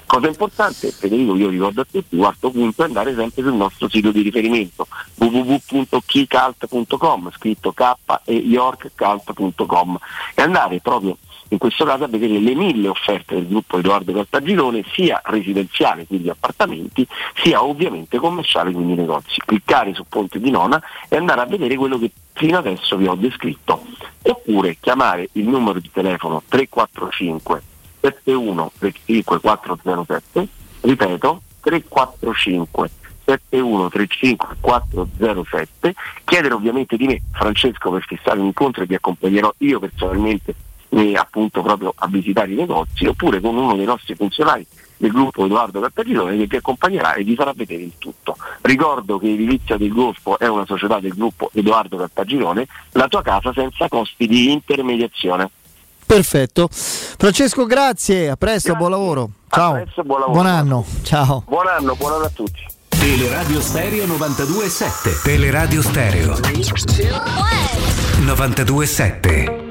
Cosa importante, Federico, io ricordo a tutti, quarto punto, è andare sempre sul nostro sito di riferimento w w w punto keycult punto com, scritto K e york cult punto com, e andare proprio in questo caso a vedere le mille offerte del gruppo Edoardo Caltagirone, sia residenziale, quindi appartamenti, sia ovviamente commerciale, quindi negozi. Cliccare su Ponte di Nona e andare a vedere quello che fino adesso vi ho descritto, oppure chiamare il numero di telefono tre quattro cinque sette uno tre cinque quattro zero sette, ripeto tre quattro cinque sette uno tre cinque quattro zero sette, chiedere ovviamente di me, Francesco, per fissare un incontro e vi accompagnerò io personalmente e appunto proprio a visitare i negozi, oppure con uno dei nostri funzionari del gruppo Edoardo Caltagirone che vi accompagnerà e vi farà vedere il tutto. Ricordo che Edilizia del Golfo è una società del gruppo Edoardo Caltagirone, la tua casa senza costi di intermediazione. Perfetto. Francesco, grazie, a presto, grazie. Buon lavoro. Ciao. A presto, buon lavoro. Buon anno. Ciao. Buon anno, buon anno a tutti. Teleradio Stereo novantadue virgola sette. Teleradio Stereo novantadue virgola sette.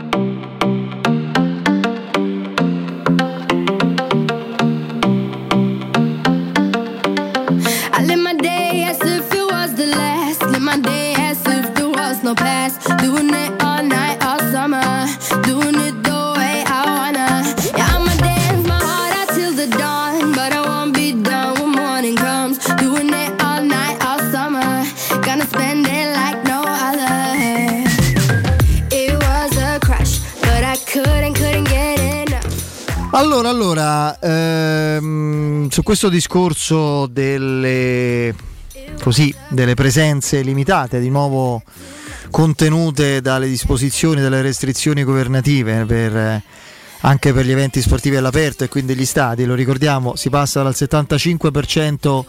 No past, doing it all night, all summer, doing it the way I wanna. Yeah, I'ma dance my heart out till the dawn, but I won't be done when morning comes. Doing it all night, all summer, gonna spend it like no other. It was a crush, but I couldn't, couldn't get enough. Allora, allora, ehm, su questo discorso delle, così, delle presenze limitate, di nuovo contenute dalle disposizioni, dalle restrizioni governative per, eh, anche per gli eventi sportivi all'aperto e quindi gli stadi, lo ricordiamo, si passa dal settantacinque per cento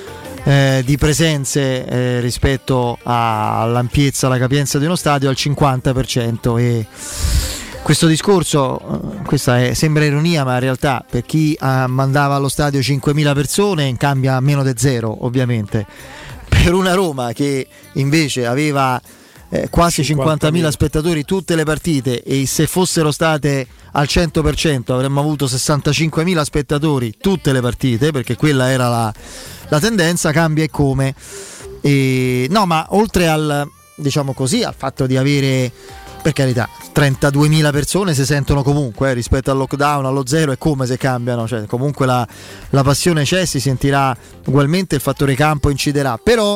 eh, di presenze eh, rispetto a, all'ampiezza, alla capienza di uno stadio al cinquanta per cento, e questo discorso, questa è, sembra ironia, ma in realtà per chi ah, mandava allo stadio cinquemila persone cambia meno di zero, ovviamente. Per una Roma che invece aveva Eh, quasi cinquantamila spettatori tutte le partite, e se fossero state al cento per cento avremmo avuto sessantacinquemila spettatori tutte le partite, perché quella era la, la tendenza, cambia e come. E, no, ma oltre al, diciamo così, al fatto di avere, per carità, trentaduemila persone si sentono comunque eh, rispetto al lockdown, allo zero, è come se cambiano, cioè comunque la, la passione c'è, si sentirà ugualmente, il fattore campo inciderà, però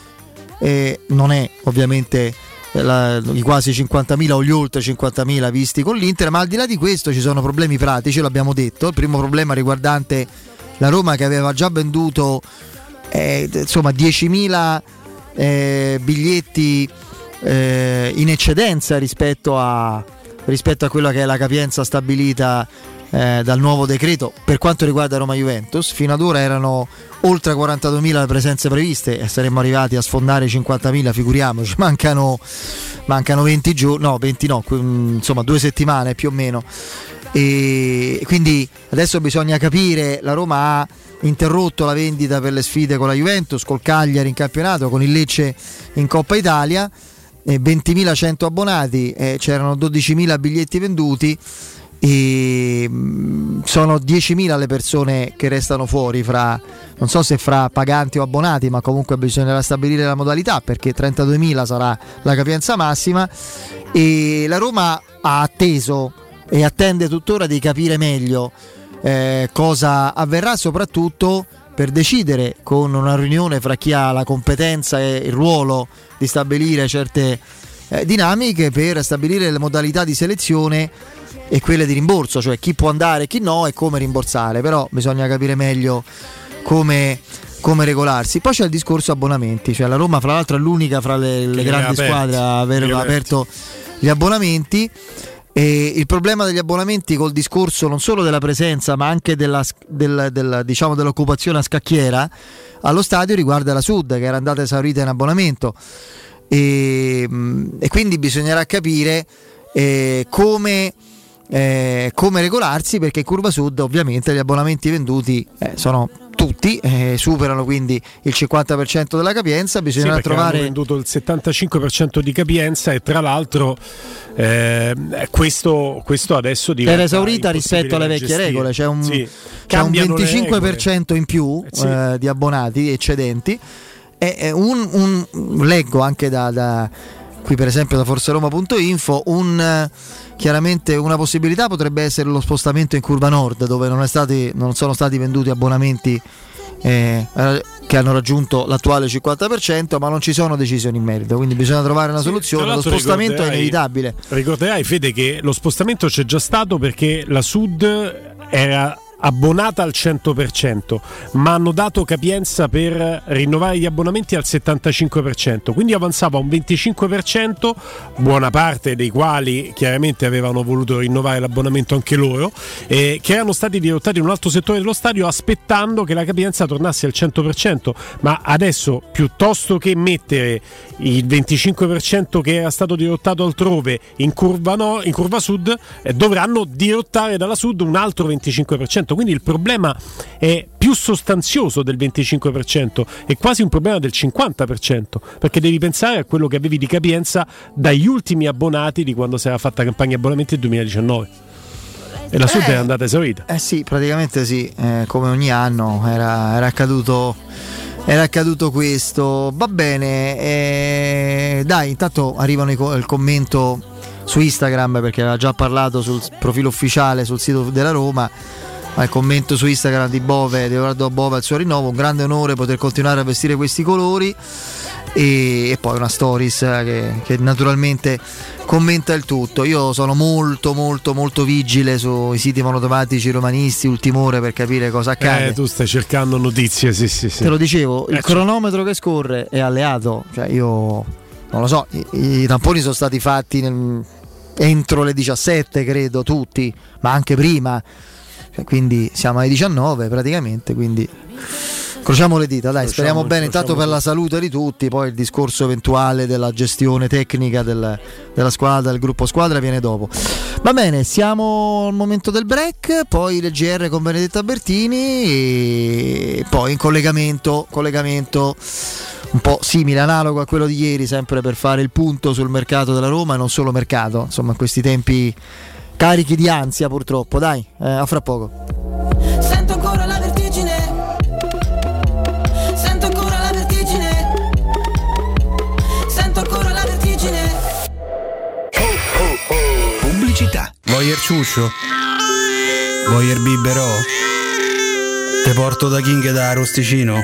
Eh, non è ovviamente la, i quasi cinquantamila o gli oltre cinquantamila visti con l'Inter, ma al di là di questo ci sono problemi pratici, l'abbiamo detto. Il primo problema riguardante la Roma, che aveva già venduto eh, insomma diecimila eh, biglietti eh, in eccedenza rispetto a, rispetto a quella che è la capienza stabilita eh, dal nuovo decreto per quanto riguarda Roma-Juventus. Fino ad ora erano oltre quarantaduemila le presenze previste e saremmo arrivati a sfondare i cinquantamila, figuriamoci. Mancano, mancano venti giorni, no venti no, insomma due settimane più o meno, e quindi adesso bisogna capire. La Roma ha interrotto la vendita per le sfide con la Juventus, col Cagliari in campionato, con il Lecce in Coppa Italia, eh, ventimilacento abbonati, eh, c'erano dodicimila biglietti venduti, e sono diecimila le persone che restano fuori, fra, non so se fra paganti o abbonati, ma comunque bisognerà stabilire la modalità, perché trentaduemila sarà la capienza massima, e la Roma ha atteso e attende tuttora di capire meglio eh, cosa avverrà, soprattutto per decidere, con una riunione fra chi ha la competenza e il ruolo di stabilire certe eh, dinamiche, per stabilire le modalità di selezione e quelle di rimborso, cioè chi può andare e chi no e come rimborsare. Però bisogna capire meglio come, come regolarsi. Poi c'è il discorso abbonamenti, cioè la Roma fra l'altro è l'unica fra le, le grandi aperti, squadre a aver aperto gli abbonamenti, e il problema degli abbonamenti col discorso non solo della presenza ma anche della, del, del, diciamo dell'occupazione a scacchiera allo stadio riguarda la Sud, che era andata esaurita in abbonamento, e, e quindi bisognerà capire eh, come Eh, come regolarsi, perché Curva Sud ovviamente gli abbonamenti venduti eh, sono tu, tutti, eh, superano quindi il cinquanta per cento della capienza, bisogna sì, trovare... hanno venduto il settantacinque per cento di capienza e tra l'altro eh, questo, questo adesso diventa era esaurita rispetto alle vecchie gestire. regole, c'è un, sì. c'è un venticinque per cento in più eh, sì. eh, di abbonati eccedenti e, e un, un, leggo anche da, da qui per esempio da forseroma punto info un... Chiaramente una possibilità potrebbe essere lo spostamento in curva nord, dove non, è stati, non sono stati venduti abbonamenti eh, che hanno raggiunto l'attuale cinquanta per cento, ma non ci sono decisioni in merito, quindi bisogna trovare una soluzione. Lo spostamento è inevitabile. Ricorderai, Fede, che lo spostamento c'è già stato perché la Sud era abbonata al cento per cento, ma hanno dato capienza per rinnovare gli abbonamenti al settantacinque per cento, quindi avanzava un venticinque per cento, buona parte dei quali chiaramente avevano voluto rinnovare l'abbonamento anche loro, eh, che erano stati dirottati in un altro settore dello stadio aspettando che la capienza tornasse al cento per cento, ma adesso piuttosto che mettere il venticinque per cento che era stato dirottato altrove in curva, no, in curva sud, eh, dovranno dirottare dalla sud un altro venticinque per cento. Quindi il problema è più sostanzioso del venticinque per cento, è quasi un problema del cinquanta per cento, perché devi pensare a quello che avevi di capienza dagli ultimi abbonati di quando si era fatta campagna abbonamenti nel duemiladiciannove e la Sud eh, è andata esaurita. Eh sì, praticamente sì, eh, come ogni anno era, era accaduto era accaduto questo. Va bene, eh, dai, intanto arrivano i, il commento su Instagram, perché aveva già parlato sul profilo ufficiale sul sito della Roma. Al commento su Instagram di Bove, di Edoardo Bove al suo rinnovo, un grande onore poter continuare a vestire questi colori, e, e poi una stories che, che naturalmente commenta il tutto. Io sono molto molto molto vigile sui siti monotematici romanisti, Ultimore, per capire cosa accade. Eh, tu stai cercando notizie, sì sì sì. Te lo dicevo, il eh, cronometro che scorre è alleato, cioè io non lo so, i, i tamponi sono stati fatti nel, entro le diciassette credo tutti, ma anche prima. Quindi siamo alle diciannove praticamente, quindi crociamo le dita, dai, crociamo, speriamo bene intanto per la salute di tutti, poi il discorso eventuale della gestione tecnica del, della squadra, del gruppo squadra viene dopo. Va bene, siamo al momento del break, poi le G R con Benedetta Bertini e poi in collegamento collegamento un po' simile, analogo a quello di ieri, sempre per fare il punto sul mercato della Roma e non solo mercato, insomma in questi tempi carichi di ansia purtroppo, dai, eh, a fra poco. Sento ancora la vertigine, sento ancora la vertigine, sento ancora la vertigine. Oh, oh, oh. Pubblicità. Voyer ciuscio? Voyer biberò? Te porto da King da Arosticino?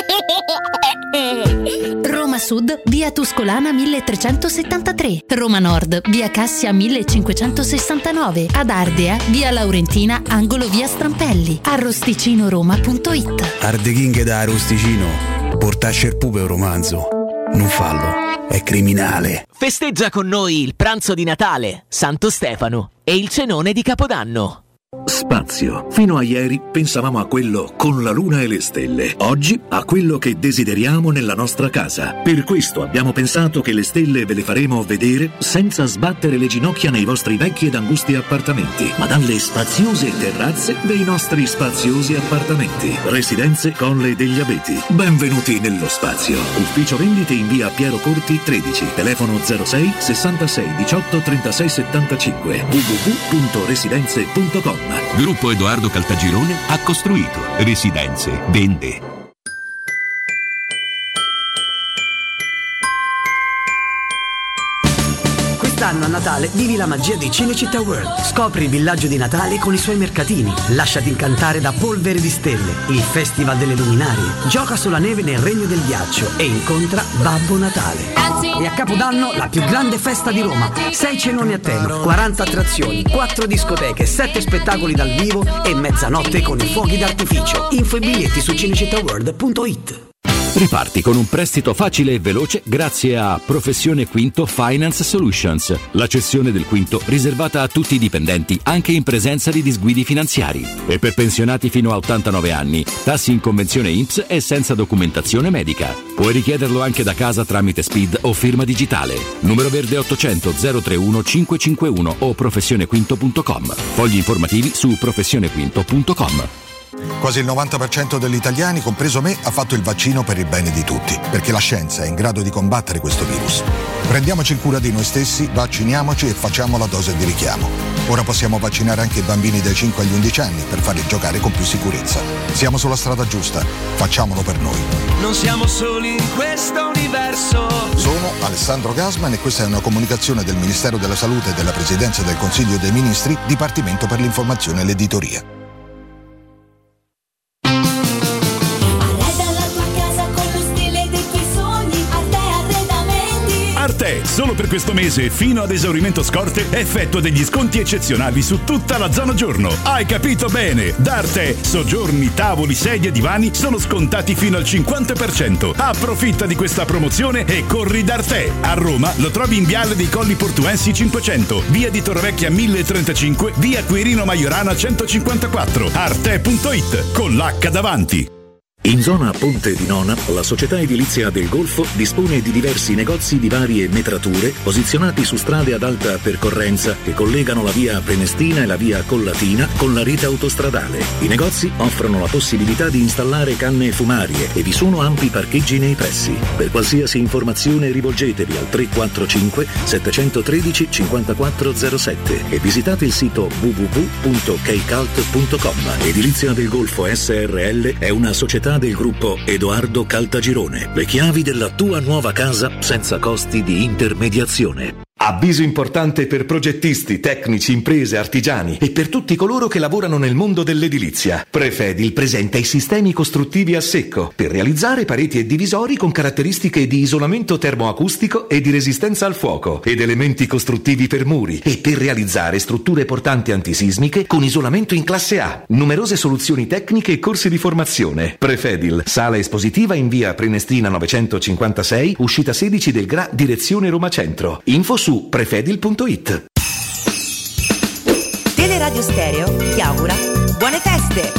Roma Sud, via Tuscolana milletrecentosettantatré. Roma Nord, via Cassia millecinquecentosessantanove. Ad Ardea, via Laurentina, angolo via Strampelli. Arrosticinoroma punto it. Arde King da Arosticino. Portasce il pupe un romanzo. Non fallo, è criminale. Festeggia con noi il pranzo di Natale, Santo Stefano e il cenone di Capodanno. Spazio. Fino a ieri pensavamo a quello con la luna e le stelle. Oggi a quello che desideriamo nella nostra casa. Per questo abbiamo pensato che le stelle ve le faremo vedere senza sbattere le ginocchia nei vostri vecchi ed angusti appartamenti, ma dalle spaziose terrazze dei nostri spaziosi appartamenti. Residenze Colle degli Abeti. Benvenuti nello spazio. Ufficio vendite in via Piero Corti tredici. Telefono zero sei sessantasei diciotto trentasei settantacinque. w w w punto residenze punto com. Gruppo Edoardo Caltagirone ha costruito. Residenze vende. Quest'anno a Natale vivi la magia di Cinecittà World. Scopri il villaggio di Natale con i suoi mercatini. Lasciati incantare da Polvere di Stelle, il festival delle luminarie. Gioca sulla neve nel regno del ghiaccio e incontra Babbo Natale. E a Capodanno la più grande festa di Roma. Sei cenoni a tema, quaranta attrazioni, quattro discoteche, sette spettacoli dal vivo e mezzanotte con i fuochi d'artificio. Info e biglietti su cinecittàworld punto it. Riparti con un prestito facile e veloce grazie a Professione Quinto Finance Solutions, la cessione del quinto riservata a tutti i dipendenti anche in presenza di disguidi finanziari. E per pensionati fino a ottantanove anni, tassi in convenzione I N P S e senza documentazione medica. Puoi richiederlo anche da casa tramite S P I D o firma digitale. Numero verde ottocento zero trentuno cinquecentocinquantuno o professionequinto punto com. Fogli informativi su professionequinto punto com. Quasi il novanta per cento degli italiani, compreso me, ha fatto il vaccino per il bene di tutti, perché la scienza è in grado di combattere questo virus. Prendiamoci cura di noi stessi, vacciniamoci e facciamo la dose di richiamo. Ora possiamo vaccinare anche i bambini dai cinque agli undici anni per farli giocare con più sicurezza. Siamo sulla strada giusta, facciamolo per noi. Non siamo soli in questo universo. Sono Alessandro Gasman e questa è una comunicazione del Ministero della Salute e della Presidenza del Consiglio dei Ministri, Dipartimento per l'informazione e l'editoria. Arte, solo per questo mese, fino ad esaurimento scorte, effettua degli sconti eccezionali su tutta la zona giorno. Hai capito bene? Da Arte, soggiorni, tavoli, sedie, divani sono scontati fino al cinquanta per cento. Approfitta di questa promozione e corri da Arte. A Roma lo trovi in Viale dei Colli Portuensi cinquecento, via di Torrevecchia mille trentacinque, via Quirino Maiorana centocinquantaquattro. Arte punto it con l'H davanti. In zona Ponte di Nona, la società edilizia del Golfo dispone di diversi negozi di varie metrature posizionati su strade ad alta percorrenza che collegano la via Prenestina e la via Collatina con la rete autostradale. I negozi offrono la possibilità di installare canne fumarie e vi sono ampi parcheggi nei pressi. Per qualsiasi informazione rivolgetevi al tre quattro cinque sette uno tre cinque quattro zero sette e visitate il sito w w w punto keicalt punto com. Edilizia del Golfo S R L è una società del gruppo Edoardo Caltagirone. Le chiavi della tua nuova casa senza costi di intermediazione. Avviso importante per progettisti, tecnici, imprese, artigiani e per tutti coloro che lavorano nel mondo dell'edilizia. Prefedil presenta i sistemi costruttivi a secco per realizzare pareti e divisori con caratteristiche di isolamento termoacustico e di resistenza al fuoco ed elementi costruttivi per muri e per realizzare strutture portanti antisismiche con isolamento in classe A. Numerose soluzioni tecniche e corsi di formazione. Prefedil, sala espositiva in via Prenestina novecentocinquantasei, uscita sedici del Gra, direzione Roma Centro. Info su prefedil punto it. Teleradio Stereo ti augura buone feste.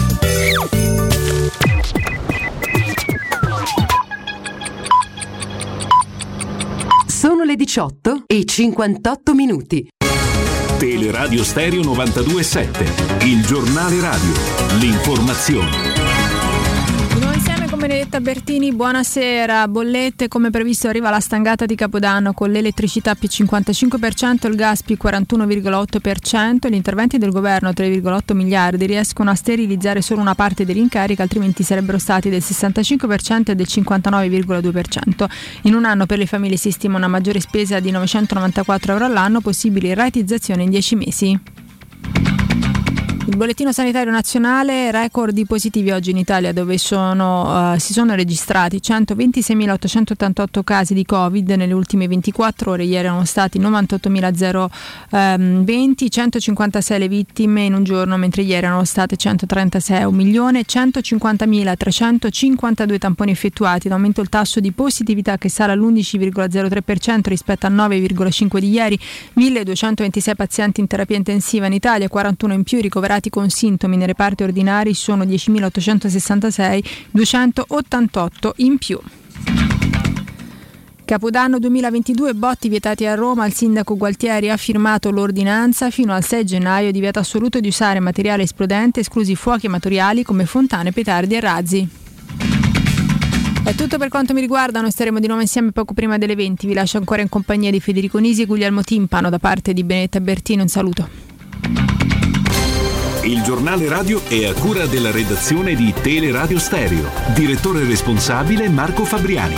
Sono le diciotto e cinquantotto minuti. Teleradio Stereo novantadue virgola sette, il giornale radio, l'informazione. Benedetta Bertini, buonasera. Bollette, come previsto arriva la stangata di Capodanno con l'elettricità più cinquantacinque per cento, il gas più quarantuno virgola otto per cento. Gli interventi del governo, tre virgola otto miliardi, riescono a sterilizzare solo una parte dell'incarico, altrimenti sarebbero stati del sessantacinque per cento e del cinquantanove virgola due per cento. In un anno per le famiglie si stima una maggiore spesa di novecentonovantaquattro euro all'anno, possibili rateizzazioni in dieci mesi. Il bollettino sanitario nazionale, record di positivi oggi in Italia, dove sono, uh, si sono registrati centoventiseimilaottocentottantotto casi di Covid nelle ultime ventiquattro ore. Ieri erano stati novantottomila venti, centocinquantasei le vittime in un giorno, mentre ieri erano state centotrentasei, un milione centocinquantamila trecentocinquantadue tamponi effettuati. In aumento il tasso di positività che sale all'undici virgola zero tre per cento rispetto al nove virgola cinque per cento di ieri, milleduecentoventisei pazienti in terapia intensiva in Italia, quarantuno in più ricoverati con sintomi nei reparti ordinari sono diecimilaottocentosessantasei, duecentottantotto in più. Capodanno duemilaventidue, botti vietati a Roma. Il sindaco Gualtieri ha firmato l'ordinanza. Fino al sei gennaio è divieto assoluto di usare materiale esplodente, esclusi fuochi amatoriali come fontane, petardi e razzi. È tutto per quanto mi riguarda, noi staremo di nuovo insieme poco prima delle venti. Vi lascio ancora in compagnia di Federico Nisi e Guglielmo Timpano. Da parte di Benedetta Bertini un saluto. Il giornale radio è a cura della redazione di Teleradio Stereo. Direttore responsabile Marco Fabriani.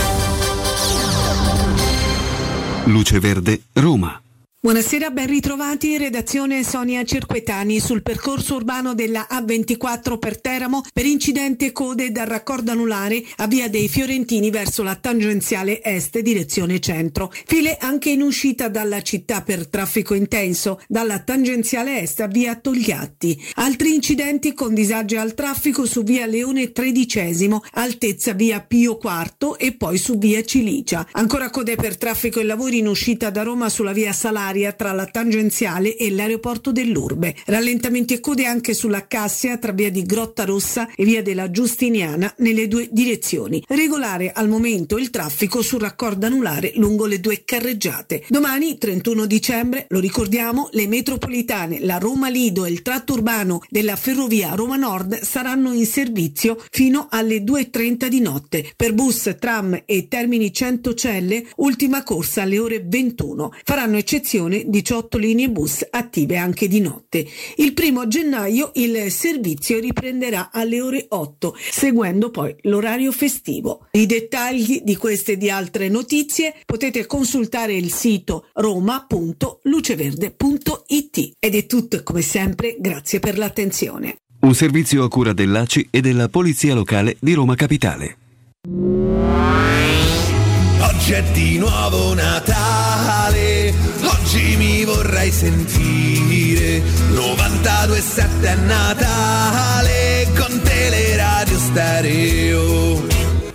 Luce Verde, Roma. Buonasera, ben ritrovati in redazione Sonia Cerquetani. Sul percorso urbano della A ventiquattro per Teramo, per incidente e code dal raccordo anulare a via dei Fiorentini verso la tangenziale est direzione centro. File anche in uscita dalla città per traffico intenso dalla tangenziale est a via Togliatti. Altri incidenti con disagi al traffico su via Leone tredicesimo, altezza via Pio quarto e poi su via Cilicia. Ancora code per traffico e lavori in uscita da Roma sulla via Salaria viaria tra la tangenziale e l'aeroporto dell'Urbe. Rallentamenti e code anche sulla Cassia tra via di Grotta Rossa e via della Giustiniana nelle due direzioni. Regolare al momento il traffico sul raccordo anulare lungo le due carreggiate. Domani, trentuno dicembre, lo ricordiamo, le metropolitane, la Roma Lido e il tratto urbano della ferrovia Roma Nord saranno in servizio fino alle due e trenta di notte. Per bus, tram e Termini Centocelle, ultima corsa alle ore ventuno. Faranno eccezione diciotto linee bus attive anche di notte. Il primo gennaio il servizio riprenderà alle ore otto, seguendo poi l'orario festivo. I dettagli di queste e di altre notizie potete consultare il sito roma punto luceverde punto it. Ed è tutto come sempre, grazie per l'attenzione. Un servizio a cura dell'A C I e della Polizia Locale di Roma Capitale. Oggi è di nuovo Natale, oggi mi vorrei sentire novantadue virgola sette è Natale con Teleradio Stereo.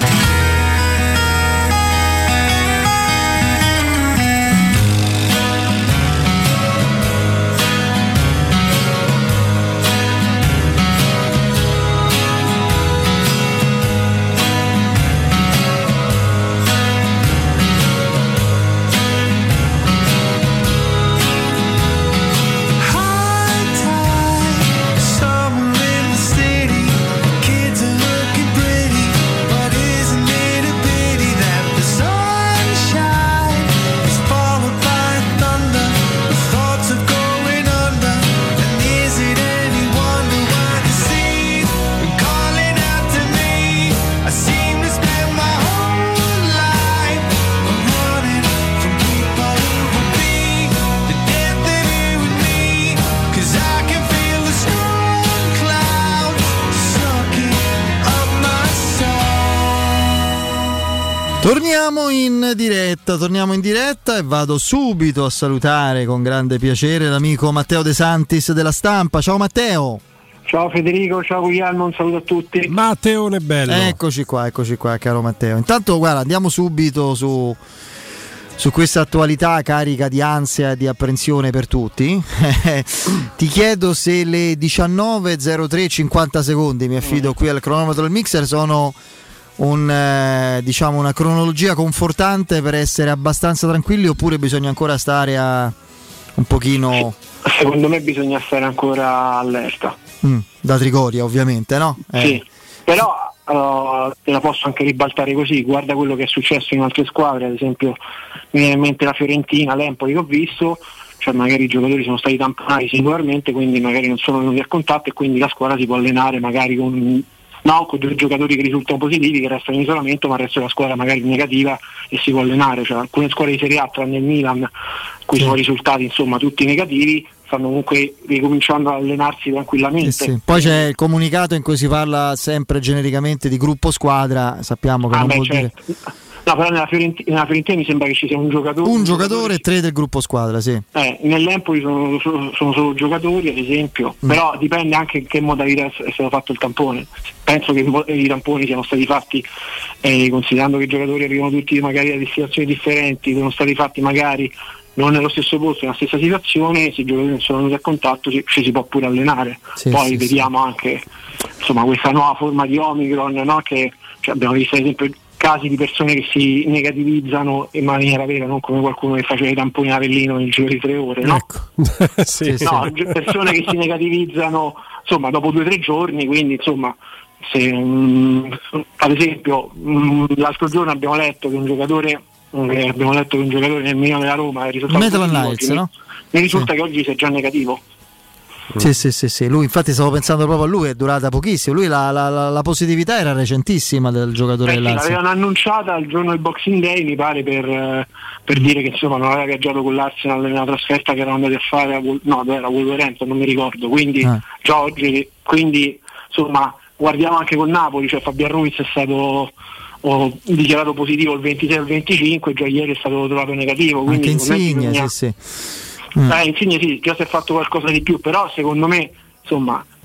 Torniamo in diretta, torniamo in diretta e vado subito a salutare con grande piacere l'amico Matteo De Santis della Stampa. Ciao Matteo. Ciao Federico, ciao Guglielmo, un saluto a tutti. Matteone bello. Eccoci qua, eccoci qua, caro Matteo. Intanto guarda, andiamo subito su su questa attualità carica di ansia e di apprensione per tutti. Ti chiedo se le diciannove e zero tre cinquanta secondi, mi affido qui al cronometro del mixer, sono un eh, diciamo una cronologia confortante per essere abbastanza tranquilli, oppure bisogna ancora stare a un pochino. Secondo me bisogna stare ancora allerta. Mm, da Trigoria ovviamente, no? Eh. Sì, però uh, te la posso anche ribaltare così, guarda quello che è successo in altre squadre, ad esempio mi viene in mente la Fiorentina, l'Empoli che ho visto, cioè magari i giocatori sono stati tamponati singolarmente, quindi magari non sono venuti a contatto e quindi la squadra si può allenare magari con no, con due giocatori che risultano positivi, che restano in isolamento, ma il resto della squadra magari negativa e si può allenare. Cioè, alcune squadre di Serie A, tranne il Milan, cui sono risultati insomma tutti negativi, stanno comunque ricominciando ad allenarsi tranquillamente. Sì, sì. Poi c'è il comunicato in cui si parla sempre genericamente di gruppo squadra, sappiamo che ah, non beh, vuol certo. dire. No, però nella Fiorentina, nella Fiorentina mi sembra che ci sia un giocatore. Un giocatore e tre del gruppo squadra, sì. Eh, nell'Empoli sono, sono, sono solo giocatori, ad esempio, mm. però dipende anche in che modalità è stato fatto il tampone. Penso che i tamponi siano stati fatti, eh, considerando che i giocatori arrivano tutti magari da destinazioni differenti, sono stati fatti magari non nello stesso posto, nella stessa situazione, se i giocatori non sono venuti a contatto ci, ci si può pure allenare. Sì, Poi sì, vediamo sì. anche insomma questa nuova forma di Omicron, no? Che cioè, abbiamo visto ad esempio casi di persone che si negativizzano in maniera vera, non come qualcuno che faceva i tamponi a Avellino nel giro di tre ore, no? Ecco. sì, no sì. Persone che si negativizzano insomma dopo due o tre giorni, quindi insomma se mh, ad esempio mh, l'altro giorno abbiamo letto che un giocatore eh, abbiamo letto che un giocatore nel Milano della Roma è risultato positivo, no? Mi risulta sì. che oggi sia già negativo. Sì, sì, sì, sì, lui infatti stavo pensando proprio a lui, è durata pochissimo. Lui la, la, la, la positività era recentissima del giocatore eh, dell'Lazio. L'avevano annunciata il giorno del Boxing Day, mi pare, per, per dire che insomma non aveva viaggiato con l'Arsenal nella trasferta che erano andati a fare a, no, era Wolverhampton, non mi ricordo, quindi ah. già oggi, quindi insomma guardiamo anche con Napoli, cioè Fabian Ruiz è stato ho dichiarato positivo il ventisei o il venticinque, già ieri è stato trovato negativo, quindi anche Insigne, bisogna... sì, sì. Mm. Eh, Insigne sì, già si è fatto qualcosa di più, però secondo me insomma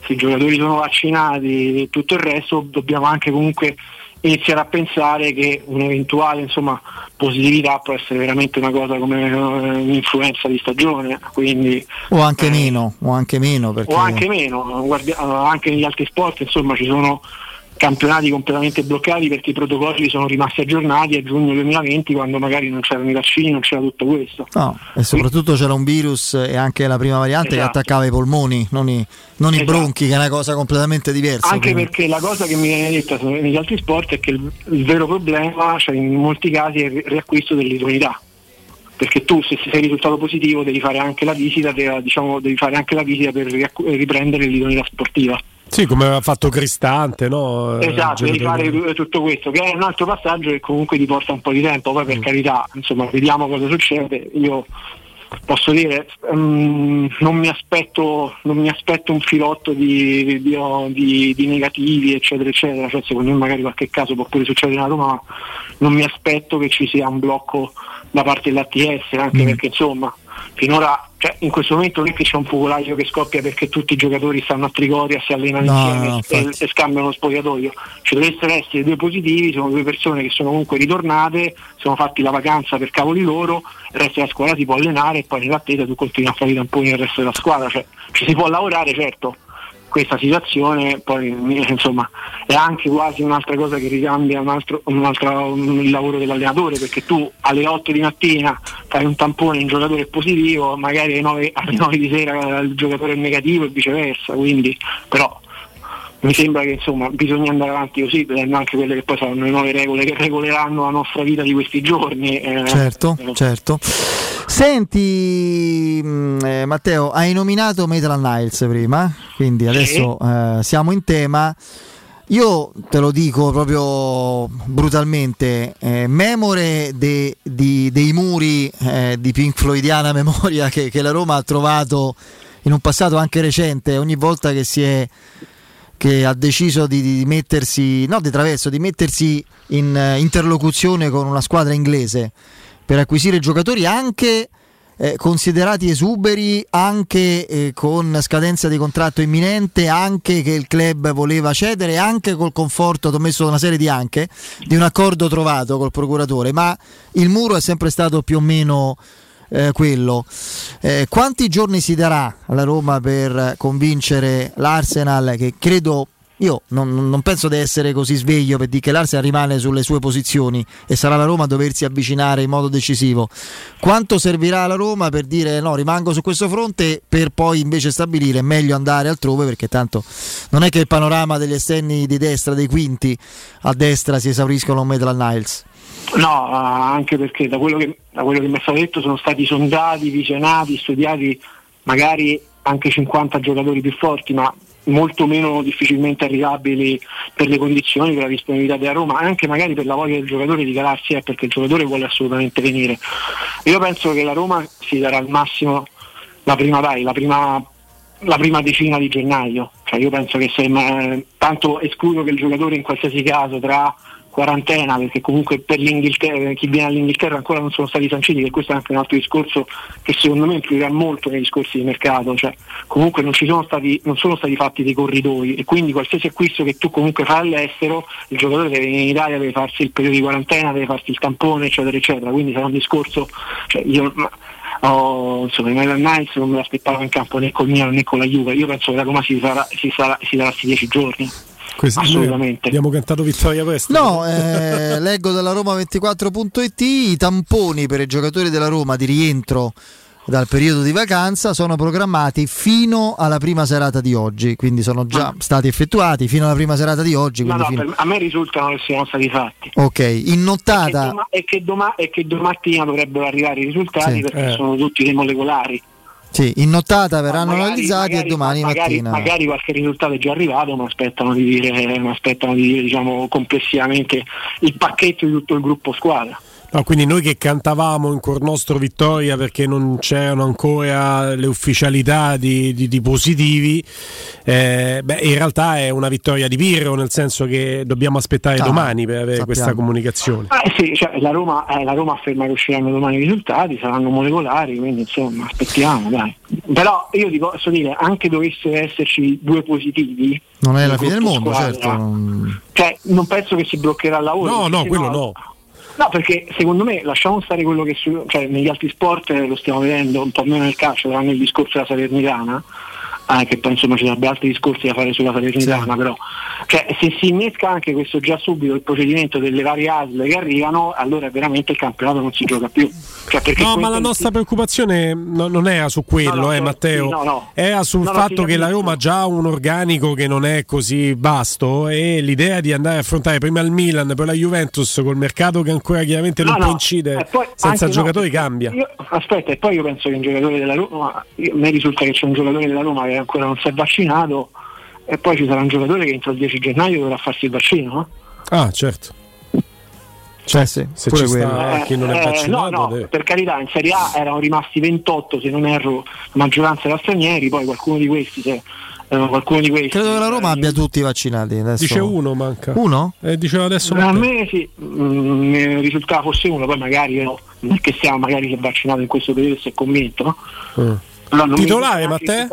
i giocatori sono vaccinati e tutto il resto, dobbiamo anche comunque iniziare a pensare che un'eventuale insomma positività può essere veramente una cosa come un'influenza di stagione, quindi o anche eh, meno o anche meno perché... o anche meno guardi- anche negli altri sport insomma ci sono campionati completamente bloccati perché i protocolli sono rimasti aggiornati a giugno duemilaventi, quando magari non c'erano i vaccini, non c'era tutto questo. No, e soprattutto c'era un virus e anche la prima variante esatto. che attaccava i polmoni, non i, non esatto. i bronchi, che è una cosa completamente diversa. Anche quindi. Perché la cosa che mi viene detta negli altri sport è che il, il vero problema, cioè in molti casi, è il riacquisto dell'idoneità. Perché tu se sei risultato positivo devi fare anche la visita, devi, diciamo, devi fare anche la visita per riprendere l'idoneità sportiva. Sì, come aveva fatto Cristante, no? Esatto, devi fare tutto questo, che è un altro passaggio che comunque ti porta un po' di tempo, poi per mm. carità, insomma, vediamo cosa succede. Io posso dire, um, non mi aspetto non mi aspetto un filotto di, di, di, di negativi, eccetera, eccetera, cioè secondo me magari qualche caso può pure succedere a Roma, ma non mi aspetto che ci sia un blocco da parte dell'A T S, anche mm. perché insomma finora, cioè, in questo momento non è che c'è un focolaio che scoppia perché tutti i giocatori stanno a Trigoria, si allenano no, insieme no, e, e scambiano lo spogliatoio. Ci dovessero essere due positivi, sono due persone che sono comunque ritornate, sono fatti la vacanza per cavoli loro, il resto della squadra si può allenare e poi nell'attesa tu continui a fare i tamponi nel resto della squadra, cioè ci si può lavorare, certo. Questa situazione poi insomma è anche quasi un'altra cosa che ricambia un altro, un altro un, il lavoro dell'allenatore, perché tu alle otto di mattina fai un tampone, un giocatore è positivo, magari alle nove, alle nove di sera il giocatore è negativo e viceversa, quindi però mi sembra che insomma bisogna andare avanti così, vedendo anche quelle che poi saranno le nuove regole che regoleranno la nostra vita di questi giorni. Eh, certo, eh. certo. Senti eh, Matteo, hai nominato Maitland Niles prima, quindi adesso sì. eh, siamo in tema. Io te lo dico proprio brutalmente, eh, memore de, di, dei muri eh, di Pink Floydiana memoria che, che la Roma ha trovato in un passato anche recente, ogni volta che si è che ha deciso di, di mettersi, no di traverso, di mettersi in uh, interlocuzione con una squadra inglese per acquisire giocatori anche eh, considerati esuberi, anche eh, con scadenza di contratto imminente, anche che il club voleva cedere, anche col conforto, ti ho messo una serie di anche, di un accordo trovato col procuratore, ma il muro è sempre stato più o meno Eh, quello. Eh, quanti giorni si darà alla Roma per convincere l'Arsenal, che credo, io non, non penso di essere così sveglio per dire che l'Arsenal rimane sulle sue posizioni e sarà la Roma a doversi avvicinare in modo decisivo. Quanto servirà alla Roma per dire no, rimango su questo fronte, per poi invece stabilire meglio andare altrove, perché tanto non è che il panorama degli esterni di destra, dei quinti a destra, si esauriscono con Maitland Niles. No, anche perché da quello che da quello che mi è stato detto sono stati sondati, visionati, studiati magari anche cinquanta giocatori più forti, ma molto meno difficilmente arrivabili per le condizioni, per la disponibilità della Roma, anche magari per la voglia del giocatore di calarsi, eh, perché il giocatore vuole assolutamente venire. Io penso che la Roma si darà al massimo la prima dai, la prima la prima decina di gennaio, cioè io penso che se eh, tanto escludo che il giocatore in qualsiasi caso tra quarantena, perché comunque per l'Inghilterra, chi viene all'Inghilterra ancora non sono stati sanciti, che questo è anche un altro discorso che secondo me influirà molto nei discorsi di mercato, cioè comunque non ci sono stati non sono stati fatti dei corridoi, e quindi qualsiasi acquisto che tu comunque fai all'estero, il giocatore deve venire in Italia, deve farsi il periodo di quarantena, deve farsi il tampone, eccetera eccetera, quindi sarà un discorso, cioè io oh, insomma, i Maitland Niles non me l'aspettavo in campo né col Milan né con la Juve, io penso che la Roma si sarà si sarà si darà dieci giorni. Questo assolutamente. Abbiamo cantato vittoria presto. No, eh, leggo dalla Roma ventiquattro punto it, i tamponi per i giocatori della Roma di rientro dal periodo di vacanza sono programmati fino alla prima serata di oggi, quindi sono già stati effettuati fino alla prima serata di oggi. No, no, fino... per, a me risultano che siano stati fatti. Ok, in nottata. E che, doma- e che, doma- e che domattina dovrebbero arrivare i risultati, sì, perché eh. sono tutti dei molecolari. Sì, in nottata verranno magari, analizzati magari, e domani magari, mattina. Magari qualche risultato è già arrivato, ma aspettano di dire, ma aspettano di dire diciamo complessivamente il pacchetto di tutto il gruppo squadra. No, quindi noi che cantavamo in cuor nostro vittoria perché non c'erano ancora le ufficialità di, di, di positivi, eh, beh, in realtà è una vittoria di Pirro, nel senso che dobbiamo aspettare ah, domani per avere sappiamo. questa comunicazione. Eh sì, cioè, la, Roma, eh, la Roma afferma che usciranno domani i risultati, saranno molecolari, quindi insomma aspettiamo, dai. però io ti posso dire, anche dovessero esserci due positivi, non è la fine del mondo, squadra, certo. Non... Cioè, non penso che si bloccherà il lavoro. No, no, quello no. No, perché secondo me lasciamo stare quello che su, cioè, negli altri sport lo stiamo vedendo, un po' meno nel calcio, tranne il discorso della Salernitana, eh, che poi insomma ci sarebbe altri discorsi da fare sulla Salernitana, sì. Però cioè, se si innesca anche questo già subito il procedimento delle varie A S L che arrivano, allora veramente il campionato non si gioca più. Cioè, perché no, ma la nostra preoccupazione no, non era su quello, no, no, eh, Matteo, sì, no, no. Era sul no, fatto no, che la Roma ha già un organico che non è così vasto, e l'idea di andare a affrontare prima il Milan, poi la Juventus, col mercato che ancora chiaramente non no, può incidere senza giocatori, no, cambia. Io, aspetta, e poi io penso che un giocatore della Roma, a me risulta che c'è un giocatore della Roma che ancora non si è vaccinato, e poi ci sarà un giocatore che entro il dieci gennaio dovrà farsi il vaccino, no? Ah, certo. Cioè, sì, se ci sta eh, chi non è vaccinato, no, no, per carità, in Serie A erano rimasti ventotto, se non erro, la maggioranza era stranieri, poi qualcuno di questi se, eh, qualcuno di questi credo che la Roma eh, abbia tutti vaccinati adesso. Dice uno manca. Uno? Eh, diceva adesso a me sì, mm, mi risultava fosse uno, poi magari no, non è che stiamo magari si è vaccinato in questo periodo e si è convinto, no? Mm. Allora, titolare, Matteo?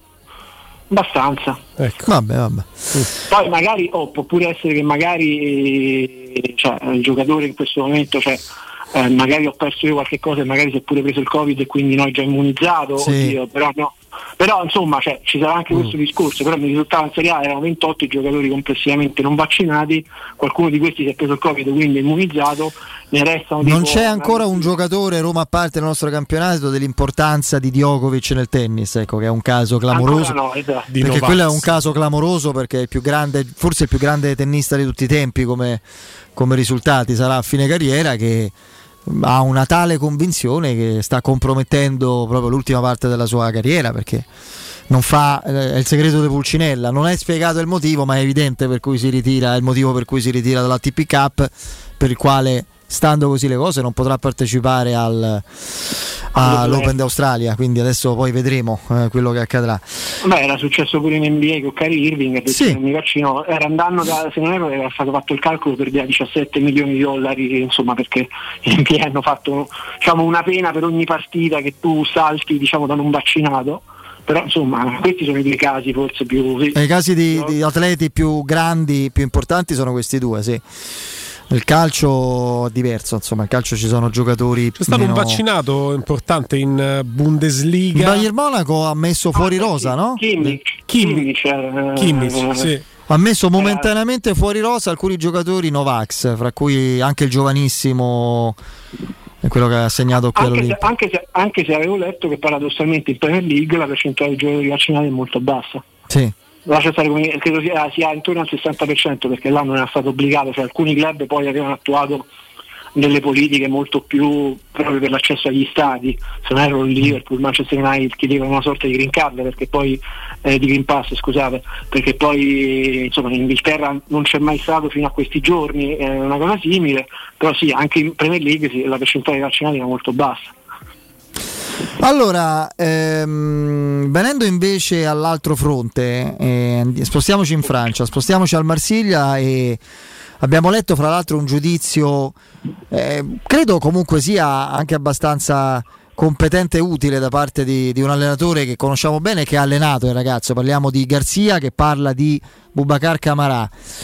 Abbastanza. Ecco. Vabbè, vabbè. Poi magari oh, può pure essere che magari cioè, il giocatore in questo momento, cioè, eh, magari ho perso io qualche cosa e magari si è pure preso il Covid e quindi noi già immunizzato, sì. Oddio, però no. Però insomma cioè, ci sarà anche mm. questo discorso, però mi risultava in Serie A erano ventotto i giocatori complessivamente non vaccinati, qualcuno di questi si è preso il Covid quindi è immunizzato, ne restano non tipo, c'è ancora un giocatore Roma a parte nel nostro campionato dell'importanza di Djokovic nel tennis, ecco, che è un caso clamoroso, no, esatto. Perché Novaz. Quello è un caso clamoroso perché è il più grande, forse il più grande tennista di tutti i tempi come, come risultati, sarà a fine carriera, che ha una tale convinzione che sta compromettendo proprio l'ultima parte della sua carriera, perché non fa, è il segreto di Pulcinella, non è spiegato il motivo, ma è evidente per cui si ritira, è il motivo per cui si ritira dall'A T P Cup, per il quale, stando così le cose, non potrà partecipare al, all'Open d'Australia, quindi adesso poi vedremo eh, quello che accadrà. Beh, era successo pure in N B A con Kyrie Irving, ha detto sì. che mi vaccino, era andando da, se non ero, era stato fatto il calcolo per diciassette milioni di dollari, insomma, perché in N B A hanno fatto, diciamo, una pena per ogni partita che tu salti, diciamo, da non vaccinato. Però insomma questi sono i due casi forse più i casi di, di atleti più grandi, più importanti sono questi due, sì. Il calcio è diverso, insomma, il calcio ci sono giocatori. C'è stato meno... un vaccinato importante in Bundesliga. Il Bayern Monaco ha messo fuori ah, rosa, sì. no? Kimmich, Kimmich, Kimmich, Kimmich sì. Ha messo momentaneamente fuori rosa alcuni giocatori Novax, fra cui anche il giovanissimo, è quello che ha segnato qui anche se, anche, se, anche se avevo letto che paradossalmente in Premier League la percentuale di giocatori vaccinati è molto bassa. Sì. Lascia stare come, credo sia, sia intorno al sessanta per cento, perché là non era stato obbligato, cioè alcuni club poi avevano attuato delle politiche molto più proprio per l'accesso agli stadi, se non erro il Liverpool, il Manchester United chiedevano una sorta di green card perché poi eh, di green pass scusate, perché poi insomma in Inghilterra non c'è mai stato fino a questi giorni eh, una cosa simile, però sì, anche in Premier League sì, la percentuale di vaccinati era molto bassa. Allora, ehm, venendo invece all'altro fronte, eh, spostiamoci in Francia, spostiamoci al Marsiglia, e abbiamo letto fra l'altro un giudizio, eh, credo comunque sia anche abbastanza competente e utile da parte di, di un allenatore che conosciamo bene, che ha allenato il ragazzo. Parliamo di Garzia, che parla di Boubacar Kamara,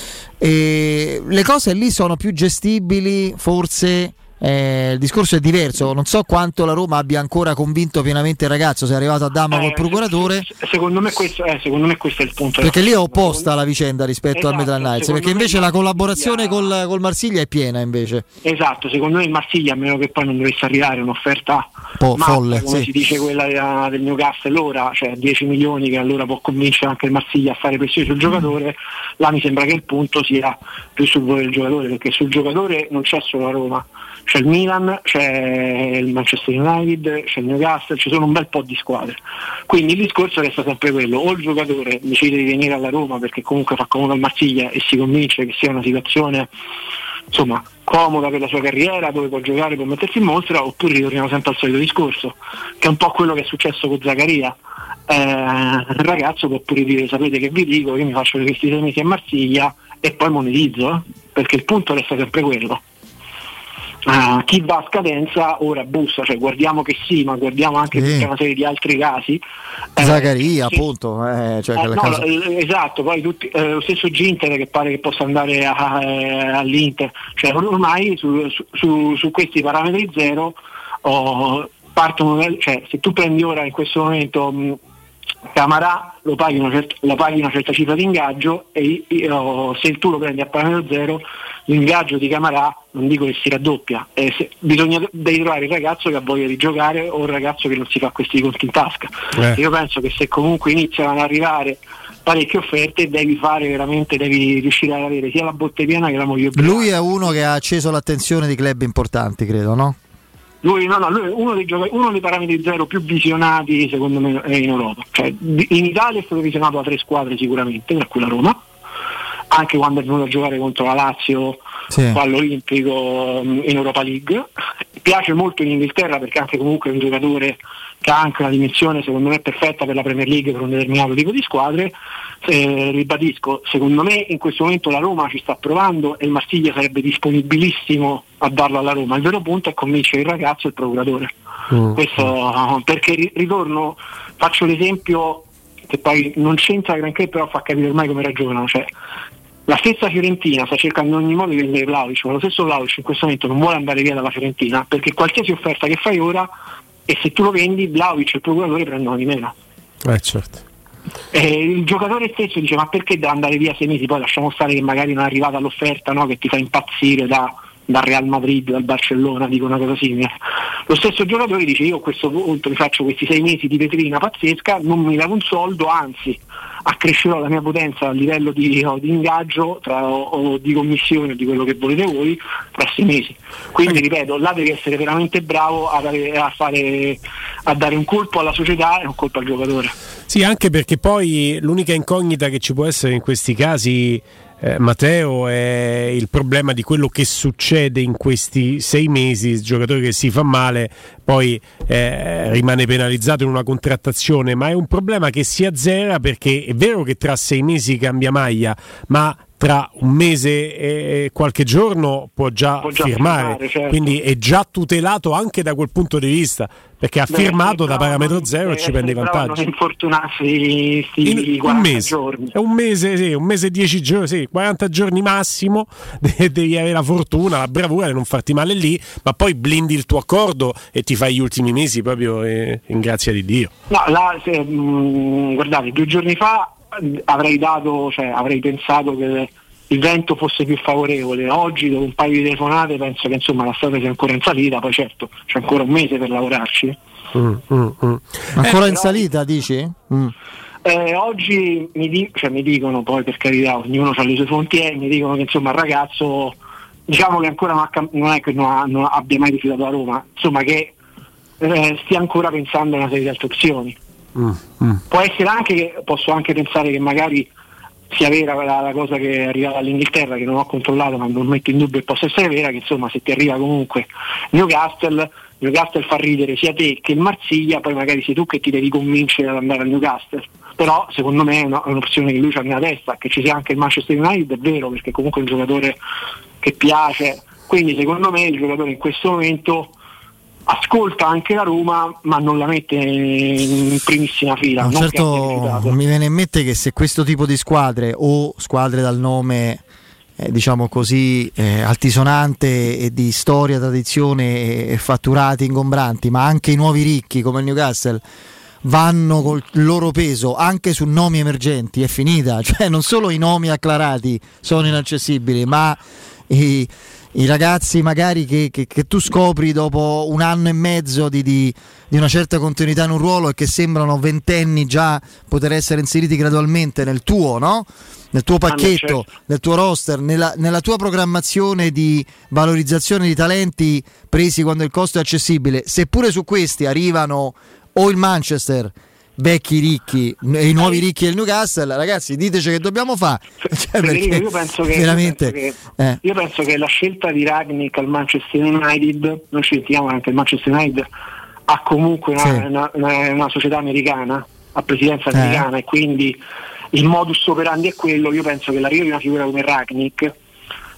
e le cose lì sono più gestibili forse. Eh, il discorso è diverso, non so quanto la Roma abbia ancora convinto pienamente il ragazzo, se è arrivato a Dama eh, col procuratore. Secondo me questo, eh, secondo me questo è il punto, perché lì è opposta la vicenda rispetto esatto, al Maitland Niles, perché invece la collaborazione col, col Marsiglia è piena invece. Esatto, secondo me il Marsiglia, a meno che poi non dovesse arrivare un'offerta po' mazza, folle, come sì. si dice quella della, del Newcastle ora, cioè dieci milioni, che allora può convincere anche il Marsiglia a fare pressione sul giocatore. Là mi sembra che il punto sia più sul valore del giocatore, perché sul giocatore non c'è solo la Roma, c'è il Milan, c'è il Manchester United, c'è il Newcastle, ci sono un bel po' di squadre. Quindi il discorso resta sempre quello: o il giocatore decide di venire alla Roma perché comunque fa comodo al Marsiglia e si convince che sia una situazione insomma comoda per la sua carriera, dove può giocare, può mettersi in mostra, oppure ritorniamo sempre al solito discorso, che è un po' quello che è successo con Zaccaria. Eh, il ragazzo può pure dire: sapete che vi dico, io mi faccio questi sei mesi a Marsiglia e poi monetizzo, eh? Perché il punto resta sempre quello. Uh, chi va a scadenza ora bussa, cioè guardiamo che sì, ma guardiamo anche sì. tutta una serie di altri casi. Zaccaria, eh, sì. appunto, eh, cioè eh, no, caso... esatto, poi tutti, eh, lo stesso Ginter che pare che possa andare a, eh, all'Inter, cioè ormai su, su, su, su questi parametri zero oh, partono, cioè se tu prendi ora in questo momento mh, Camarà lo paghi una certa, lo paghi una certa cifra di ingaggio e io, se tu lo prendi a parametro zero l'ingaggio di Camarà non dico che si raddoppia, eh, se, bisogna devi trovare il ragazzo che ha voglia di giocare o il ragazzo che non si fa questi conti in tasca. Eh. Io penso che se comunque iniziano ad arrivare parecchie offerte devi fare veramente, devi riuscire ad avere sia la botte piena che la moglie piena. Lui è uno che ha acceso l'attenzione di club importanti, credo, no? Lui, no, no, lui è uno dei, gioca- uno dei parametri zero più visionati secondo me in Europa, cioè, in Italia è stato visionato da tre squadre sicuramente, tra cui la Roma, anche quando è venuto a giocare contro la Lazio sì. all'Olimpico in Europa League. Piace molto in Inghilterra perché anche comunque è un giocatore che ha anche una dimensione secondo me perfetta per la Premier League, per un determinato tipo di squadre. Eh, ribadisco, secondo me in questo momento la Roma ci sta provando e il Marsiglia sarebbe disponibilissimo a darlo alla Roma. Il vero punto è convincere il ragazzo e il procuratore. Mm. Questo perché ritorno, faccio l'esempio che poi non c'entra granché, però fa capire ormai come ragionano, cioè la stessa Fiorentina sta cercando in ogni modo di vendere Vlahovic, ma lo stesso Vlahovic in questo momento non vuole andare via dalla Fiorentina perché qualsiasi offerta che fai ora, e se tu lo vendi Vlahovic e il procuratore prendono di meno. Eh certo. E il giocatore stesso dice ma perché deve andare via sei mesi, poi lasciamo stare che magari non è arrivata l'offerta, no, che ti fa impazzire da dal Real Madrid, dal Barcellona, dico una cosa simile. Lo stesso giocatore dice io a questo punto mi faccio questi sei mesi di vetrina pazzesca, non mi levo un soldo, anzi accrescerò la mia potenza a livello di, o, di ingaggio tra, o, o di commissione o di quello che volete voi tra sei mesi. Quindi ripeto, là devi essere veramente bravo a dare, a fare, a dare un colpo alla società e un colpo al giocatore. Sì, anche perché poi l'unica incognita che ci può essere in questi casi, Eh, Matteo, è il problema di quello che succede in questi sei mesi. Il giocatore che si fa male poi eh, rimane penalizzato in una contrattazione, ma è un problema che si azzera perché è vero che tra sei mesi cambia maglia, ma tra un mese e qualche giorno può già, può già firmare, firmare certo. Quindi è già tutelato anche da quel punto di vista perché ha Beh, firmato sì, da parametro zero e ci prende i vantaggi. Non infortunarsi in un mese, giorni. È un mese, sì, un mese e dieci giorni, sì, quaranta giorni massimo. Devi avere la fortuna, la bravura di non farti male lì, ma poi blindi il tuo accordo e ti fai gli ultimi mesi proprio eh, in grazia di Dio. No, là, se, mh, guardate, due giorni fa avrei dato, cioè avrei pensato che il vento fosse più favorevole. Oggi dopo un paio di telefonate penso che insomma la strada sia ancora in salita, poi certo c'è ancora un mese per lavorarci. Mm, mm, mm. Ancora eh, in però, salita dici? Mm. Eh, oggi mi, di- cioè, mi dicono, poi per carità ognuno ha le sue fonti, e mi dicono che insomma il ragazzo diciamo che ancora non, ha cam- non è che non, ha, non abbia mai rifiutato la Roma, insomma che eh, stia ancora pensando a una serie di altre opzioni. Mm, mm. Può essere anche che posso anche pensare che magari sia vera la, la cosa che è arrivata dall'Inghilterra, che non ho controllato ma non metto in dubbio che possa essere vera, che insomma se ti arriva comunque Newcastle, Newcastle fa ridere sia te che il Marsiglia, poi magari sei tu che ti devi convincere ad andare al Newcastle. Però secondo me è, una, è un'opzione che lui c'ha nella testa. Che ci sia anche il Manchester United è vero, perché comunque è un giocatore che piace, quindi secondo me il giocatore in questo momento ascolta anche la Roma ma non la mette in primissima fila. No, non certo, mi viene in mente che se questo tipo di squadre o squadre dal nome eh, diciamo così eh, altisonante e di storia, tradizione e fatturati ingombranti, ma anche i nuovi ricchi come il Newcastle vanno col loro peso anche su nomi emergenti, è finita, cioè non solo i nomi acclarati sono inaccessibili, ma i i ragazzi magari che, che, che tu scopri dopo un anno e mezzo di, di, di una certa continuità in un ruolo e che sembrano ventenni già poter essere inseriti gradualmente nel tuo, no? Nel tuo pacchetto, nel tuo roster, nella, nella tua programmazione di valorizzazione di talenti presi quando il costo è accessibile. Seppure su questi arrivano o il Manchester, vecchi ricchi e i nuovi ricchi del Newcastle, ragazzi, diteci che dobbiamo fare. Cioè, Federico, io penso che, veramente, io penso che, eh. io penso che la scelta di Rangnick al Manchester United, non ci sentiamo anche il Manchester United ha comunque una, sì. una, una, una società americana, a presidenza eh. americana, e quindi il modus operandi è quello. Io penso che l'arrivo di una figura come Rangnick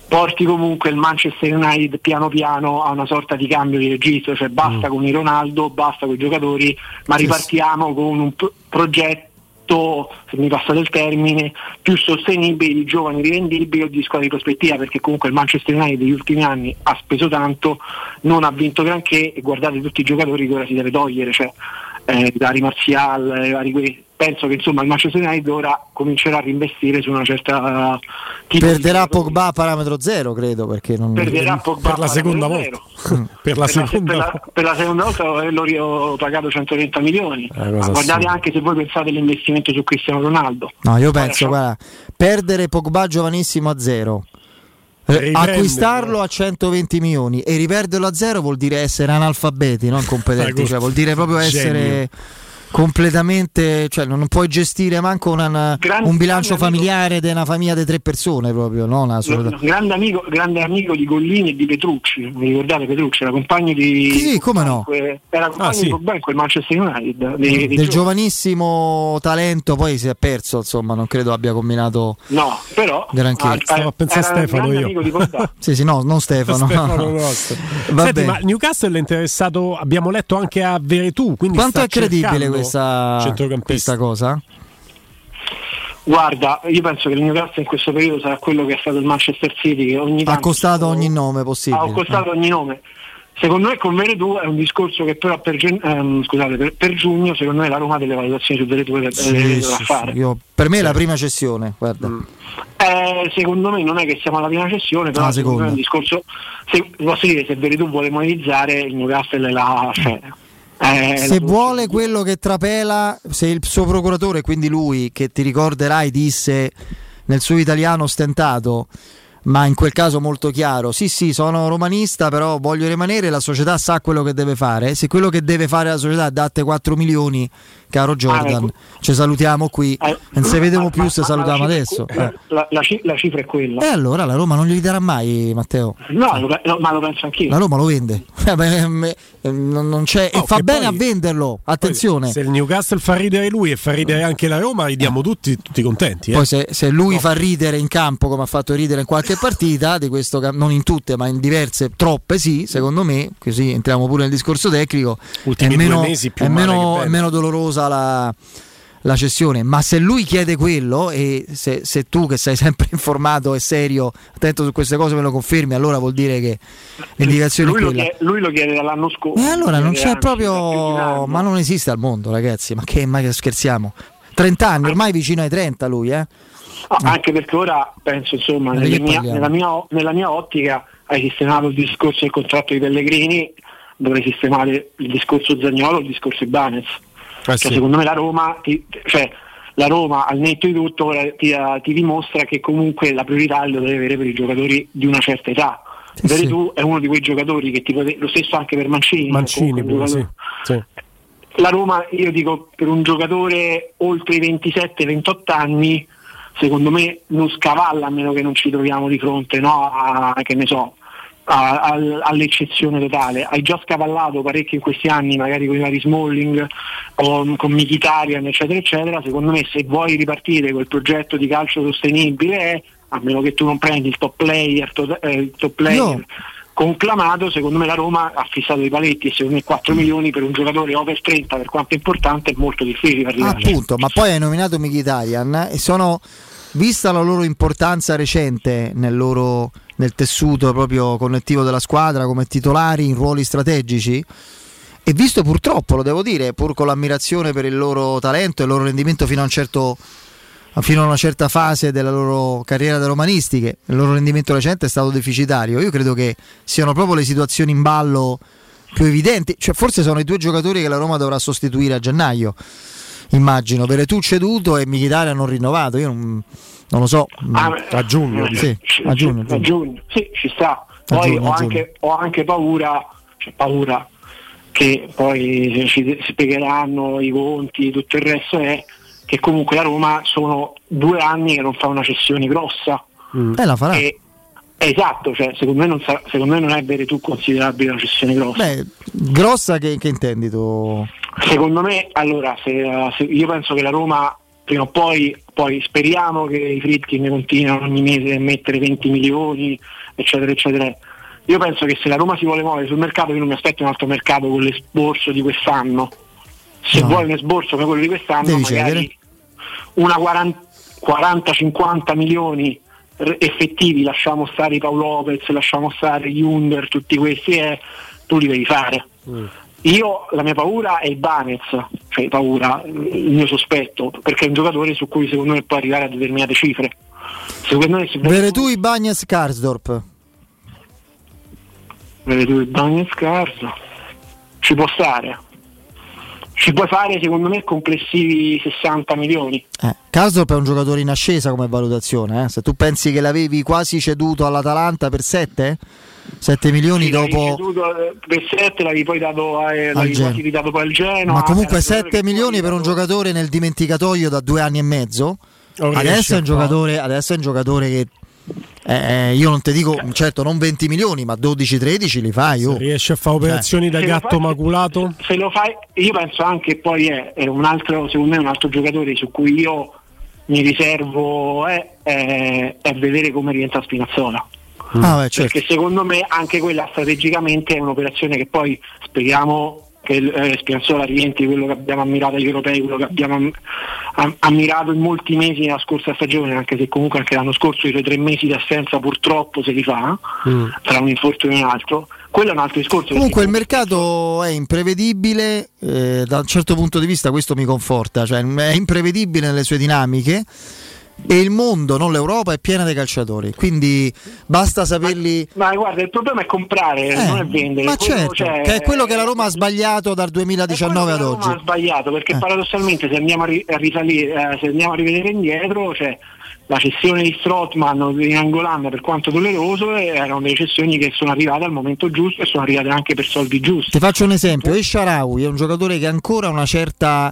porti comunque il Manchester United piano piano a una sorta di cambio di registro, cioè basta mm. con i Ronaldo, basta con i giocatori, ma ripartiamo con un p- progetto, se mi passate il termine, più sostenibile, di giovani rivendibili o di squadre di prospettiva, perché comunque il Manchester United negli ultimi anni ha speso tanto, non ha vinto granché, e guardate tutti i giocatori che ora si deve togliere, cioè eh, Dari Martial, eh, vari quelli. Penso che insomma il Manchester United ora comincerà a reinvestire su una certa uh, tipo perderà Pogba a parametro zero, credo, perché non perderà Pogba per la seconda volta per, la per, seconda... La, per, la, per la seconda volta l'ho pagato centotrenta milioni. Eh, guardate anche se voi pensate all'investimento su Cristiano Ronaldo. No, io penso, guarda, perdere Pogba giovanissimo a zero, eh, acquistarlo a centoventi milioni e riperderlo a zero vuol dire essere analfabeti, non competenti, cioè vuol dire proprio essere genio. Completamente, cioè non puoi gestire manco una, grande, un bilancio familiare di una famiglia di tre persone proprio, no? Una grande amico, grande amico di Gollini e di Petrucci, mi ricordate Petrucci? Era compagno di sì, sì, come no? Era compagno ah, sì. di Pogba in quel Manchester United dei, dei del giovani. Giovanissimo talento, poi si è perso, insomma, non credo abbia combinato no, però granché. Ah, stavo a pensare a Stefano io. sì, sì, no, non Stefano. Stefano Senti, ma Newcastle è interessato, abbiamo letto anche a Veretù, quindi quanto sta è credibile cercando... Questa, questa cosa? Guarda, io penso che il Newcastle in questo periodo sarà quello che è stato il Manchester City, che ogni tanto ha costato ogni nome possibile. Ha costato eh. ogni nome. Secondo me con Veretù è un discorso che però per, ehm, scusate, per, per giugno secondo me la Roma delle valutazioni su Veretù deve sì, sì, fare. Sì, io, per me è la prima cessione, guarda. Mm. Eh, secondo me non è che siamo alla prima cessione, però ah, secondo me è un discorso, se, posso dire, se Veretù vuole monetizzare il Newcastle è la cioè, Eh, se vuole quello che trapela, se il suo procuratore, quindi lui, che ti ricorderai disse nel suo italiano stentato, ma in quel caso molto chiaro, sì sì sono romanista però voglio rimanere, la società sa quello che deve fare, se quello che deve fare la società è date quattro milioni, caro Jordan, ah, ci salutiamo qui, eh, non se vediamo più, se salutiamo adesso eh. la, la, la cifra è quella, e eh, allora la Roma non glieli darà mai, Matteo? No, lo, lo, ma lo penso anch'io, la Roma lo vende non, non c'è, no, e fa bene poi, a venderlo, attenzione, se il Newcastle fa ridere lui e fa ridere anche la Roma, gli diamo tutti, tutti contenti, eh. Poi se, se lui no. fa ridere in campo come ha fatto ridere in qualche partita di questo, non in tutte ma in diverse, troppe sì, secondo me, così entriamo pure nel discorso tecnico, ultimi è meno, due mesi più è, meno, che è meno dolorosa la, la cessione, ma se lui chiede quello e se, se tu che sei sempre informato e serio, attento su queste cose, me lo confermi, allora vuol dire che l'indicazione lui è quella. Lo chiede, lui lo chiede dall'anno scorso, e allora non c'è proprio, ma non esiste al mondo, ragazzi, ma che, ma che scherziamo, trenta anni, ormai vicino ai trenta lui, eh No, anche perché ora penso, insomma, nella mia, nella, mia, nella mia ottica hai sistemato il discorso del contratto di Pellegrini, dovrei sistemare il discorso Zaniolo, il discorso Ibanez. Eh cioè, sì. Secondo me la Roma, ti, cioè, la Roma al netto di tutto ora ti, ti dimostra che comunque la priorità lo deve avere per i giocatori di una certa età. Sì, sì. Tu è uno di quei giocatori che ti pote, lo stesso anche per Mancini. Mancini pure, sì. Sì. La Roma, io dico, per un giocatore oltre i ventisette ventotto anni, secondo me non scavalla, a meno che non ci troviamo di fronte, no, a, che ne so, a, a, all'eccezione totale. Hai già scavallato parecchio in questi anni, magari con i vari Smalling o con Mkhitaryan eccetera eccetera. Secondo me se vuoi ripartire col progetto di calcio sostenibile, a meno che tu non prendi il top player, to, eh, il top player no. conclamato, secondo me la Roma ha fissato i paletti e secondo me quattro milioni per un giocatore over trenta, per quanto importante, è molto difficile per arrivare. Appunto, ma poi hai nominato Mkhitaryan e sono, vista la loro importanza recente nel loro nel tessuto proprio connettivo della squadra come titolari in ruoli strategici, e visto purtroppo, lo devo dire, pur con l'ammirazione per il loro talento e il loro rendimento fino a un certo fino a una certa fase della loro carriera da romanisti, che il loro rendimento recente è stato deficitario, io credo che siano proprio le situazioni in ballo più evidenti, cioè forse sono i due giocatori che la Roma dovrà sostituire a gennaio, immagino, Veretù ceduto e Mkhitaryan non rinnovato, io non, non lo so, ah, a giugno, sì, a giugno, a giugno, sì, ci sta. Poi giugno, ho, anche, ho anche paura, cioè paura che poi ci spiegheranno i conti, tutto il resto, è che comunque la Roma sono due anni che non fa una cessione grossa. Mm. Eh, la farà. E, esatto, cioè secondo me non sa, secondo me non è Veretù considerabile una cessione grossa. Beh, grossa che, che intendi tu? Secondo me, allora, se, se io penso che la Roma prima o poi, poi speriamo che i Friedkin continuino ogni mese a mettere venti milioni, eccetera, eccetera. Io penso che se la Roma si vuole muovere sul mercato, io non mi aspetto un altro mercato con l'esborso di quest'anno. Se No. vuole un esborso come quello di quest'anno, Devi magari cedere. una quaranta cinquanta milioni r- effettivi, lasciamo stare i Paolo Lopez, lasciamo stare gli Under, tutti questi, eh, tu li devi fare. Mm. Io la mia paura è Ibanez, cioè paura, il mio sospetto, perché è un giocatore su cui secondo me può arrivare a determinate cifre. Secondo me se Veretù, Ibañez, Karsdorp. Veretù, Ibanez, Carso ci può stare. Ci puoi fare secondo me complessivi sessanta milioni. Eh, Karsdorp è un giocatore in ascesa come valutazione, eh? Se tu pensi che l'avevi quasi ceduto all'Atalanta per sette sette milioni Sì, dopo l'avevi ceduto, eh, per sette l'avevi poi dato a, eh, l'avevi Genoa. quasi ridato poi al Genoa. ma comunque Era un sette giocatore che milioni per un giocatore nel dimenticatoio da due anni e mezzo. Non riesce Adesso è a un giocatore, adesso è un giocatore che eh, io non ti dico, certo non venti milioni, ma dodici tredici li fai. Oh. Riesce a fare operazioni da Se lo gatto fai- maculato? Se lo fai, io penso anche poi è, è un altro, secondo me un altro giocatore su cui io mi riservo è, è, è vedere come rientra Spinazzola. Ah, beh, certo. Perché secondo me anche quella strategicamente è un'operazione che poi speriamo che eh, Spinazzola rientri quello che abbiamo ammirato agli europei, quello che abbiamo am- am- ammirato in molti mesi nella scorsa stagione, anche se comunque anche l'anno scorso i suoi tre mesi di assenza purtroppo se li fa, Mm. tra un infortunio e un altro. Quello è un altro discorso. Comunque il perché- mercato è imprevedibile, eh, da un certo punto di vista questo mi conforta, cioè è imprevedibile nelle sue dinamiche e il mondo, non l'Europa, è piena di calciatori, quindi basta saperli. Ma guarda, il problema è comprare, Eh, non è vendere. ma Quello, certo, cioè, che è quello che la Roma ha sbagliato dal duemiladiciannove ad la oggi. Roma ha sbagliato perché Eh. paradossalmente se andiamo a, ri- a risalire, eh, se andiamo a rivedere indietro, cioè la cessione di Strootman in Angolan, per quanto doloroso, eh, erano delle cessioni che sono arrivate al momento giusto e sono arrivate anche per soldi giusti. Ti faccio un esempio, El Shaarawy è un giocatore che ancora ha una certa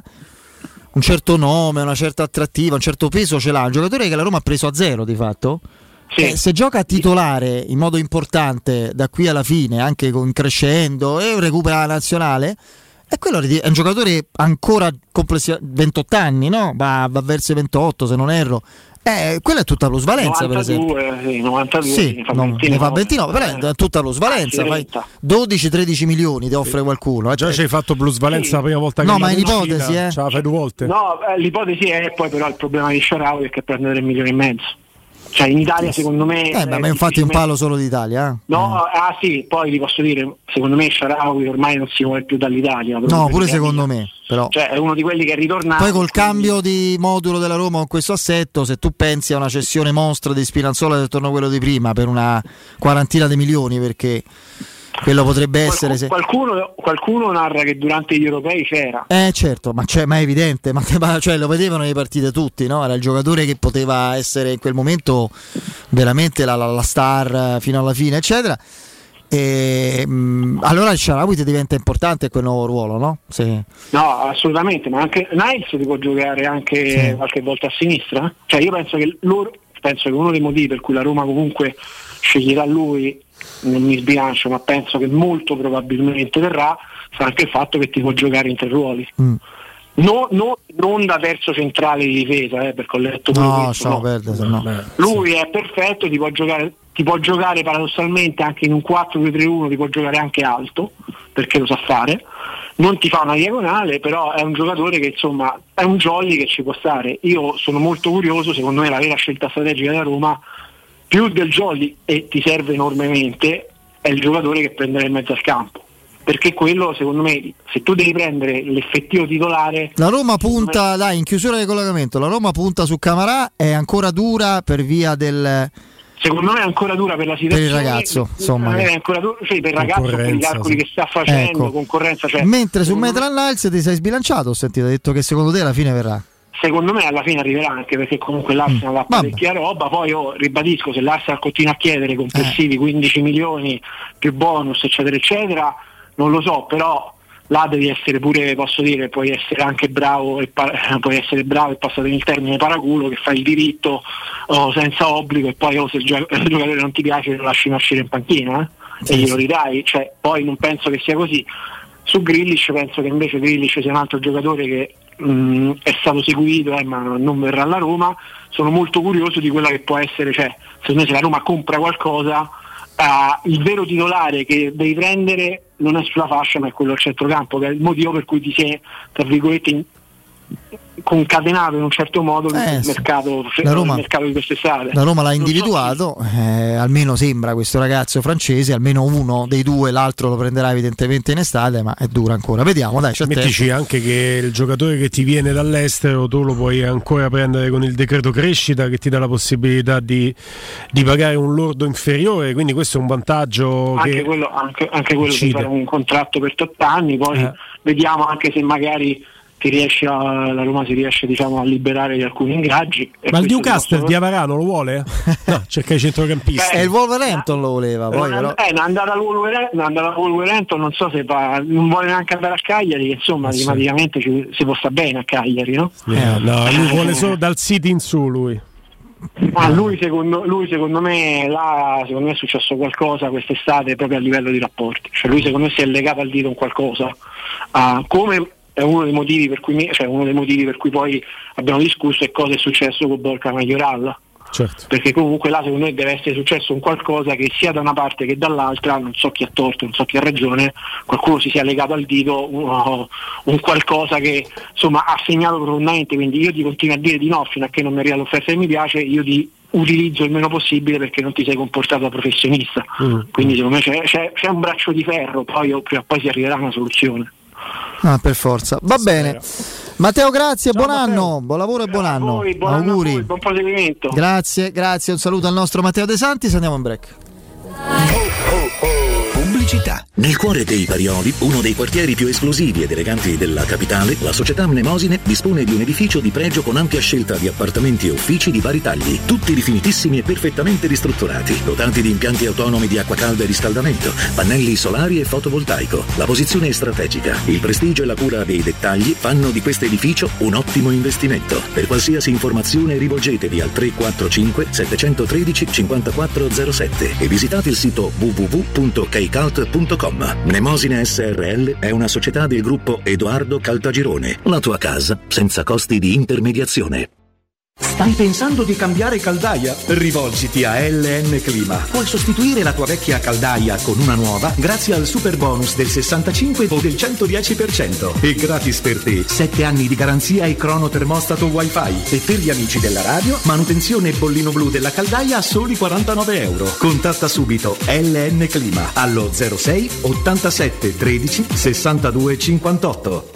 un certo nome, una certa attrattiva, un certo peso ce l'ha, un giocatore che la Roma ha preso a zero di fatto. Sì. Eh, se gioca a titolare in modo importante da qui alla fine, anche con crescendo e recupera la nazionale, e quello è un giocatore ancora complessivo, ventotto anni, no? Va, va verso i ventotto se non erro. Eh, quella è tutta plusvalenza, per esempio. novantadue, sì, novantadue, Sì, ne fa no, ventinove, ne fa ventinove, però è tutta plusvalenza. Ah, Fai trenta. dodici tredici milioni ti offre qualcuno. eh. Già ci hai fatto plusvalenza Sì. la prima volta che No, ma andate è in l'ipotesi, uscita, eh. ce la fai due volte. No, eh, l'ipotesi è poi però il problema di Shaarawy è che prende tre milioni e mezzo. Cioè in Italia secondo me... Eh, ma ma infatti è un palo solo d'Italia. Eh. No, ah sì, poi vi posso dire, secondo me Shaarawy ormai non si muove più dall'Italia. No, pure secondo me, però. Cioè è uno di quelli che è ritornato. Poi col cambio di modulo della Roma con questo assetto, se tu pensi a una cessione mostra di Spinazzola attorno a quello di prima per una quarantina di milioni, perché quello potrebbe essere se... Qualcuno, qualcuno narra che durante gli europei c'era. Eh certo, ma, cioè, ma è evidente, ma, ma cioè, lo vedevano le partite tutti, no? Era il giocatore che poteva essere in quel momento veramente la, la, la star fino alla fine, eccetera. E, mh, allora il Shaarawy ti diventa importante quel nuovo ruolo, no? Sì. No, assolutamente, ma anche Niles ti può giocare anche Sì. qualche volta a sinistra. Cioè io penso che loro, penso che uno dei motivi per cui la Roma comunque sceglierà lui, non mi sbilancio, ma penso che molto probabilmente verrà, sarà anche il fatto che ti può giocare in tre ruoli. Mm. No, no, non da terzo centrale di difesa, eh, perché ho letto pure No, questo, lasciamo no. perdere, se no. Lui è perfetto, ti può giocare, ti può giocare paradossalmente anche in un quattro due tre uno, ti può giocare anche alto, perché lo sa fare. Non ti fa una diagonale, però è un giocatore che insomma è un jolly che ci può stare. Io sono molto curioso, secondo me la vera scelta strategica della Roma, più del jolly, e ti serve enormemente, è il giocatore che prenderà in mezzo al campo. Perché quello, secondo me, se tu devi prendere l'effettivo titolare... La Roma punta, dai, in chiusura del collegamento, la Roma punta su Camarà, è ancora dura per via del... Secondo me è ancora dura per la situazione. Per il ragazzo, insomma. È ancora dura, sì, per il ragazzo, per i calcoli sì. che sta facendo, Ecco. concorrenza. Cioè, Mentre su secondo Maitland Niles ti sei sbilanciato, ho sentito, hai detto che secondo te alla fine verrà. Secondo me alla fine arriverà, anche perché comunque l'Arsenal Mm. ha parecchia roba. Poi io ribadisco, se l'Arsenal continua a chiedere complessivi Eh. quindici milioni più bonus eccetera eccetera, non lo so, però là devi essere pure, posso dire, puoi essere anche bravo e pa- puoi essere bravo e passate il termine paraculo, che fai il diritto oh, senza obbligo, e poi oh, se il, gio- il giocatore non ti piace lo lasci nascere in panchina, eh? Sì, E glielo sì. ridai, cioè, poi non penso che sia così. Su Grealish penso che invece Grealish sia un altro giocatore che mh, è stato seguito eh, ma non verrà alla Roma. Sono molto curioso di quella che può essere, cioè secondo me se la Roma compra qualcosa, uh, il vero titolare che devi prendere non è sulla fascia ma è quello al centrocampo, che è il motivo per cui ti sei, tra virgolette, in, concatenato in un certo modo eh, il, sì. mercato, la Roma, il mercato di quest'estate. La Roma l'ha non individuato, so. eh, almeno sembra questo ragazzo francese, almeno uno dei due, l'altro lo prenderà evidentemente in estate, ma è dura ancora. Vediamo, dai, c'è mettici tempo. Anche che il giocatore che ti viene dall'estero tu lo puoi ancora prendere con il decreto crescita che ti dà la possibilità di, di pagare un lordo inferiore, quindi questo è un vantaggio Anche che quello, anche, anche quello di fare un contratto per otto anni, poi eh. vediamo anche se magari ti riesce a, la Roma si riesce, diciamo, a liberare di alcuni ingaggi. Ma il Newcastle di Avarano lo vuole? No, cerca i centrocampisti. E il Wolverhampton lo voleva, poi non, però. Eh, è andata al Wolverhampton, Wolverhampton, non so se va, non vuole neanche andare a Cagliari, insomma, sì. Matematicamente ci, si può sta bene a Cagliari, no? Eh, no, lui vuole solo dal City in su, lui. Ma lui secondo, lui secondo me là secondo me è successo qualcosa quest'estate proprio a livello di rapporti, cioè lui secondo me si è legato al dito in qualcosa, uh, come è uno dei motivi per cui me, cioè uno dei motivi per cui poi abbiamo discusso è cosa è successo con Borca Majoral. Certo. Perché comunque là secondo me deve essere successo un qualcosa che sia da una parte che dall'altra, non so chi ha torto, non so chi ha ragione, qualcuno si sia legato al dito un, un qualcosa che insomma ha segnato profondamente, quindi io ti continuo a dire di no fino a che non mi arriva l'offerta che mi piace, io ti utilizzo il meno possibile perché non ti sei comportato da professionista, mm. quindi secondo me c'è, c'è, c'è un braccio di ferro, poi prima o poi si arriverà a una soluzione. Ah, per forza. Va bene. Matteo, grazie, ciao, buon Matteo. Anno, buon lavoro e buon ciao anno. Voi, buon auguri. Anno a voi, buon proseguimento. Grazie, grazie. Un saluto al nostro Matteo De Santis. Andiamo in break. Pubblicità. Nel cuore dei Parioli, uno dei quartieri più esclusivi ed eleganti della capitale, la società Mnemosine dispone di un edificio di pregio con ampia scelta di appartamenti e uffici di vari tagli, tutti rifinitissimi e perfettamente ristrutturati, dotati di impianti autonomi di acqua calda e riscaldamento, pannelli solari e fotovoltaico. La posizione è strategica, il prestigio e la cura dei dettagli fanno di questo edificio un ottimo investimento. Per qualsiasi informazione rivolgetevi al tre quattro cinque sette uno tre cinque quattro zero sette e visitate il sito w w w punto keycult punto com. Mnemosine S R L è una società del gruppo Edoardo Caltagirone. La tua casa senza costi di intermediazione. Stai pensando di cambiare caldaia? Rivolgiti a L N Clima. Puoi sostituire la tua vecchia caldaia con una nuova grazie al super bonus del sessantacinque o del centodieci per cento. E gratis per te sette anni di garanzia e crono termostato wifi. E per gli amici della radio, manutenzione e bollino blu della caldaia a soli quarantanove euro. Contatta subito L N Clima allo zero sei ottantasette tredici sessantadue cinquantotto.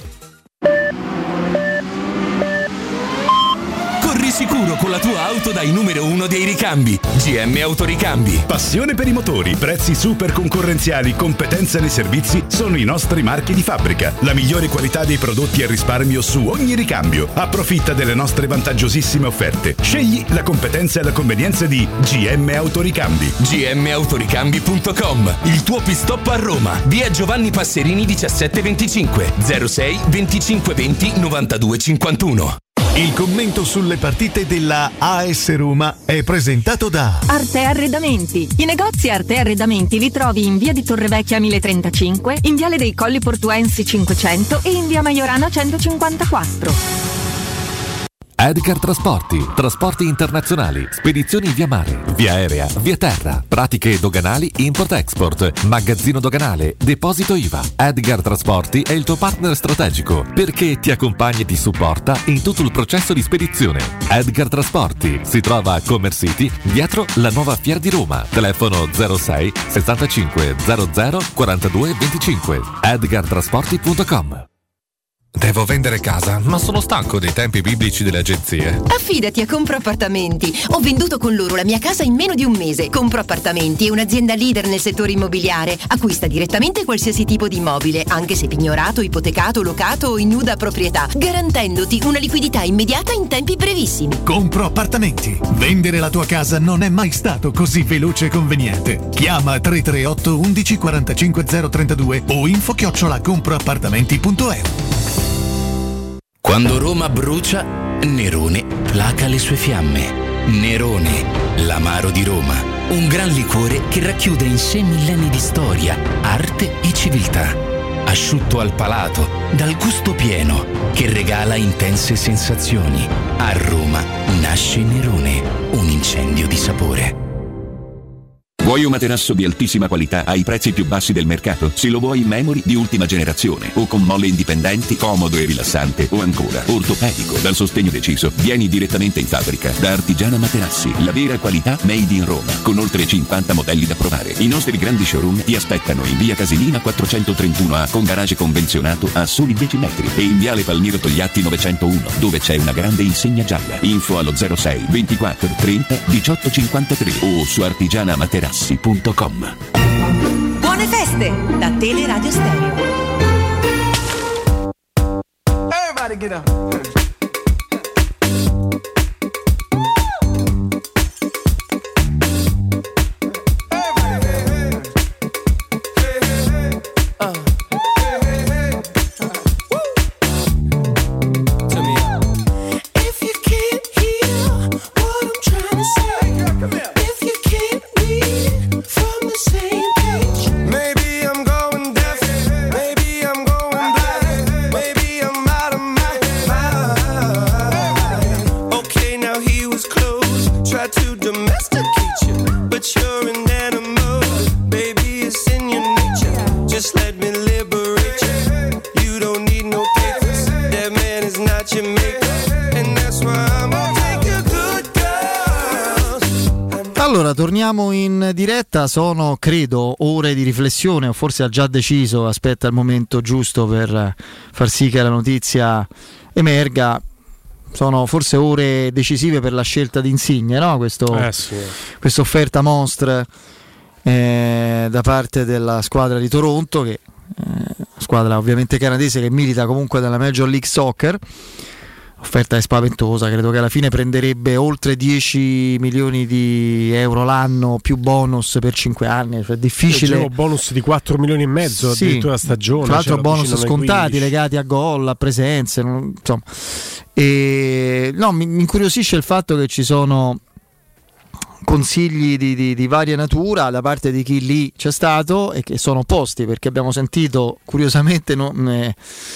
Sicuro con la tua auto dai numero uno dei ricambi. G M Autoricambi. Passione per i motori, prezzi super concorrenziali, competenza nei servizi sono i nostri marchi di fabbrica. La migliore qualità dei prodotti e risparmio su ogni ricambio. Approfitta delle nostre vantaggiosissime offerte. Scegli la competenza e la convenienza di G M Autoricambi. G M Autoricambi punto com. Il tuo pit-stop a Roma. Via Giovanni Passerini diciassette venticinque zero sei venticinque venti novantadue cinquantuno. Il commento sulle partite della A S Roma è presentato da Arte Arredamenti. I negozi Arte Arredamenti li trovi in via di Torrevecchia mille trentacinque, in viale dei Colli Portuensi cinquecento e in via Maiorana centocinquantaquattro. Edgar Trasporti, trasporti internazionali, spedizioni via mare, via aerea, via terra, pratiche doganali, import-export, magazzino doganale, deposito I V A. Edgar Trasporti è il tuo partner strategico perché ti accompagna e ti supporta in tutto il processo di spedizione. Edgar Trasporti si trova a Commerce City, dietro la nuova Fiera di Roma. Telefono zero sei sessantacinque zero zero quarantadue venticinque. edgar trasporti punto com. Devo vendere casa, ma sono stanco dei tempi biblici delle agenzie. Affidati a Compro Appartamenti. Ho venduto con loro la mia casa in meno di un mese. Compro Appartamenti è un'azienda leader nel settore immobiliare. Acquista direttamente qualsiasi tipo di immobile, anche se pignorato, ipotecato, locato o in nuda proprietà, garantendoti una liquidità immediata in tempi brevissimi. Compro Appartamenti. Vendere la tua casa non è mai stato così veloce e conveniente. Chiama tre tre otto undici quarantacinque zero trentadue o info chiocciola comproappartamenti punto e u. Quando Roma brucia, Nerone placa le sue fiamme. Nerone, l'amaro di Roma. Un gran liquore che racchiude in sé millenni di storia, arte e civiltà. asciutto al palato, dal gusto pieno, che regala intense sensazioni. A Roma nasce Nerone, un incendio di sapore. Vuoi un materasso di altissima qualità ai prezzi più bassi del mercato? Se lo vuoi in memory di ultima generazione o con molle indipendenti, comodo e rilassante, o ancora ortopedico dal sostegno deciso, vieni direttamente in fabbrica da Artigiana Materassi, la vera qualità made in Roma, con oltre cinquanta modelli da provare. I nostri grandi showroom ti aspettano in via Casilina quattrocentotrentuno A con garage convenzionato a soli dieci metri e in viale Palmiro Togliatti novecentouno, dove c'è una grande insegna gialla. Info allo zero sei ventiquattro trenta diciotto cinquantatré o su artigianamaterassi punto com. Buone feste da Teleradio Stereo. Everybody get up. Allora, torniamo in diretta, sono credo ore di riflessione, o forse ha già deciso, aspetta il momento giusto per far sì che la notizia emerga. Sono forse ore decisive per la scelta di Insigne, no? Questo, eh sì. Questa offerta monstre eh, da parte della squadra di Toronto, che eh, squadra ovviamente canadese che milita comunque nella Major League Soccer. Offerta è spaventosa, credo che alla fine prenderebbe oltre dieci milioni di euro l'anno più bonus per cinque anni, cioè è difficile. Leggevo bonus di quattro milioni e mezzo sì, addirittura a stagione. Tra l'altro cioè bonus scontati legati a gol, a presenze, non, insomma. E, no, mi, mi incuriosisce il fatto che ci sono consigli di, di, di varia natura da parte di chi lì c'è stato e che sono opposti, perché abbiamo sentito curiosamente non, eh,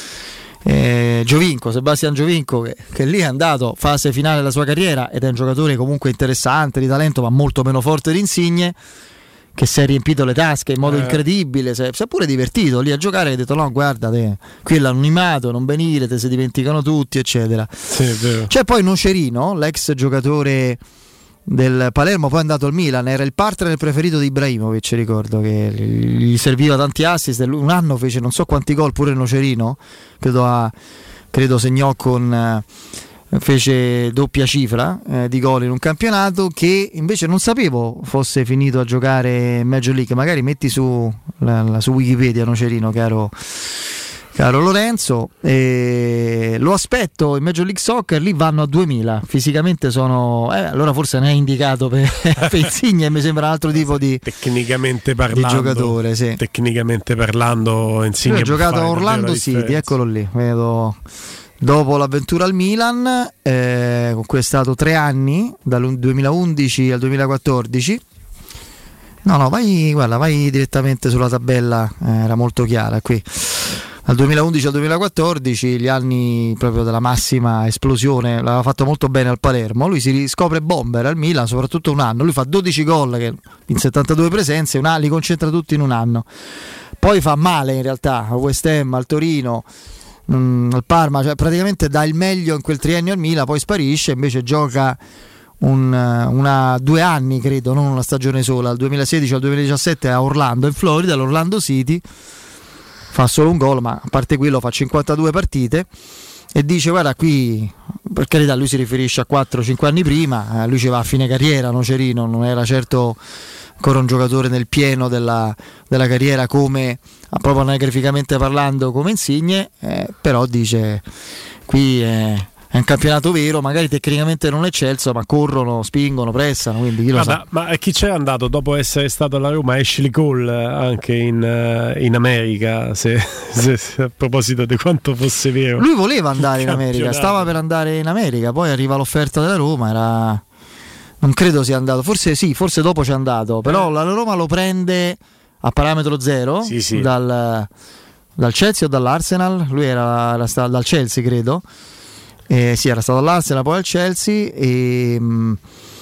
Eh, Giovinco, Sebastian Giovinco che, che lì è andato fase finale della sua carriera ed è un giocatore comunque interessante di talento, ma molto meno forte di Insigne, che si è riempito le tasche in modo eh. incredibile, si è, si è pure divertito lì a giocare, che ha detto no guarda te, qui è l'anonimato, non venire, te si dimenticano tutti eccetera. Sì, è vero. C'è poi Nocerino, l'ex giocatore del Palermo, poi è andato al Milan, era il partner preferito di Ibrahimovic, ricordo che gli serviva tanti assist, un anno fece non so quanti gol pure Nocerino, credo, a, credo segnò con fece doppia cifra eh, di gol in un campionato, che invece non sapevo fosse finito a giocare in Major League. Magari metti su, la, la, su Wikipedia Nocerino, caro Caro Lorenzo, eh, lo aspetto in Major League Soccer, lì vanno a duemila, fisicamente sono, eh, allora forse ne è indicato per, per Insigne, mi sembra un altro tipo di, tecnicamente parlando, di giocatore. Sì. Tecnicamente parlando, Insigne ha giocato a Orlando City, eccolo lì, vedo. Dopo l'avventura al Milan, eh, con cui è stato tre anni, dal duemilaundici al duemilaquattordici. No, no, vai, guarda, vai direttamente sulla tabella, eh, era molto chiara qui. Dal duemilaundici al duemilaquattordici, gli anni proprio della massima esplosione, l'aveva fatto molto bene al Palermo. Lui si riscopre bomber al Milan, soprattutto un anno. Lui fa dodici gol che in settantadue presenze, un anno, li concentra tutti in un anno. Poi fa male in realtà a West Ham, al Torino, mh, al Parma, cioè praticamente dà il meglio in quel triennio al Milan, poi sparisce, invece gioca un, una, due anni credo, non una stagione sola, dal duemilasedici al duemiladiciassette a Orlando, in Florida, all'Orlando City. Fa solo un gol, ma a parte quello fa cinquantadue partite e dice guarda qui, per carità lui si riferisce a quattro cinque anni prima, eh, lui ci va a fine carriera, Nocerino non era certo ancora un giocatore nel pieno della, della carriera come, proprio anagraficamente parlando, come Insigne, eh, però dice qui è, è un campionato vero, magari tecnicamente non eccelso, ma corrono, spingono, pressano, quindi chi lo Guarda, sa. Ma chi c'è andato dopo essere stato alla Roma? Ashley Cole anche in, in America, se, se, se, a proposito di quanto fosse vero. Lui voleva andare in America, stava per andare in America, poi arriva l'offerta della Roma, era... non credo sia andato, forse sì, forse dopo c'è andato, però la Roma lo prende a parametro zero, sì, sì. Dal, dal Chelsea o dall'Arsenal, lui era, era stato dal Chelsea credo, eh, sì era stato all'Arsenal poi al Chelsea e, mh,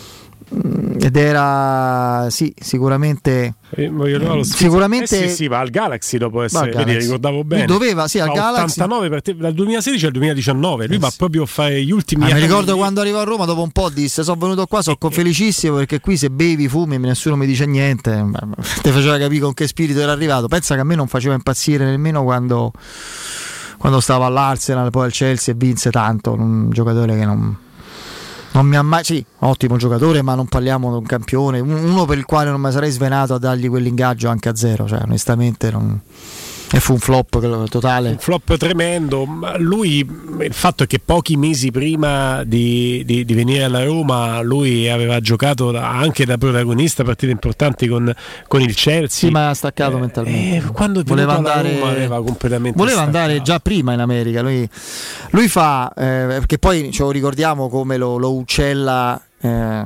ed era sì sicuramente eh, eh, sicuramente eh sì, sì, va al Galaxy dopo essere, Galaxy. Vedi, ricordavo bene, lui doveva sì al fa Galaxy ottantanove partite, dal duemilasedici al duemiladiciannove lui eh, va sì. proprio a fare gli ultimi ah, anni. Mi ricordo quando arrivò a Roma dopo un po' disse sono venuto qua, sono felicissimo perché qui se bevi fumi nessuno mi dice niente, ti faceva capire con che spirito era arrivato. Pensa che a me non faceva impazzire nemmeno quando quando stava all'Arsenal poi al Chelsea e vinse tanto, un giocatore che non Non mi ha mai, sì, ottimo giocatore, ma non parliamo di un campione, uno per il quale non mi sarei svenato a dargli quell'ingaggio anche a zero, cioè onestamente non. E fu un flop totale. Un flop tremendo. Lui, il fatto è che pochi mesi prima di, di, di venire alla Roma, lui aveva giocato da, anche da protagonista partite importanti con, con il Chelsea. Sì, ma ha staccato eh, mentalmente. Eh, quando voleva andare, Roma aveva completamente voleva staccato. andare già prima in America. Lui, lui fa, eh, perché poi ce lo ricordiamo come lo, lo uccella. Eh,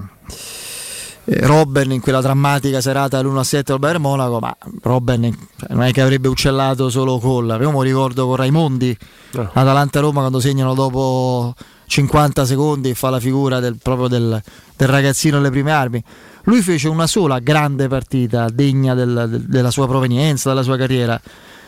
Robben in quella drammatica serata dell'uno a sette al Bayern Monaco, ma Robben cioè, non è che avrebbe uccellato solo Cole. Io mi ricordo con Raimondi no. Atalanta-Roma quando segnano dopo cinquanta secondi e fa la figura del, proprio del, del ragazzino alle prime armi. Lui fece una sola grande partita degna del, del, della sua provenienza, della sua carriera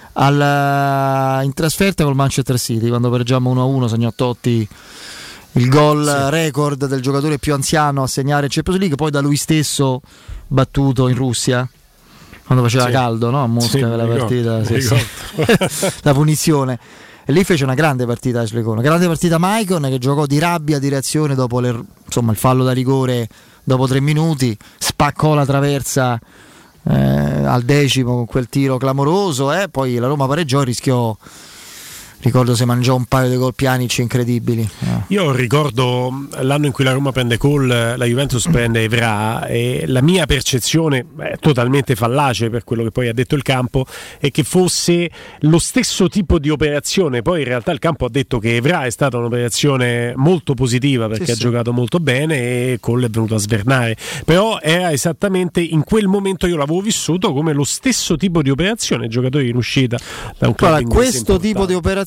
al, in trasferta col Manchester City quando pareggiamo uno a uno, segnò Totti il gol sì. record del giocatore più anziano a segnare in Champions League, poi da lui stesso battuto in Russia quando faceva sì. caldo, no? A Mosca sì, quella partita sì, sì. la punizione, e lì fece una grande partita Ashley Cole, una grande partita Maicon che giocò di rabbia, di reazione dopo le, insomma, il fallo da rigore dopo tre minuti, spaccò la traversa eh, al decimo con quel tiro clamoroso, eh? Poi la Roma pareggiò e rischiò, ricordo se mangiò un paio di gol Pjanic incredibili. Eh. Io ricordo l'anno in cui la Roma prende Cole, la Juventus prende Evra, e la mia percezione è totalmente fallace per quello che poi ha detto il campo è che fosse lo stesso tipo di operazione. Poi in realtà il campo ha detto che Evra è stata un'operazione molto positiva perché sì, ha sì. giocato molto bene e Cole è venuto a svernare, però era esattamente in quel momento, io l'avevo vissuto come lo stesso tipo di operazione, giocatori in uscita da un club allora, inglese questo importante. Tipo di operazione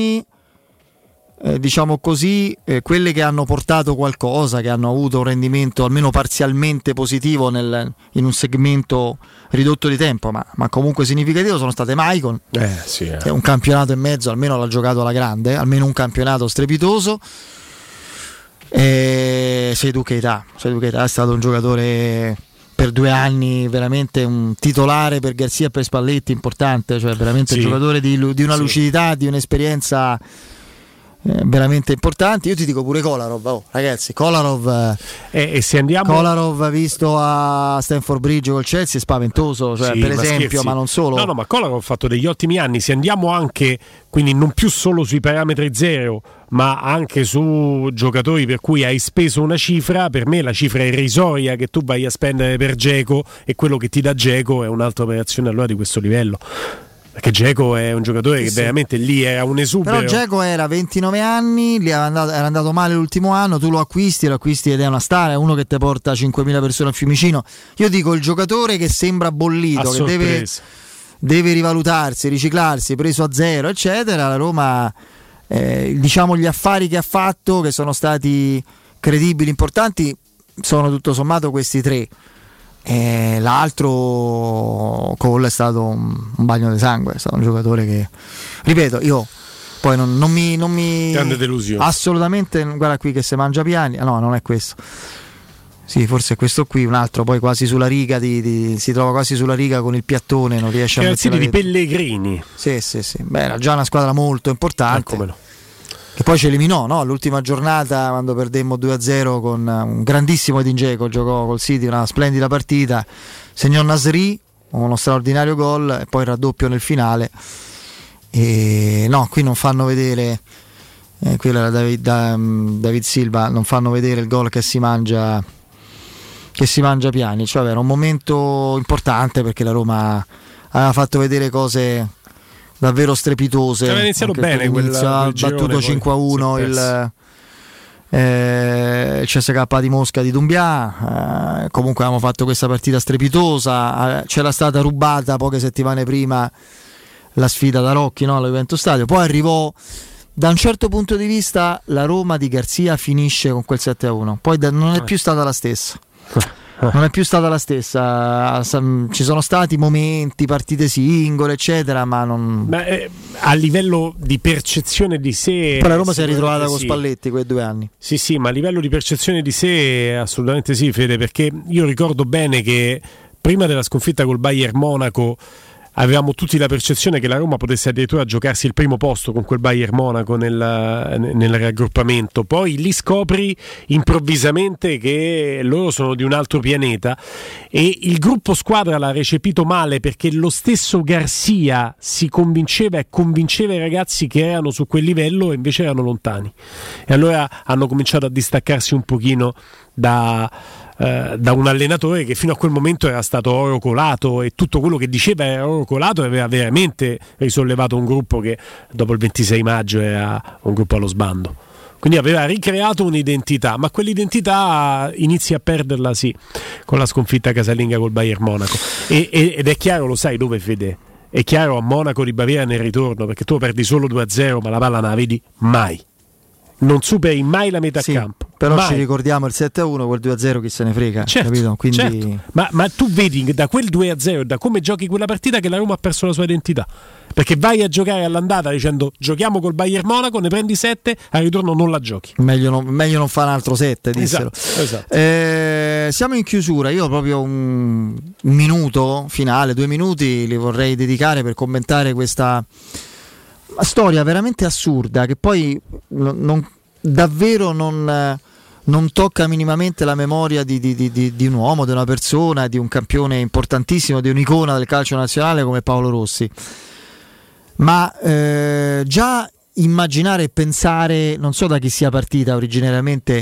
Eh, diciamo così, eh, quelle che hanno portato qualcosa, che hanno avuto un rendimento almeno parzialmente positivo nel, in un segmento ridotto di tempo, ma, ma comunque significativo, sono state Maicon, eh, sì, eh. che un campionato e mezzo almeno l'ha giocato alla grande, almeno un campionato strepitoso, e Seydou Keita. Seydou Keita è stato un giocatore per due anni veramente un titolare per Garzia e per Spalletti importante, cioè veramente sì. un giocatore di, di una lucidità, sì. di un'esperienza eh, veramente importante. Io ti dico pure Kolarov, oh, ragazzi, Kolarov eh, e se andiamo Kolarov visto a Stamford Bridge col Chelsea è spaventoso, cioè, sì, per ma esempio, scherzi. ma non solo. No, no, ma Kolarov ha fatto degli ottimi anni. Se andiamo anche, quindi non più solo sui parametri zero, ma anche su giocatori per cui hai speso una cifra, per me la cifra irrisoria che tu vai a spendere per Dzeko e quello che ti dà Dzeko è un'altra operazione allora di questo livello, perché Dzeko è un giocatore sì, che sì. veramente lì era un esubero. Però Dzeko era ventinove anni, lì era andato, era andato male l'ultimo anno, tu lo acquisti, lo acquisti ed è una star, è uno che ti porta cinquemila persone a Fiumicino. Io dico il giocatore che sembra bollito, che deve, deve rivalutarsi, riciclarsi, preso a zero eccetera. La Roma Eh, diciamo gli affari che ha fatto, che sono stati credibili, importanti, sono tutto sommato questi tre. Eh, l'altro Cole è stato un, un bagno di sangue, è stato un giocatore che, ripeto, io poi non, non mi, non mi grande delusione assolutamente. Guarda qui che se mangia piani, no, non è questo. Sì, forse è questo qui, un altro poi quasi sulla riga di, di, si trova quasi sulla riga con il piattone, non riesce a mettere di Pellegrini. Sì, sì, sì. Beh, era già una squadra molto importante. Eh, come no. Che poi ci eliminò, no? All'ultima giornata quando perdemmo due a zero con un grandissimo Edin Dzeko, giocò col City una splendida partita, segnò Nasri, uno straordinario gol e poi il raddoppio nel finale. E no, qui non fanno vedere eh, quello era David, da, David Silva, non fanno vedere il gol che si mangia che si mangia Pjanic, cioè era un momento importante perché la Roma aveva fatto vedere cose davvero strepitose. Aveva iniziato bene, ha battuto cinque a uno il, eh, il C S K di Mosca di Doumbia, eh, comunque avevamo fatto questa partita strepitosa, eh, c'era stata rubata poche settimane prima la sfida da Rocchi, no, alla Juventus Stadio. Poi arrivò, da un certo punto di vista, la Roma di Garzia finisce con quel sette a uno, poi da, non è più stata la stessa. Non è più stata la stessa, ci sono stati momenti, partite singole eccetera, ma non... Ma, eh, a livello di percezione di sé... Poi la Roma si è ritrovata sì. con Spalletti quei due anni. Sì sì, ma a livello di percezione di sé assolutamente sì, Fede, perché io ricordo bene che prima della sconfitta col Bayern Monaco avevamo tutti la percezione che la Roma potesse addirittura giocarsi il primo posto con quel Bayern Monaco nel, nel raggruppamento. Poi lì scopri improvvisamente che loro sono di un altro pianeta e il gruppo squadra l'ha recepito male, perché lo stesso Garcia si convinceva e convinceva i ragazzi che erano su quel livello e invece erano lontani, e allora hanno cominciato a distaccarsi un pochino da... Uh, da un allenatore che fino a quel momento era stato oro colato, e tutto quello che diceva era oro colato, e aveva veramente risollevato un gruppo che dopo il ventisei maggio era un gruppo allo sbando, quindi aveva ricreato un'identità, ma quell'identità inizia a perderla sì con la sconfitta casalinga col Bayern Monaco, e, e, ed è chiaro, lo sai dove, Fede? È chiaro a Monaco di Baviera nel ritorno, perché tu perdi solo due a zero ma la palla non la vedi mai, non superi mai la metà sì, campo. Però mai. Ci ricordiamo il sette a uno, quel due a zero chi se ne frega, certo, capito? Quindi... certo. Ma, ma tu vedi da quel due a zero, da come giochi quella partita, che la Roma ha perso la sua identità, perché vai a giocare all'andata dicendo giochiamo col Bayern Monaco, ne prendi sette, al ritorno non la giochi. Meglio non, meglio non fare un altro sette, dissero. Esatto, esatto. Eh, siamo in chiusura, io proprio un, un minuto finale, due minuti li vorrei dedicare per commentare questa storia veramente assurda, che poi non, davvero non... non tocca minimamente la memoria di, di, di, di un uomo, di una persona, di un campione importantissimo, di un'icona del calcio nazionale come Paolo Rossi. Ma eh, già immaginare e pensare, non so da chi sia partita originariamente,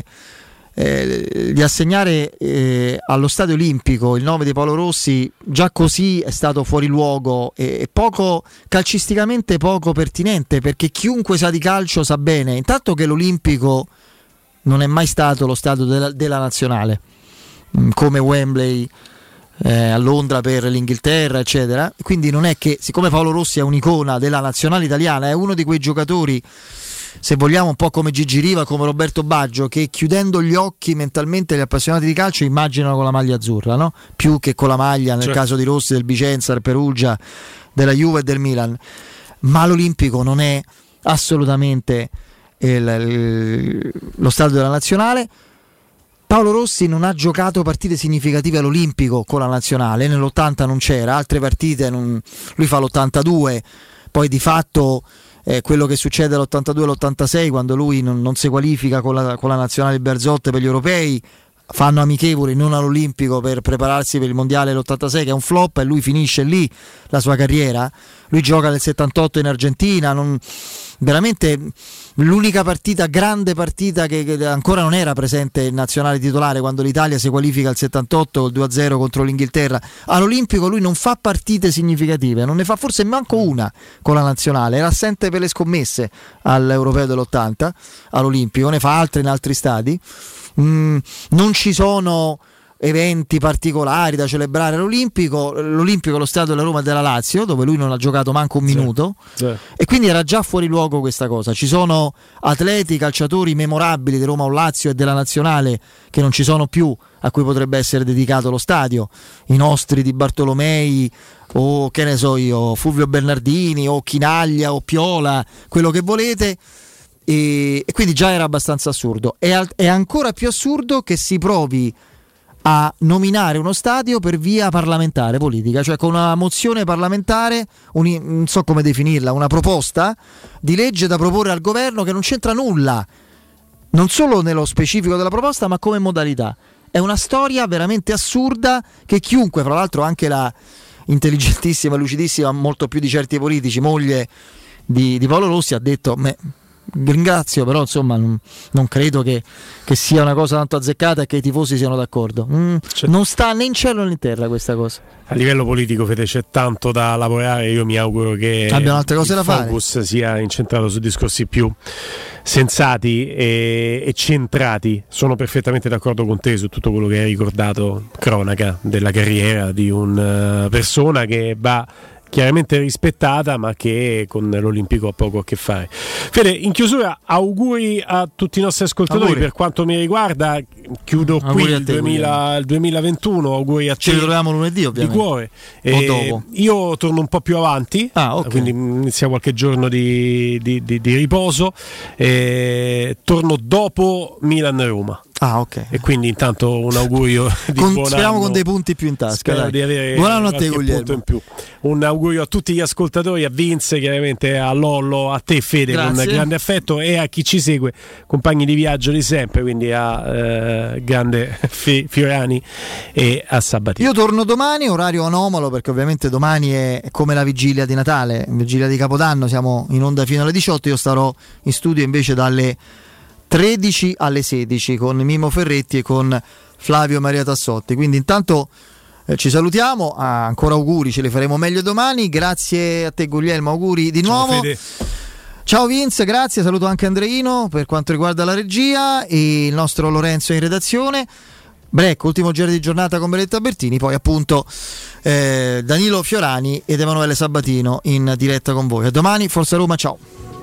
eh, di assegnare eh, allo Stadio Olimpico il nome di Paolo Rossi, già così è stato fuori luogo e, e poco, calcisticamente poco pertinente, perché chiunque sa di calcio sa bene, intanto che l'Olimpico non è mai stato lo stadio della, della nazionale, come Wembley eh, a Londra per l'Inghilterra eccetera, quindi non è che, siccome Paolo Rossi è un'icona della nazionale italiana, è uno di quei giocatori, se vogliamo un po' come Gigi Riva, come Roberto Baggio, che chiudendo gli occhi mentalmente gli appassionati di calcio immaginano con la maglia azzurra, no? Più che con la maglia nel certo. caso di Rossi del Vicenza, del Perugia, della Juve e del Milan. Ma l'Olimpico non è assolutamente Il, il, lo stadio della nazionale. Paolo Rossi non ha giocato partite significative all'Olimpico con la nazionale, nell'ottanta non c'era, altre partite non, lui fa l'ottantadue, poi di fatto eh, quello che succede all'ottantadue e all'ottantasei, quando lui non, non si qualifica con la, con la nazionale Berzotte per gli europei, fanno amichevoli non all'Olimpico per prepararsi per il mondiale dell'ottantasei che è un flop, e lui finisce lì la sua carriera. Lui gioca nel settantotto in Argentina, non, veramente l'unica partita, grande partita che, che ancora non era presente in nazionale titolare, quando l'Italia si qualifica al settantotto col due a zero contro l'Inghilterra. All'Olimpico lui non fa partite significative, non ne fa forse manco una con la nazionale, era assente per le scommesse all'Europeo dell'ottanta all'Olimpico, ne fa altre in altri stadi. Mm, non ci sono eventi particolari da celebrare all'Olimpico. L'Olimpico è lo stadio della Roma e della Lazio, dove lui non ha giocato manco un minuto, sì, sì. E quindi era già fuori luogo questa cosa. Ci sono atleti, calciatori memorabili di Roma o Lazio e della nazionale che non ci sono più, a cui potrebbe essere dedicato lo stadio, i nostri Di Bartolomei o che ne so io, Fulvio Bernardini o Chinaglia o Piola, quello che volete. E, e quindi già era abbastanza assurdo. È, al, è ancora più assurdo che si provi a nominare uno stadio per via parlamentare politica, cioè con una mozione parlamentare, un, non so come definirla, una proposta di legge da proporre al governo che non c'entra nulla, non solo nello specifico della proposta ma come modalità. È una storia veramente assurda che chiunque, fra l'altro anche la intelligentissima, lucidissima, molto più di certi politici, moglie di, di Paolo Rossi, ha detto me ringrazio, però insomma non, non credo che, che sia una cosa tanto azzeccata e che i tifosi siano d'accordo. Mm, cioè, non sta né in cielo né in terra questa cosa. A livello politico, Fede, c'è tanto da lavorare. Io mi auguro che abbiano altre cose il da fare. Il focus sia incentrato su discorsi più sensati e, e centrati. Sono perfettamente d'accordo con te su tutto quello che hai ricordato, cronaca della carriera di una persona che va chiaramente rispettata, ma che con l'Olimpico ha poco a che fare. Fede, in chiusura auguri a tutti i nostri ascoltatori. Auguri. Per quanto mi riguarda chiudo auguri qui il, te, duemila, il duemilaventuno, auguri a ci te. Ci ritroviamo lunedì ovviamente. Di cuore. O e dopo. Io torno un po' più avanti, ah, okay. quindi inizia qualche giorno di, di, di, di riposo e torno dopo Milan-Roma. Ah, ok. E quindi intanto un augurio di con, buon speriamo anno. Con dei punti più in tasca. Spero dai. di avere buon anno a te, Guglielmo. In più. Un augurio a tutti gli ascoltatori, a Vince, chiaramente a Lollo, a te Fede. Grazie. Con grande affetto, e a chi ci segue, compagni di viaggio di sempre, quindi a eh, grande F- Fiorani e a Sabatini. Io torno domani, orario anomalo, perché ovviamente domani è come la vigilia di Natale, vigilia di Capodanno, siamo in onda fino alle diciotto, io starò in studio invece dalle tredici alle sedici con Mimo Ferretti e con Flavio Maria Tassotti. Quindi intanto eh, ci salutiamo, ah, ancora auguri, ce li faremo meglio domani. Grazie a te Guglielmo, auguri di nuovo. Ciao, Fede. Ciao Vince, grazie, saluto anche Andreino per quanto riguarda la regia e il nostro Lorenzo in redazione. Break, ultimo giro di giornata con Benedetta Bertini, poi appunto eh, Danilo Fiorani ed Emanuele Sabatino in diretta con voi. A domani, Forza Roma, ciao.